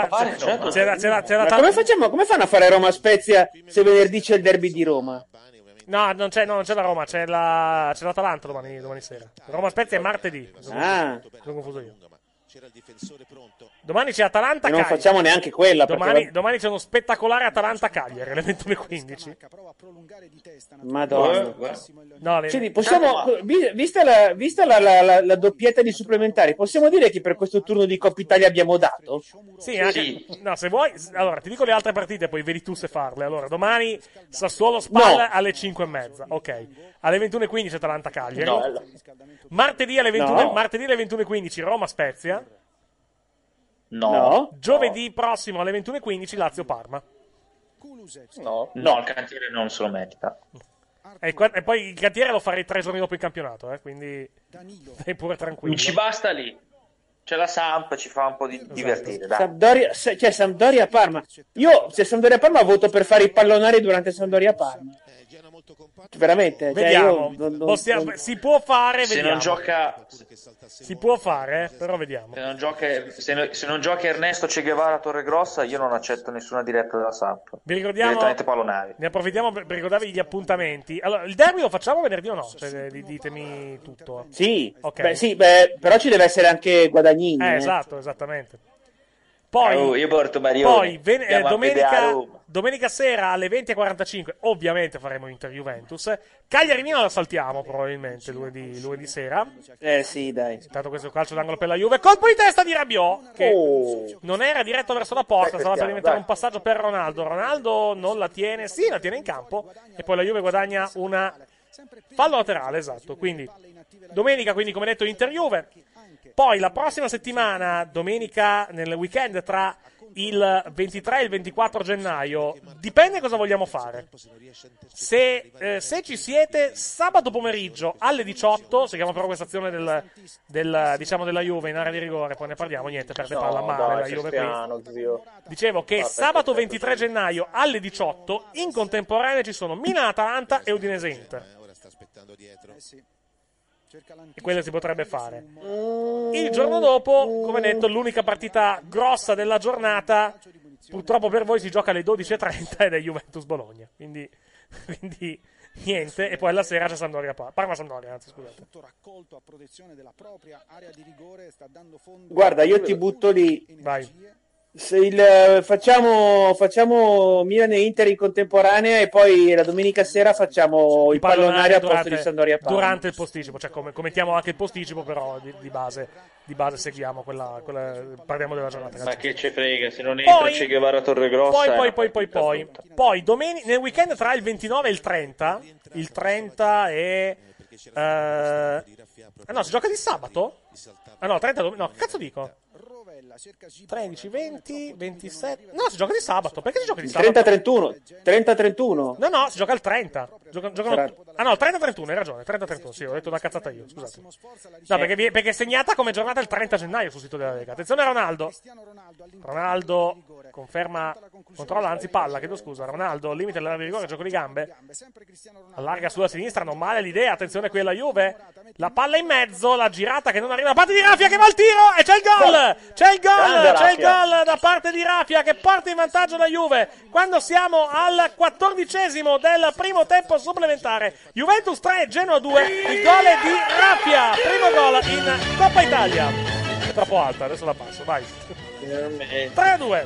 come fanno a fare Roma Spezia se venerdì c'è il derby di Roma? No, non c'è la Roma, c'è l'Atalanta domani sera. Roma Spezia è martedì. Sono confuso io. C'era il difensore pronto. Domani c'è Atalanta e non facciamo neanche quella. Domani c'è uno spettacolare Atalanta-Cagliari alle 21:15. Madonna. No, possiamo, vista la doppietta di supplementari, possiamo dire che per questo turno di Coppa Italia abbiamo dato? Sì, anche, no, se vuoi. Allora, ti dico le altre partite, poi vedi tu se farle. Allora, domani Sassuolo Spal alle 5:30. Ok. Alle 21:15 Atalanta-Cagliari. No. Martedì alle 21:15 Roma-Spezia. No. Giovedì prossimo alle 21:15 Lazio-Parma. No, il cantiere non se lo merita. E poi il cantiere lo farei 3 giorni dopo il campionato, quindi stai pure tranquillo. Non ci basta lì. C'è la Samp, ci fa un po' di divertire. Dai. Sampdoria-Parma. Io, se Sampdoria-Parma, voto per fare i pallonari durante Sampdoria-Parma. Veramente. Vediamo. Si può fare, se vediamo. Non gioca... Si può fare, però vediamo. Se non gioca Ernesto Che Guevara a Torregrossa, io non accetto nessuna diretta della Samp. Vi ricordiamo, direttamente pallonari. Ne approfittiamo per ricordarvi gli appuntamenti. Allora, il derby lo facciamo venerdì o no? Cioè, ditemi tutto. Sì, okay. Però ci deve essere anche Guadagnini. Esatto, esattamente. Poi, io porto Marione. Domenica sera alle 20:45 ovviamente faremo Inter-Juventus. Cagliari-Milan la saltiamo probabilmente lunedì sera. Sì, dai. Intanto questo calcio d'angolo per la Juve. Colpo di testa di Rabiot che non era diretto verso la porta, stava per diventare un passaggio per Ronaldo. Ronaldo non la tiene, la tiene in campo e poi la Juve guadagna una fallo laterale, esatto. Quindi domenica, come detto, Inter-Juve. Poi la prossima settimana, domenica, nel weekend tra il 23 e il 24 gennaio, dipende cosa vogliamo fare. Se ci siete, sabato pomeriggio alle 18, seguiamo però questa azione della Juve in area di rigore, poi ne parliamo, niente, perde palla male la Juve qui. Dicevo che sabato 23 gennaio alle 18, in contemporanea ci sono Milan-Atalanta e Udinese-Inter. Ora sta aspettando dietro. E quello si potrebbe fare. Il giorno dopo, come detto, l'unica partita grossa della giornata, purtroppo per voi si gioca alle 12:30 ed è Juventus-Bologna. Quindi niente. E poi alla sera c'è Parma-Sampdoria, anzi, scusate. Guarda, io ti butto lì. Vai. Facciamo Milan e Inter in contemporanea e poi la domenica sera facciamo i pallonari a posto di Sampdoria Parma. Durante il posticipo, cioè commentiamo anche il posticipo, però di base seguiamo quella parliamo della giornata. Ma che ce frega, se non entra Che Guevara Torregrossa. Poi nel weekend tra il 29 e il 30 è no, si gioca di sabato? No, 30 no, che cazzo dico? 13, 20, 27. No, si gioca di sabato. Perché si gioca di sabato? 30-31. No, si gioca il 30. No, il 30-31, hai ragione. 30-31, sì, ho detto una cazzata io. Scusate. No, perché è segnata come giornata il 30 gennaio sul sito della Lega. Attenzione, Ronaldo conferma, controlla, anzi palla, chiedo scusa. Ronaldo, limite dell'area di rigore, gioco di gambe. Allarga sulla sinistra, non male l'idea. Attenzione qui alla Juve. La palla in mezzo, la girata che non arriva da parte di Raffia che va al tiro e c'è il gol! C'è il gol da parte di Raffia che porta in vantaggio la Juve quando siamo al 14° del primo tempo supplementare. Juventus 3, Genoa 2, il gol è di Raffia, primo gol in Coppa Italia. È troppo alta, adesso la passo, vai. 3-2.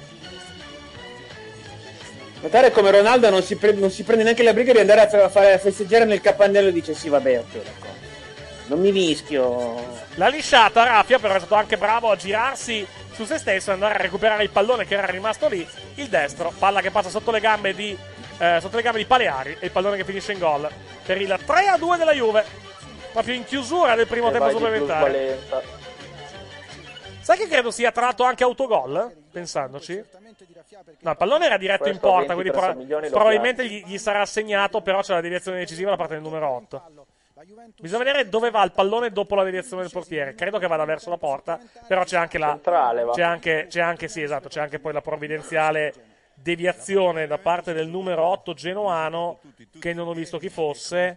Notare come Ronaldo non si prende neanche la briga di andare a festeggiare nel capannello e dice sì vabbè, ok, d'accordo. Non mi mischio. La lisciata Raffia, però è stato anche bravo a girarsi su se stesso e andare a recuperare il pallone che era rimasto lì, il destro, palla che passa sotto le gambe di sotto le gambe di Paleari e il pallone che finisce in gol per il 3-2 della Juve, proprio in chiusura del primo tempo supplementare. Sai che credo sia tra l'altro anche autogol, pensandoci? No, il pallone era diretto in porta, quindi probabilmente gli sarà assegnato, però c'è la deviazione decisiva da parte del numero 8. Bisogna vedere dove va il pallone dopo la deviazione del portiere. Credo che vada verso la porta, però c'è anche la c'è anche sì, esatto, c'è anche poi la provvidenziale deviazione da parte del numero 8 genoano, che non ho visto chi fosse.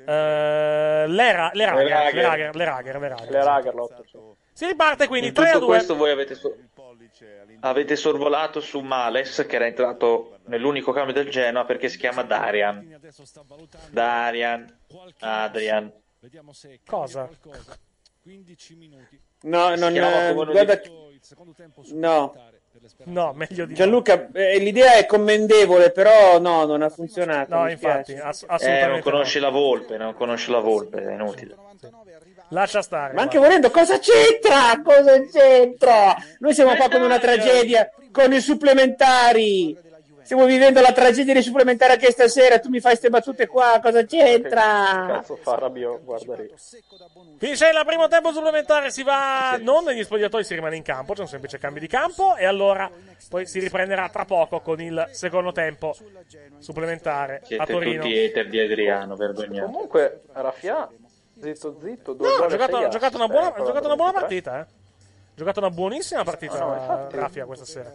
Lerager l'8. Si riparte quindi 3-2. Tutto questo voi avete sorvolato su Males, che era entrato nell'unico cambio del Genoa perché si chiama Adrian. Cosa? No, guarda, no, meglio di Gianluca, l'idea è commendevole, però no, non ha funzionato. No, infatti, assolutamente non conosci la volpe, è inutile. Lascia stare. Ma anche volendo, cosa c'entra? Noi siamo qua con una tragedia, con i supplementari. Stiamo vivendo la tragedia dei supplementari anche stasera. Tu mi fai ste battute qua, cosa c'entra? Che cazzo fa Rabiot? Guarda lì. Finisce il primo tempo supplementare, si va non negli spogliatoi, si rimane in campo, c'è un semplice cambio di campo e allora poi si riprenderà tra poco con il secondo tempo supplementare a Torino. Tutti hater di Adriano, vergognato. Comunque Raffia zitto, ha giocato una buona partita, Ha giocato una buonissima partita Raffia questa sera.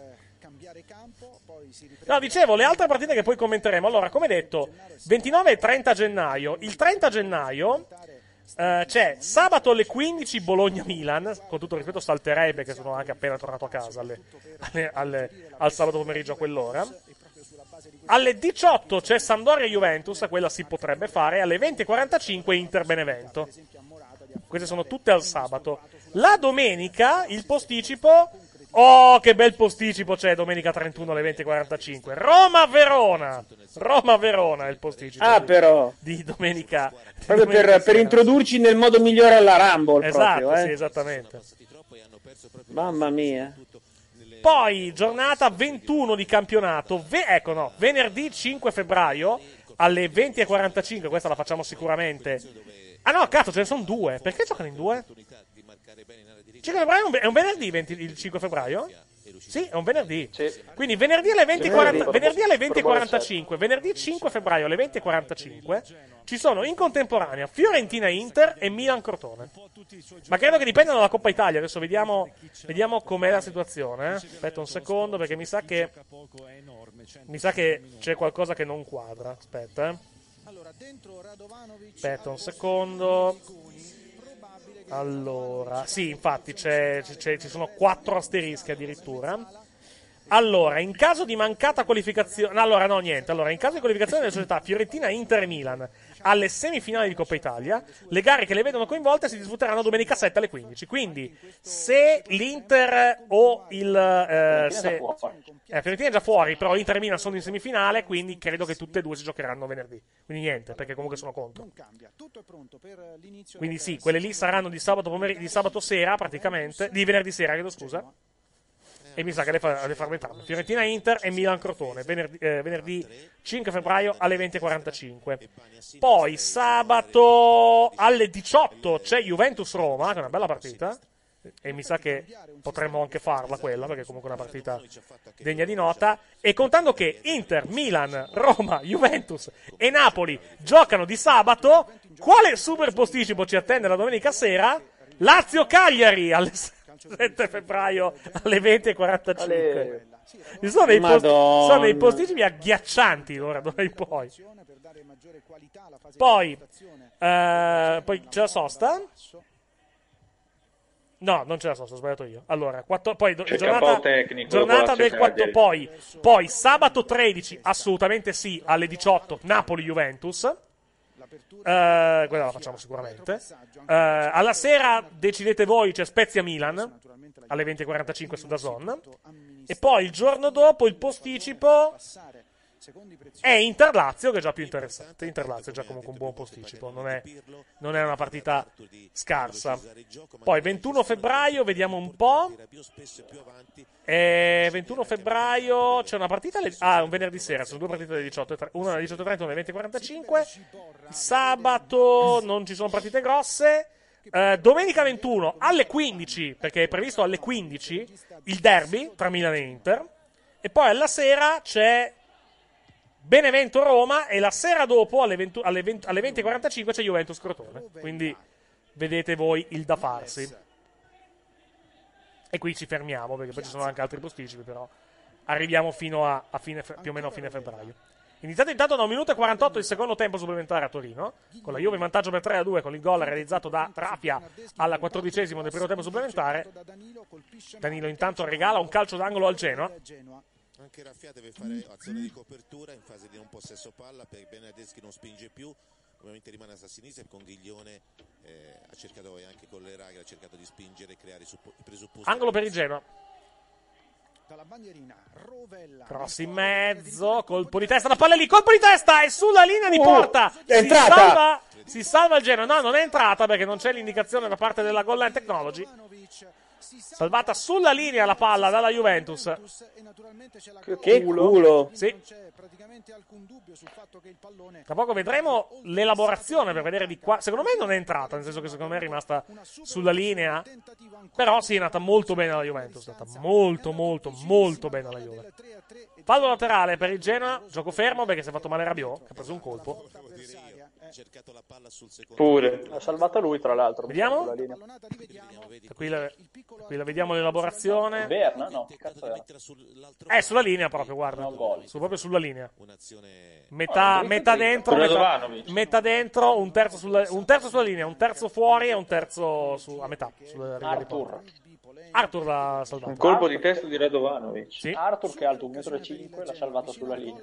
No, dicevo, le altre partite che poi commenteremo. Allora, come detto, 29 e 30 gennaio. Il 30 gennaio c'è sabato alle 15 Bologna-Milan. Con tutto il rispetto salterei perché sono anche appena tornato a casa al sabato pomeriggio a quell'ora. Alle 18 c'è Sampdoria-Juventus, quella si potrebbe fare. Alle 20:45 Inter-Benevento. Queste sono tutte al sabato. La domenica il posticipo. Oh, che bel posticipo c'è domenica 31 alle 20:45. Roma-Verona è il posticipo. Però di domenica. Proprio per introdurci nel modo migliore alla Rumble. Esatto, proprio, sì, esattamente. Mamma mia. Poi giornata 21 di campionato. Venerdì 5 febbraio alle 20:45. Questa la facciamo sicuramente. Ah no, cazzo, ce ne sono due. Perché giocano in due? 5 febbraio è un venerdì il 5 febbraio? Sì, è un venerdì. Sì. Quindi venerdì alle 20:45, venerdì 5 febbraio alle 20:45 ci sono in contemporanea Fiorentina-Inter e Milan-Crotone. Ma credo che dipenda dalla Coppa Italia. Adesso vediamo com'è la situazione. Aspetta un secondo perché mi sa che c'è qualcosa che non quadra. Aspetta un secondo. Allora, sì, infatti ci sono 4 asterischi addirittura. Allora, in caso di mancata qualificazione, in caso di qualificazione delle società Fiorentina, Inter e Milan alle semifinali di Coppa Italia, le gare che le vedono coinvolte si disputeranno domenica 7 alle 15. Quindi, se l'Inter o Fiorentina è già fuori, però l'Inter e Milan sono in semifinale, quindi credo che tutte e due si giocheranno venerdì. Quindi niente, perché comunque sono contro. Quindi sì, quelle lì saranno di sabato sera praticamente, di venerdì sera, chiedo scusa. E mi sa che le farò entrambe. Fiorentina Inter e Milan Crotone. Venerdì 5 febbraio alle 20:45. Poi sabato alle 18 c'è Juventus Roma, che è una bella partita. E mi sa che potremmo anche farla quella, perché è comunque una partita degna di nota. E contando che Inter, Milan, Roma, Juventus e Napoli giocano di sabato, quale super posticipo ci attende la domenica sera? Lazio-Cagliari alle 7 febbraio alle 20:45. Sono dei posticipi agghiaccianti ora d'ora in poi. Poi c'è la sosta? No, non c'è la sosta, ho sbagliato io. Allora, poi giornata del 4, poi sabato 13 assolutamente sì alle 18 Napoli-Juventus. Quella la facciamo sicuramente. Alla sera decidete voi, c'è Spezia-Milan alle 20:45 su DAZN. E poi il giorno dopo il posticipo e Inter-Lazio, che è già più interessante. Inter-Lazio è già comunque un buon posticipo, non è una partita scarsa. Poi 21 febbraio, vediamo un po'. 21 febbraio c'è una partita un venerdì sera, sono due partite alle 18:30, una alle 18:30 e una alle 20:45. Sabato non ci sono partite grosse. Domenica 21 alle 15, perché è previsto alle 15 il derby tra Milan e Inter, e poi alla sera c'è Benevento-Roma, e la sera dopo alle 20:45 c'è Juventus-Crotone. Quindi vedete voi il da farsi. E qui ci fermiamo, perché poi ci sono anche altri posticipi, però arriviamo fino a più o meno a fine febbraio. Iniziato intanto da 1 minuto e 48 il secondo tempo supplementare a Torino, con la Juve in vantaggio per 3-2 con il gol realizzato da Rafia alla 14esimo del primo tempo supplementare. Danilo intanto regala un calcio d'angolo al Genoa. Anche Raffia deve fare azione di copertura in fase di non possesso palla, per Bernardeschi non spinge più, ovviamente rimane a sinistra, e con Ghiglione ha cercato, anche con l'Eraghi ha cercato di spingere e creare i presupposti. Angolo per il Genoa. Cross in mezzo, colpo di testa, la palla lì, colpo di testa, è sulla linea di porta. Si salva il Genoa. No, non è entrata perché non c'è l'indicazione da parte della Goal Line Technology. Salvata sulla linea la palla dalla Juventus. Che culo. Sì. Tra poco vedremo l'elaborazione per vedere di qua. Secondo me non è entrata, nel senso che secondo me è rimasta sulla linea. Però sì, è andata molto bene la Juventus. È andata molto molto molto bene la Juve. Fallo laterale per il Genoa. Gioco fermo perché si è fatto male Rabiot, che ha preso un colpo. Pure ha salvato lui, tra l'altro. Vediamo. Qui la vediamo l'elaborazione. Berna, no, che cazzo era? È sulla linea proprio, guarda. Proprio sulla linea. Metà dentro, un terzo sulla linea, un terzo fuori e un terzo a metà. Arthur l'ha salvato. Un colpo di testa di Radovanovic. Sì. Arthur, che è alto 1,5 m, l'ha salvato sulla linea.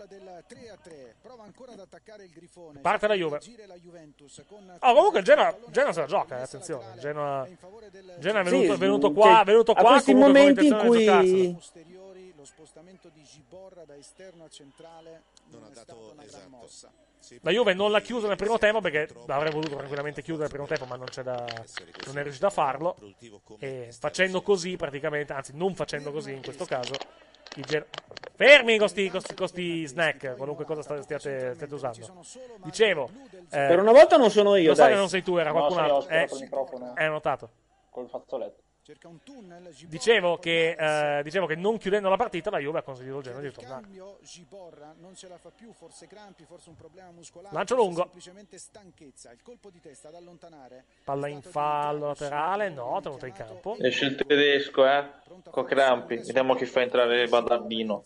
Parte la Juve. Comunque il Genoa se la gioca, attenzione. Genoa è venuto qua a questi momenti in cui lo spostamento di Giborra da esterno a centrale non è stata una gran mossa. La Juve non l'ha chiuso nel primo tempo, perché avrebbe voluto tranquillamente chiudere il primo tempo, ma non è riuscito a farlo. E facendo così praticamente, anzi non facendo così in questo caso, fermi con sti snack, qualunque cosa stiate usando. Dicevo, per una volta non sono io, lo so che non sei tu, era qualcun altro. È notato. Col fazzoletto. Dicevo che non chiudendo la partita la Juve ha consentito il Genoa di tornare. Lancio lungo. Palla in fallo laterale, no, tenuta in campo. Esce il tedesco, con crampi. Vediamo chi fa entrare il Ballardino.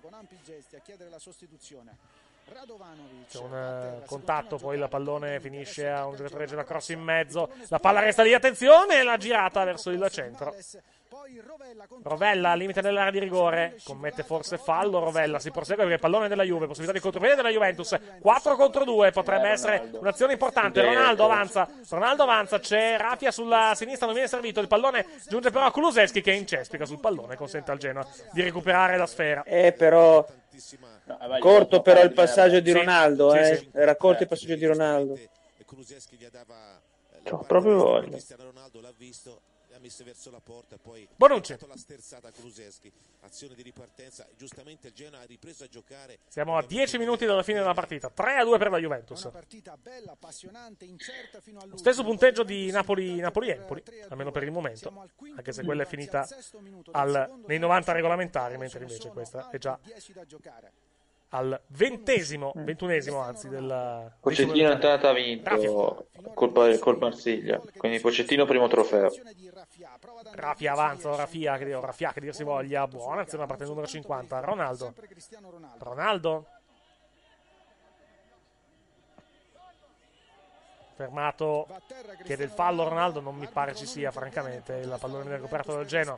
C'è un contatto, poi la pallone finisce a un giocatore della cross in mezzo. La palla resta lì, attenzione, la girata verso il centro. Rovella al limite dell'area di rigore, commette forse fallo. Rovella si prosegue perché il pallone della Juve, possibilità di contropiede della Juventus. 4 contro 2, potrebbe essere un'azione importante. Ronaldo avanza, c'è Rafia sulla sinistra, non viene servito. Il pallone giunge però a Kulusevski, che incespica sul pallone, consente al Genoa di recuperare la sfera. Però corto però il passaggio di Ronaldo, sì. Era corto il passaggio di Ronaldo. C'ho proprio voglia. Verso la porta, poi Bonucci. la sterzata Kulusevski, azione di ripartenza, giustamente il Genoa ha ripreso a giocare. Siamo a 10 minuti dalla fine della partita, 3-2 per la Juventus. Lo stesso punteggio di Napoli-Empoli, almeno per il momento, anche se quella è finita nei 90 regolamentari, mentre invece questa è già al 21esimo anzi del Pochettino è entrata, ha vinto col Marsiglia, quindi Pochettino primo trofeo. Rafia avanza, Rafia che dir si voglia, buona azione a parte numero 50. Ronaldo Fermato, chiede il fallo Ronaldo, non mi pare ci sia francamente, il pallone viene recuperato dal Genoa.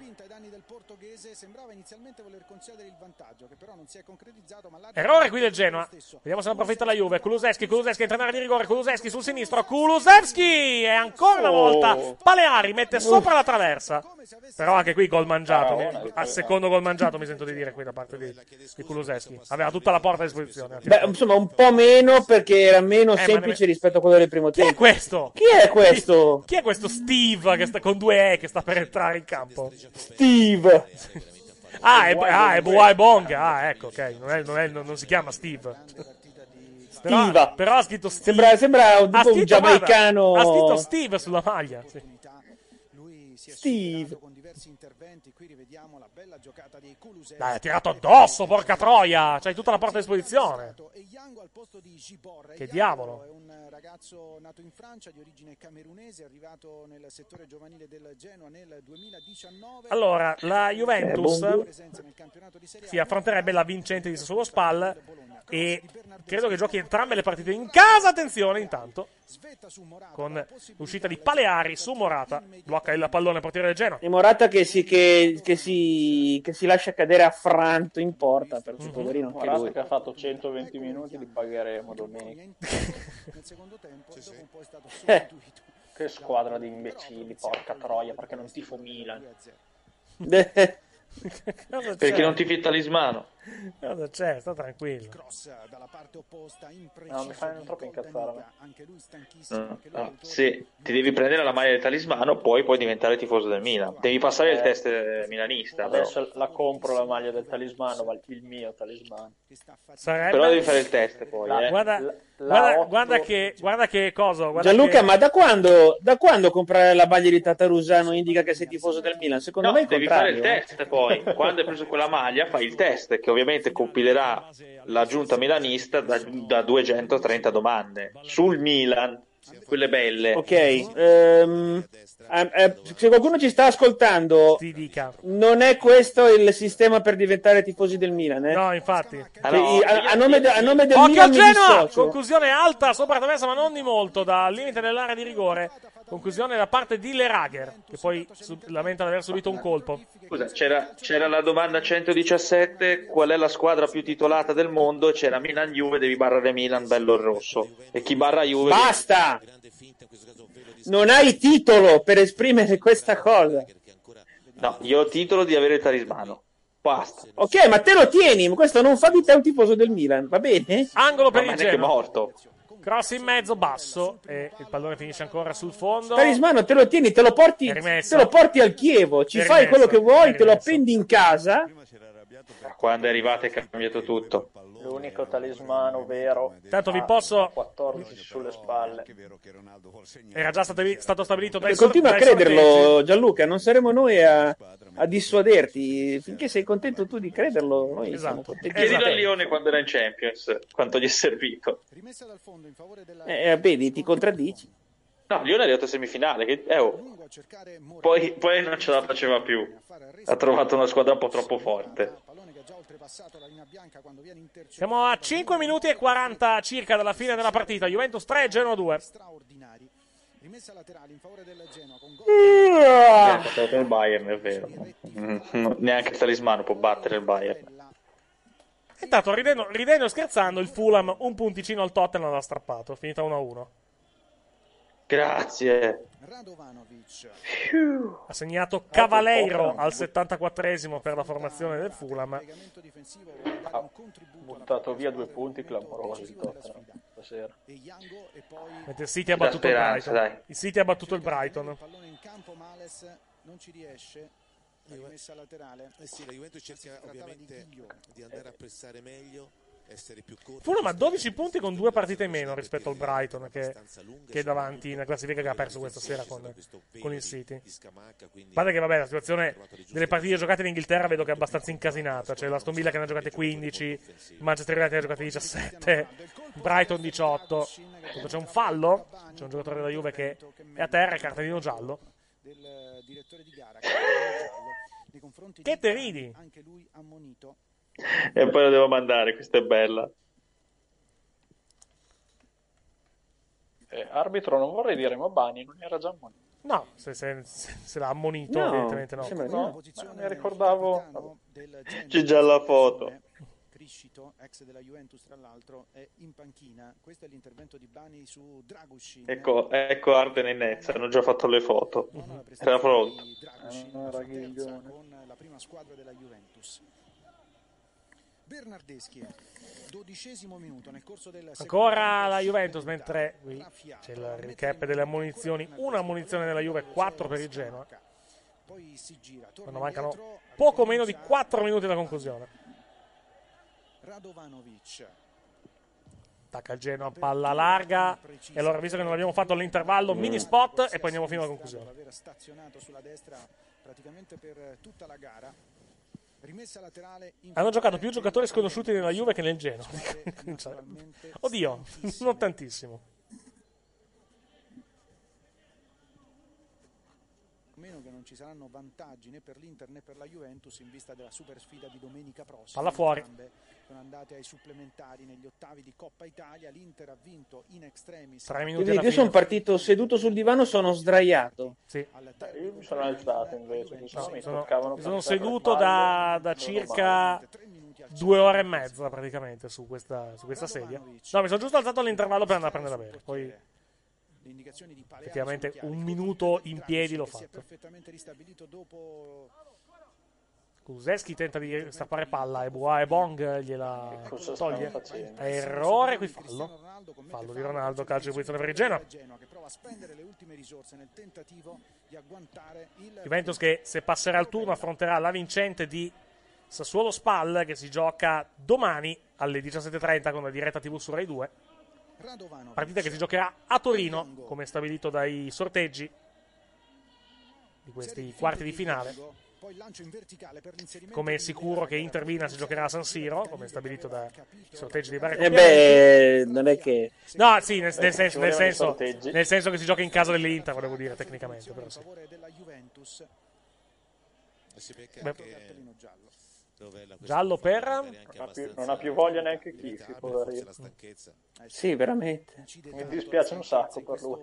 Errore qui del Genoa, vediamo se ne approfitta la Juve. Kulusevski entra in area di rigore, Kulusevski sul sinistro, Kulusevski e ancora una volta Paleari mette sopra la traversa, però anche qui gol mangiato, al secondo gol mangiato mi sento di dire qui da parte di Kulusevski, aveva tutta la porta a disposizione. Beh, insomma un po' meno perché era meno semplice rispetto a quello del primo tempo. Chi è questo? Chi è questo? Chi è questo Steve che sta con 2 E che sta per entrare in campo? Steve. È Buai Bonga. Ecco, ok. Non si chiama Steve. Però ha scritto Steve. Sembra un giamaicano. Ha scritto Steve sulla maglia. Sì. Steve. Dai, ha tirato addosso, porca troia. C'hai tutta la porta a disposizione. Che diavolo. È un ragazzo nato in Francia di origine camerunese, arrivato nel settore giovanile del Genoa nel 2019. Allora, la Juventus si affronterebbe la vincente di Sassuolo Spal e credo che giochi entrambe le partite in casa. Attenzione intanto con l'uscita di Paleari su Morata, blocca il pallone portiere del Genoa. E Morata che si lascia cadere affranto in porta, per il poverino anche Morata lui. che ha fatto 120 minuti li pagheremo domenica. Nel secondo tempo dopo un po' è stato sostituito. Che squadra di imbecilli, porca troia, perché non tifo Milan. Perché non tifi il talismano? Cosa c'è? Sta tranquillo. No, mi fai troppo incazzare. Se ti devi prendere la maglia del talismano, poi puoi diventare tifoso del Milan. Devi passare il test milanista. Adesso la compro la maglia del talismano, ma il mio talismano. Però devi fare il test poi. Guarda che cosa. Gianluca, ma da quando comprare la maglia di Tatarusano indica che sei tifoso del Milan? Secondo me è il devi fare contrario. il test poi. Quando hai preso quella maglia, fai il test, che ovviamente compilerà la giunta milanista da 230 domande sul Milan, quelle belle. Ok, se qualcuno ci sta ascoltando, ti dica. Non è questo il sistema per diventare tifosi del Milan, eh? No, infatti. A nome del Occhio Milan al mi Genoa! dissocio. Conclusione alta sopra la traversa, ma non di molto, dal limite dell'area di rigore. Conclusione da parte di Lerager, che poi lamenta di aver subito un colpo. Scusa, c'era la domanda 117, qual è la squadra più titolata del mondo? C'era Milan-Juve, devi barrare Milan bello il rosso. E chi barra Juve... Basta! Non hai titolo per esprimere questa cosa. No, io ho titolo di avere il talismano. Basta. Ok, ma te lo tieni, questo non fa di te un tifoso del Milan, va bene? Angolo per Ma il neanche Genoa. morto. Cross in mezzo, basso, e il pallone finisce ancora sul fondo. Talismano, te lo tieni, te lo porti al Chievo, ci fai quello che vuoi, te lo appendi in casa. Quando è arrivato è cambiato tutto. L'unico talismano vero. Tanto vi posso... 14 sulle spalle. Era già stato stabilito dai Continua a dai crederlo, sorteggi. Gianluca, non saremo noi a dissuaderti. Finché sei contento tu di crederlo, noi siamo contenti. Chiedilo a Lione quando era in Champions, quanto gli è servito. Vedi, ti contraddici. No, Lione è arrivato a semifinale. Poi non ce la faceva più. Ha trovato una squadra un po' troppo forte. Siamo a 5 minuti e 40 circa dalla fine della partita. Juventus 3, Genoa 2. Rimessa laterale in favore del Genoa con Il Bayern, è vero. Neanche il talismano può battere il Bayern. Intanto, ridendo e scherzando, il Fulham un punticino al Tottenham l'ha strappato. Finita 1-1. Grazie. Ha segnato Cavaleiro al 74esimo per la formazione del Fulham. Ha buttato via 2 punti clamorosi il Tottenham stasera. Mentre il City ha battuto il Brighton. Il City ha battuto il Brighton. Il pallone in campo, Males non ci riesce. Rimessa laterale. Sì, la Juventus cerca ovviamente di andare a pressare meglio, essere più corti. Fulham ha 12 punti con 2 partite in meno rispetto al Brighton che è davanti in classifica, che ha perso questa sera con il City. Guarda che vabbè, la situazione delle partite giocate in Inghilterra vedo che è abbastanza incasinata. C'è l'Aston Villa che ne ha giocate 15, il Manchester United ne ha giocate 17, Brighton 18. C'è un fallo, c'è un giocatore della Juve che è a terra e cartellino giallo. Del direttore di gara nei confronti che te ridi? Anche lui ammonito. E poi lo devo mandare, questa è bella. Arbitro non vorrei dire, ma Bani non era già ammonito. No, se l'ha ammonito, evidentemente no. Mi ricordavo. C'è già la foto. Criscito, ex della Juventus tra l'altro, è in panchina. Questo è l'intervento di Bani su Dragushin. Ecco Arden e Netz hanno già fatto le foto. Era pronto. Con la prima squadra della Juventus. Bernardeschi, 12° minuto nel corso del ancora la Juventus, mentre qui c'è il recap delle ammonizioni. Una ammonizione della Juve, 4 per il Genoa. Poi si gira, quando mancano poco meno di 4 minuti alla conclusione. Radovanovic attacca il Genoa, palla larga, e allora, visto che non l'abbiamo fatto all'intervallo, mini spot e poi andiamo fino alla conclusione. Aver stazionato sulla destra praticamente per tutta la gara. Rimessa laterale. Hanno giocato più giocatori sconosciuti nella Juve che nel Genoa. Oddio, non tantissimo. Meno che non ci saranno vantaggi né per l'Inter né per la Juventus in vista della super sfida di domenica prossima. Palla fuori. Sono andate ai supplementari negli ottavi di Coppa Italia. L'Inter ha vinto in extremis. 3 minuti. Io sono partito seduto sul divano, sono sdraiato. Sì. Io mi sono alzato invece. Mi sono seduto da circa 2 ore e mezza praticamente su questa sedia. No, mi sono giusto alzato all'intervallo per andare a prendere da bere. Poi effettivamente un minuto in piedi l'ho fatto. Perfettamente ristabilito dopo. Kulusevski tenta di strappare palla e Bong gliela toglie. Errore qui, fallo di Ronaldo, calcio di punizione per il Genoa. Juventus che, se passerà il turno, affronterà la vincente di Sassuolo Spal, che si gioca domani alle 17:30 con la diretta TV su Rai 2. Partita che si giocherà a Torino, come stabilito dai sorteggi di questi quarti di finale. Come è sicuro che Inter Milan si giocherà a San Siro, come stabilito dai sorteggi dei vari accoppiamenti. Non è che... No, sì, nel senso che si gioca in casa dell'Inter, volevo dire, tecnicamente. Però sì. Giallo per... Non ha più voglia neanche chi si può dire. Sì, veramente. Mi dispiace un sacco per lui.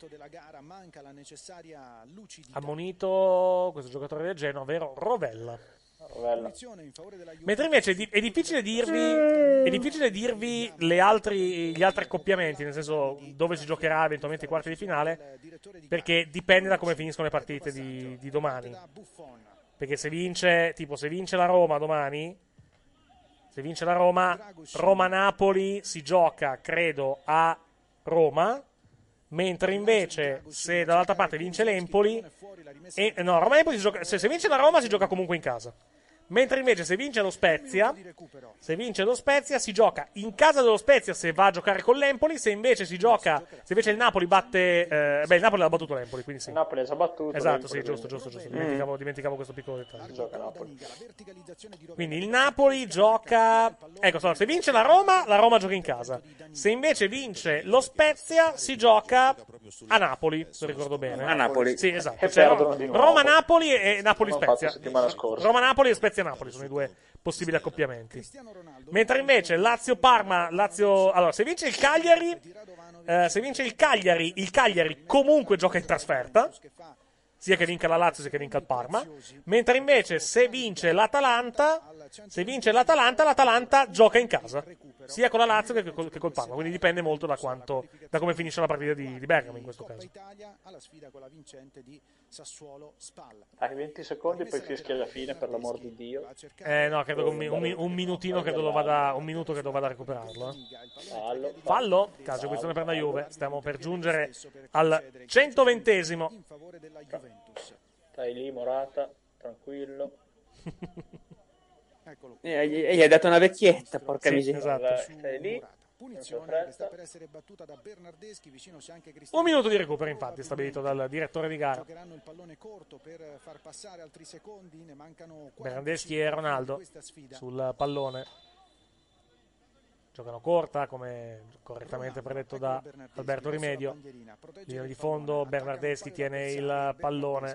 Ammonito questo giocatore del Genoa, ovvero Rovella. Mentre invece è difficile dirvi gli altri accoppiamenti, nel senso dove si giocherà eventualmente i quarti di finale, perché dipende da come finiscono le partite di domani. Perché se vince la Roma domani, Roma-Napoli si gioca, credo, a Roma, mentre invece se dall'altra parte vince l'Empoli, Roma-Empoli si gioca, se vince la Roma si gioca comunque in casa. Mentre invece se vince lo Spezia si gioca in casa dello Spezia se va a giocare con l'Empoli. Se invece il Napoli batte, il Napoli l'ha battuto l'Empoli, quindi sì. Il Napoli è già battuto. Esatto, sì, giusto. Dimenticavo questo piccolo dettaglio. Quindi il Napoli gioca, se vince la Roma gioca in casa. Se invece vince lo Spezia si gioca a Napoli, se ricordo bene. A Napoli. Sì, esatto. Roma-Napoli e Napoli-Spezia. Roma-Napoli e Spezia-Napoli sono i due possibili accoppiamenti. Mentre invece Lazio-Parma, allora, se vince il Cagliari comunque gioca in trasferta, sia che vinca la Lazio sia che vinca il Parma. Mentre invece se vince l'Atalanta gioca in casa, sia con la Lazio che col Parma, quindi dipende molto da come finisce la partita di Bergamo in questo caso. Hai 20 secondi poi fischi alla fine, per l'amor di Dio. No, credo che un minutino credo vada a recuperarlo. Fallo, calcio di punizione per la Juve. Stiamo per giungere al 120esimo. Stai lì, Morata, tranquillo. Gli hai dato una vecchietta, porca miseria. Esatto. Stai lì. Per essere battuta da Bernardeschi, vicino c'è anche un minuto di recupero, infatti, stabilito dal direttore di gara. Giocheranno il pallone corto per far passare altri secondi, ne mancano Bernardeschi e Ronaldo sul pallone. giocano corta, come correttamente predetto da Alberto Rimedio. Linea di fondo, Bernardeschi tiene il pallone.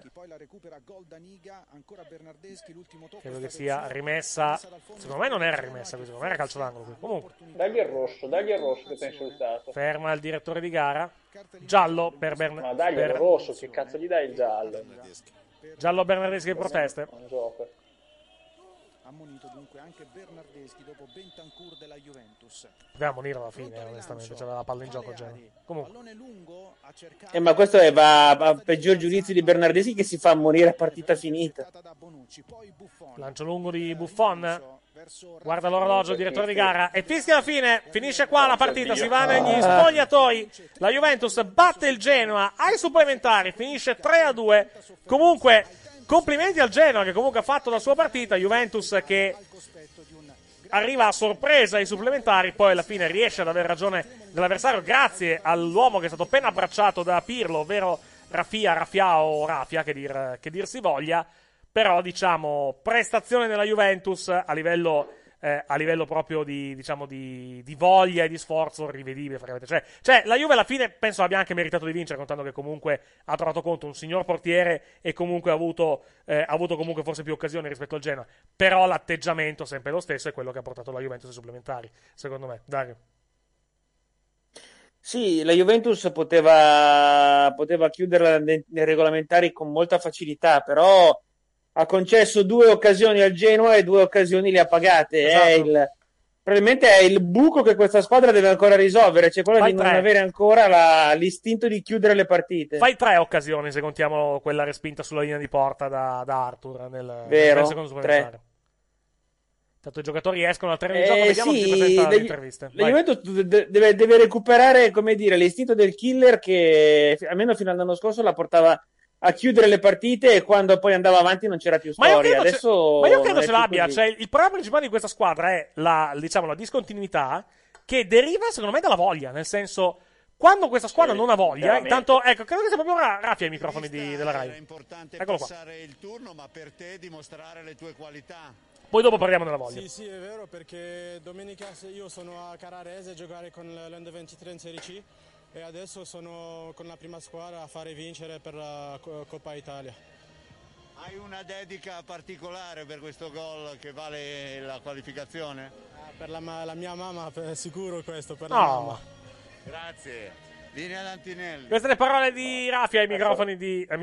Credo che sia rimessa. Secondo me non era rimessa, secondo me era calcio d'angolo. Comunque. Dagli il rosso che ti ha insultato. Ferma il direttore di gara. Giallo per Bernardeschi. Ma dagli il rosso, che cazzo gli dai il giallo? Giallo Bernardeschi che proteste. Non gioca. Ammonito dunque anche Bernardeschi dopo Bentancur della Juventus. Poteva ammonire alla fine, onestamente, c'aveva la palla in gioco già. Comunque. Ma questo va a peggior giudizio di Bernardeschi, che si fa ammonire a partita finita. Lancio lungo di Buffon. Guarda l'orologio, il direttore di gara. E fischia la fine. Finisce qua la partita. Si va negli spogliatoi. La Juventus batte il Genoa ai supplementari. Finisce 3-2. Comunque, complimenti al Genoa, che comunque ha fatto la sua partita. Juventus che arriva a sorpresa ai supplementari, poi alla fine riesce ad avere ragione dell'avversario grazie all'uomo che è stato appena abbracciato da Pirlo, ovvero Rafia o Rafia, che dir si voglia. Però, diciamo, prestazione della Juventus a livello proprio di voglia e di sforzo rivedibile. Cioè, la Juve alla fine penso abbia anche meritato di vincere, contando che comunque ha trovato conto un signor portiere e comunque ha avuto comunque forse più occasioni rispetto al Genoa. Però l'atteggiamento sempre lo stesso è quello che ha portato la Juventus ai supplementari, secondo me. Dario. Sì, la Juventus poteva chiuderla nei regolamentari con molta facilità, però ha concesso 2 occasioni al Genoa e 2 occasioni le ha pagate. Esatto. Probabilmente è il buco che questa squadra deve ancora risolvere, cioè quello di non avere ancora l'istinto di chiudere le partite. Fai 3 occasioni se contiamo quella respinta sulla linea di porta da Arthur nel secondo supplementare. 3. Tanto i giocatori escono al terreno di gioco, vediamo chi presenta le interviste. La Juventus deve recuperare, come dire, l'istinto del killer che almeno fino all'anno scorso la portava a chiudere le partite, e quando poi andava avanti non c'era più storia. Ma io credo ce l'abbia. Cioè, il problema principale di questa squadra è la discontinuità, che deriva secondo me dalla voglia. Nel senso, quando questa squadra non ha voglia, intanto, ecco, credo che sia proprio Rafia ai microfoni della Rai. È importante Eccolo qua. passare il turno, ma per te dimostrare le tue qualità. Poi dopo parliamo della voglia. Sì, è vero, perché domenica io sono a Carrarese a giocare con l'Under 23 in Serie C. E adesso sono con la prima squadra a fare vincere per la Coppa Italia. Hai una dedica particolare per questo gol che vale la qualificazione? Per la mia mamma, sicuro questo, per la mamma. Grazie. Linea Lantinelli. Queste le parole di Rafia ai microfoni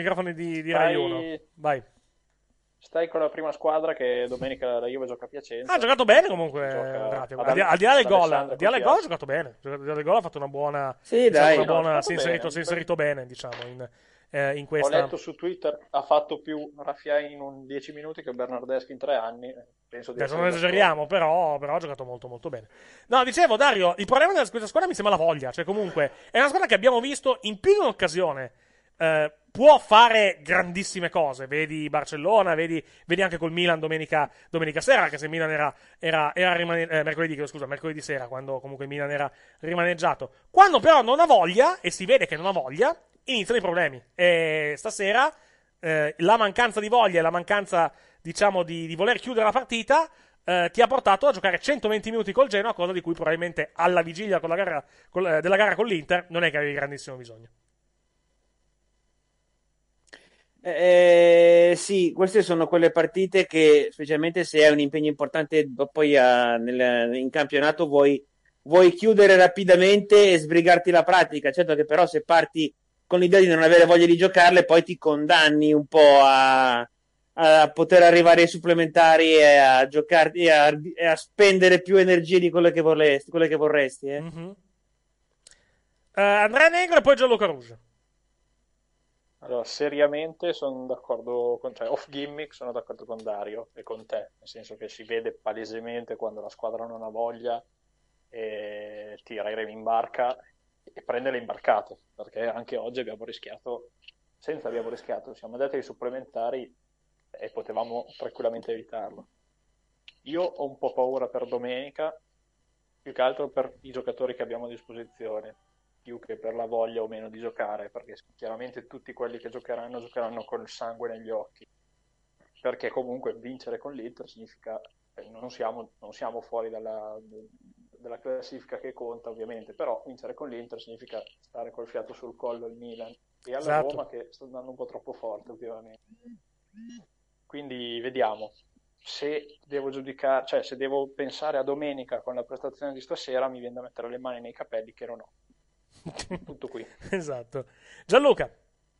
di Rai 1. Vai. Stai con la prima squadra, che domenica la Juve gioca a Piacenza. Ha giocato bene comunque Rafia. Al di là del gol ha giocato bene. Al di là del gol ha fatto una buona. Sì, dai. Si è inserito bene, diciamo, in questa. Ho letto su Twitter, ha fatto più Rafia in 10 minuti che Bernardeschi in 3 anni. Penso di adesso non esageriamo, però ha giocato molto molto bene. No, dicevo, Dario, il problema di questa squadra mi sembra la voglia. Cioè, comunque, è una squadra che abbiamo visto in più di un'occasione. Può fare grandissime cose, vedi Barcellona, vedi anche col Milan domenica sera, anche se il Milan era mercoledì sera, quando comunque il Milan era rimaneggiato. Quando però non ha voglia, e si vede che non ha voglia, iniziano i problemi. E stasera la mancanza di voglia e la mancanza, diciamo, di voler chiudere la partita ti ha portato a giocare 120 minuti col Genoa, cosa di cui probabilmente alla vigilia della gara con l'Inter non è che avevi grandissimo bisogno. Sì, queste sono quelle partite che, specialmente se hai un impegno importante poi in campionato, vuoi chiudere rapidamente e sbrigarti la pratica. Certo che però se parti con l'idea di non avere voglia di giocarle, poi ti condanni un po' a poter arrivare ai supplementari e a giocarti e a spendere più energie di quelle che vorresti. Mm-hmm. Andrea Negro e poi Gianluca Rouge. Allora, seriamente sono d'accordo off gimmick sono d'accordo con Dario e con te, nel senso che si vede palesemente quando la squadra non ha voglia e tira i remi in barca e prende le imbarcate, perché anche oggi abbiamo rischiato, siamo andati ai supplementari e potevamo tranquillamente evitarlo. Io ho un po' paura per domenica, più che altro per i giocatori che abbiamo a disposizione, più che per la voglia o meno di giocare, perché chiaramente tutti quelli che giocheranno con il sangue negli occhi, perché comunque vincere con l'Inter significa non siamo fuori della classifica che conta, ovviamente, però vincere con l'Inter significa stare col fiato sul collo il Milan e alla Roma che sta andando un po' troppo forte ultimamente. Quindi vediamo. Se devo giudicare, cioè se devo pensare a domenica con la prestazione di stasera, mi viene da mettere le mani nei capelli che non ho. Tutto qui. Esatto. Gianluca.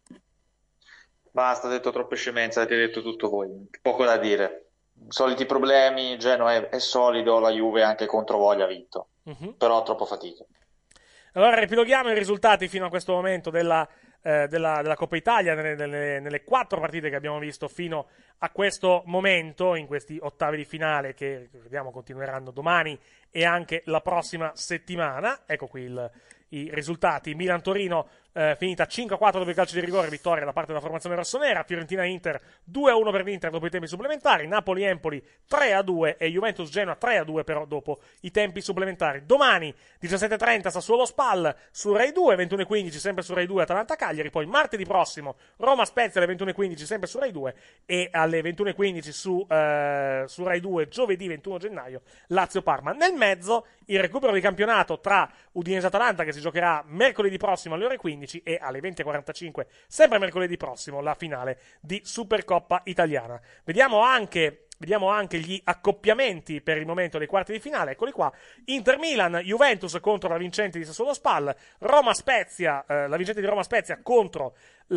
Basta, ha detto troppe scemenze, avete detto tutto voi. Poco da dire. Soliti problemi, Genoa è solido, la Juve anche contro voglia ha vinto. Però troppo fatica. Allora riepiloghiamo i risultati fino a questo momento della Coppa Italia nelle 4 partite che abbiamo visto fino a questo momento, in questi ottavi di finale che ricordiamo continueranno domani e anche la prossima settimana. Ecco qui i risultati. Milan-Torino finita 5-4 dopo i calci di rigore, vittoria da parte della formazione rossonera. Fiorentina-Inter 2-1 per l'Inter dopo i tempi supplementari. Napoli-Empoli 3-2 e Juventus-Genoa 3-2 però dopo i tempi supplementari. Domani 17:30 Sassuolo-Spal su Rai 2, 21:15 sempre su Rai 2 Atalanta-Cagliari. Poi martedì prossimo Roma-Spezia alle 21:15 sempre su Rai 2 e alle 21:15 su Rai 2 giovedì 21 gennaio Lazio-Parma. Nel mezzo il recupero di campionato tra Udinese-Atalanta che si giocherà mercoledì prossimo alle ore 15 e alle 20:45 sempre mercoledì prossimo la finale di Supercoppa Italiana. Vediamo anche gli accoppiamenti per il momento dei quarti di finale. Eccoli qua. Inter-Milan, Juventus contro la vincente di Sassuolo-Spal, Roma-Spezia, la vincente di Roma-Spezia contro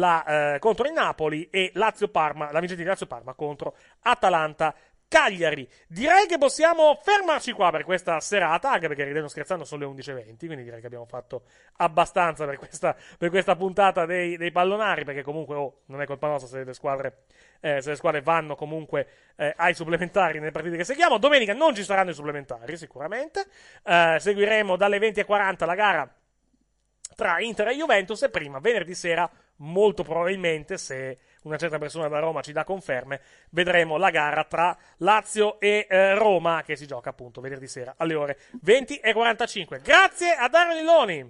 il Napoli e Lazio-Parma, la vincente di Lazio-Parma contro Atalanta-Cagliari. Direi che possiamo fermarci qua per questa serata, anche perché ridendo scherzando sono le 11:20, quindi direi che abbiamo fatto abbastanza per questa puntata dei pallonari, perché comunque non è colpa nostra se le squadre vanno comunque ai supplementari nelle partite che seguiamo. Domenica non ci saranno i supplementari sicuramente, seguiremo dalle 20:40 la gara tra Inter e Juventus e prima venerdì sera molto probabilmente, se una certa persona da Roma ci dà conferme, vedremo la gara tra Lazio e Roma che si gioca appunto venerdì sera alle ore 20:45. Grazie a Dario Lilloni.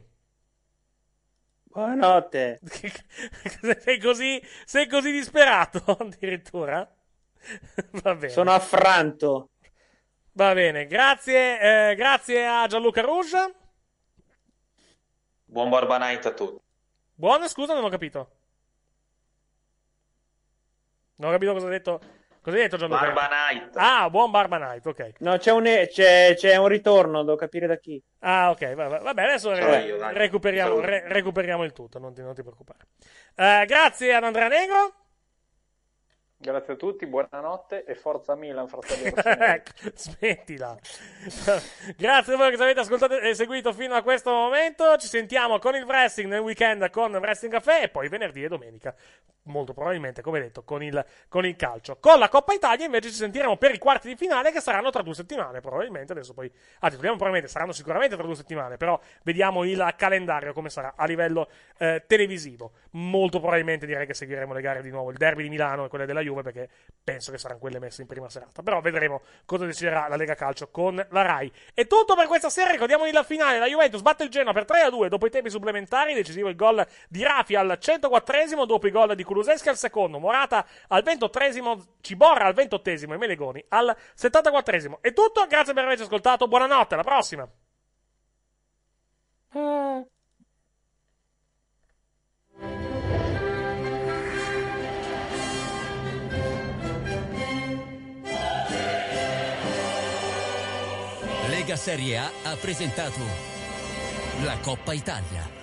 Buonanotte. Sei così disperato addirittura? Va bene. Sono affranto. Va bene, grazie a Gianluca Rouge. Buon Barba Night a tutti. Buono, scusa, non ho capito. Non ho capito cosa hai detto. Cosa hai detto Gianluca? Barba Night. Ah, buon Barba Night, ok. No, c'è un ritorno, devo capire da chi. Ah, ok, vabbè, adesso recuperiamo il tutto, non ti preoccupare. Grazie ad Andrea Negro. Grazie a tutti, buonanotte e forza Milan, fratelli. Smettila. Grazie a voi che ci avete ascoltato e seguito fino a questo momento. Ci sentiamo con il wrestling nel weekend con Wrestling Café e poi venerdì e domenica, molto probabilmente, come detto, con il calcio. Con la Coppa Italia invece ci sentiremo per i quarti di finale che saranno tra 2 settimane, probabilmente. Adesso poi, saranno sicuramente tra 2 settimane, però vediamo il calendario come sarà a livello televisivo. Molto probabilmente direi che seguiremo le gare di nuovo, il derby di Milano e quelle della Juve, perché penso che saranno quelle messe in prima serata, però vedremo cosa deciderà la Lega Calcio con la Rai. È tutto per questa sera, ricordiamo la finale, la Juventus batte il Genoa per 3-2 dopo i tempi supplementari, decisivo il gol di Rafi al 104esimo dopo i gol di Kulusevski al secondo, Morata al 23esimo, Ciborra al 28esimo e Melegoni al 74esimo. È tutto, grazie per averci ascoltato, buonanotte, alla prossima. Lega Serie A ha presentato la Coppa Italia.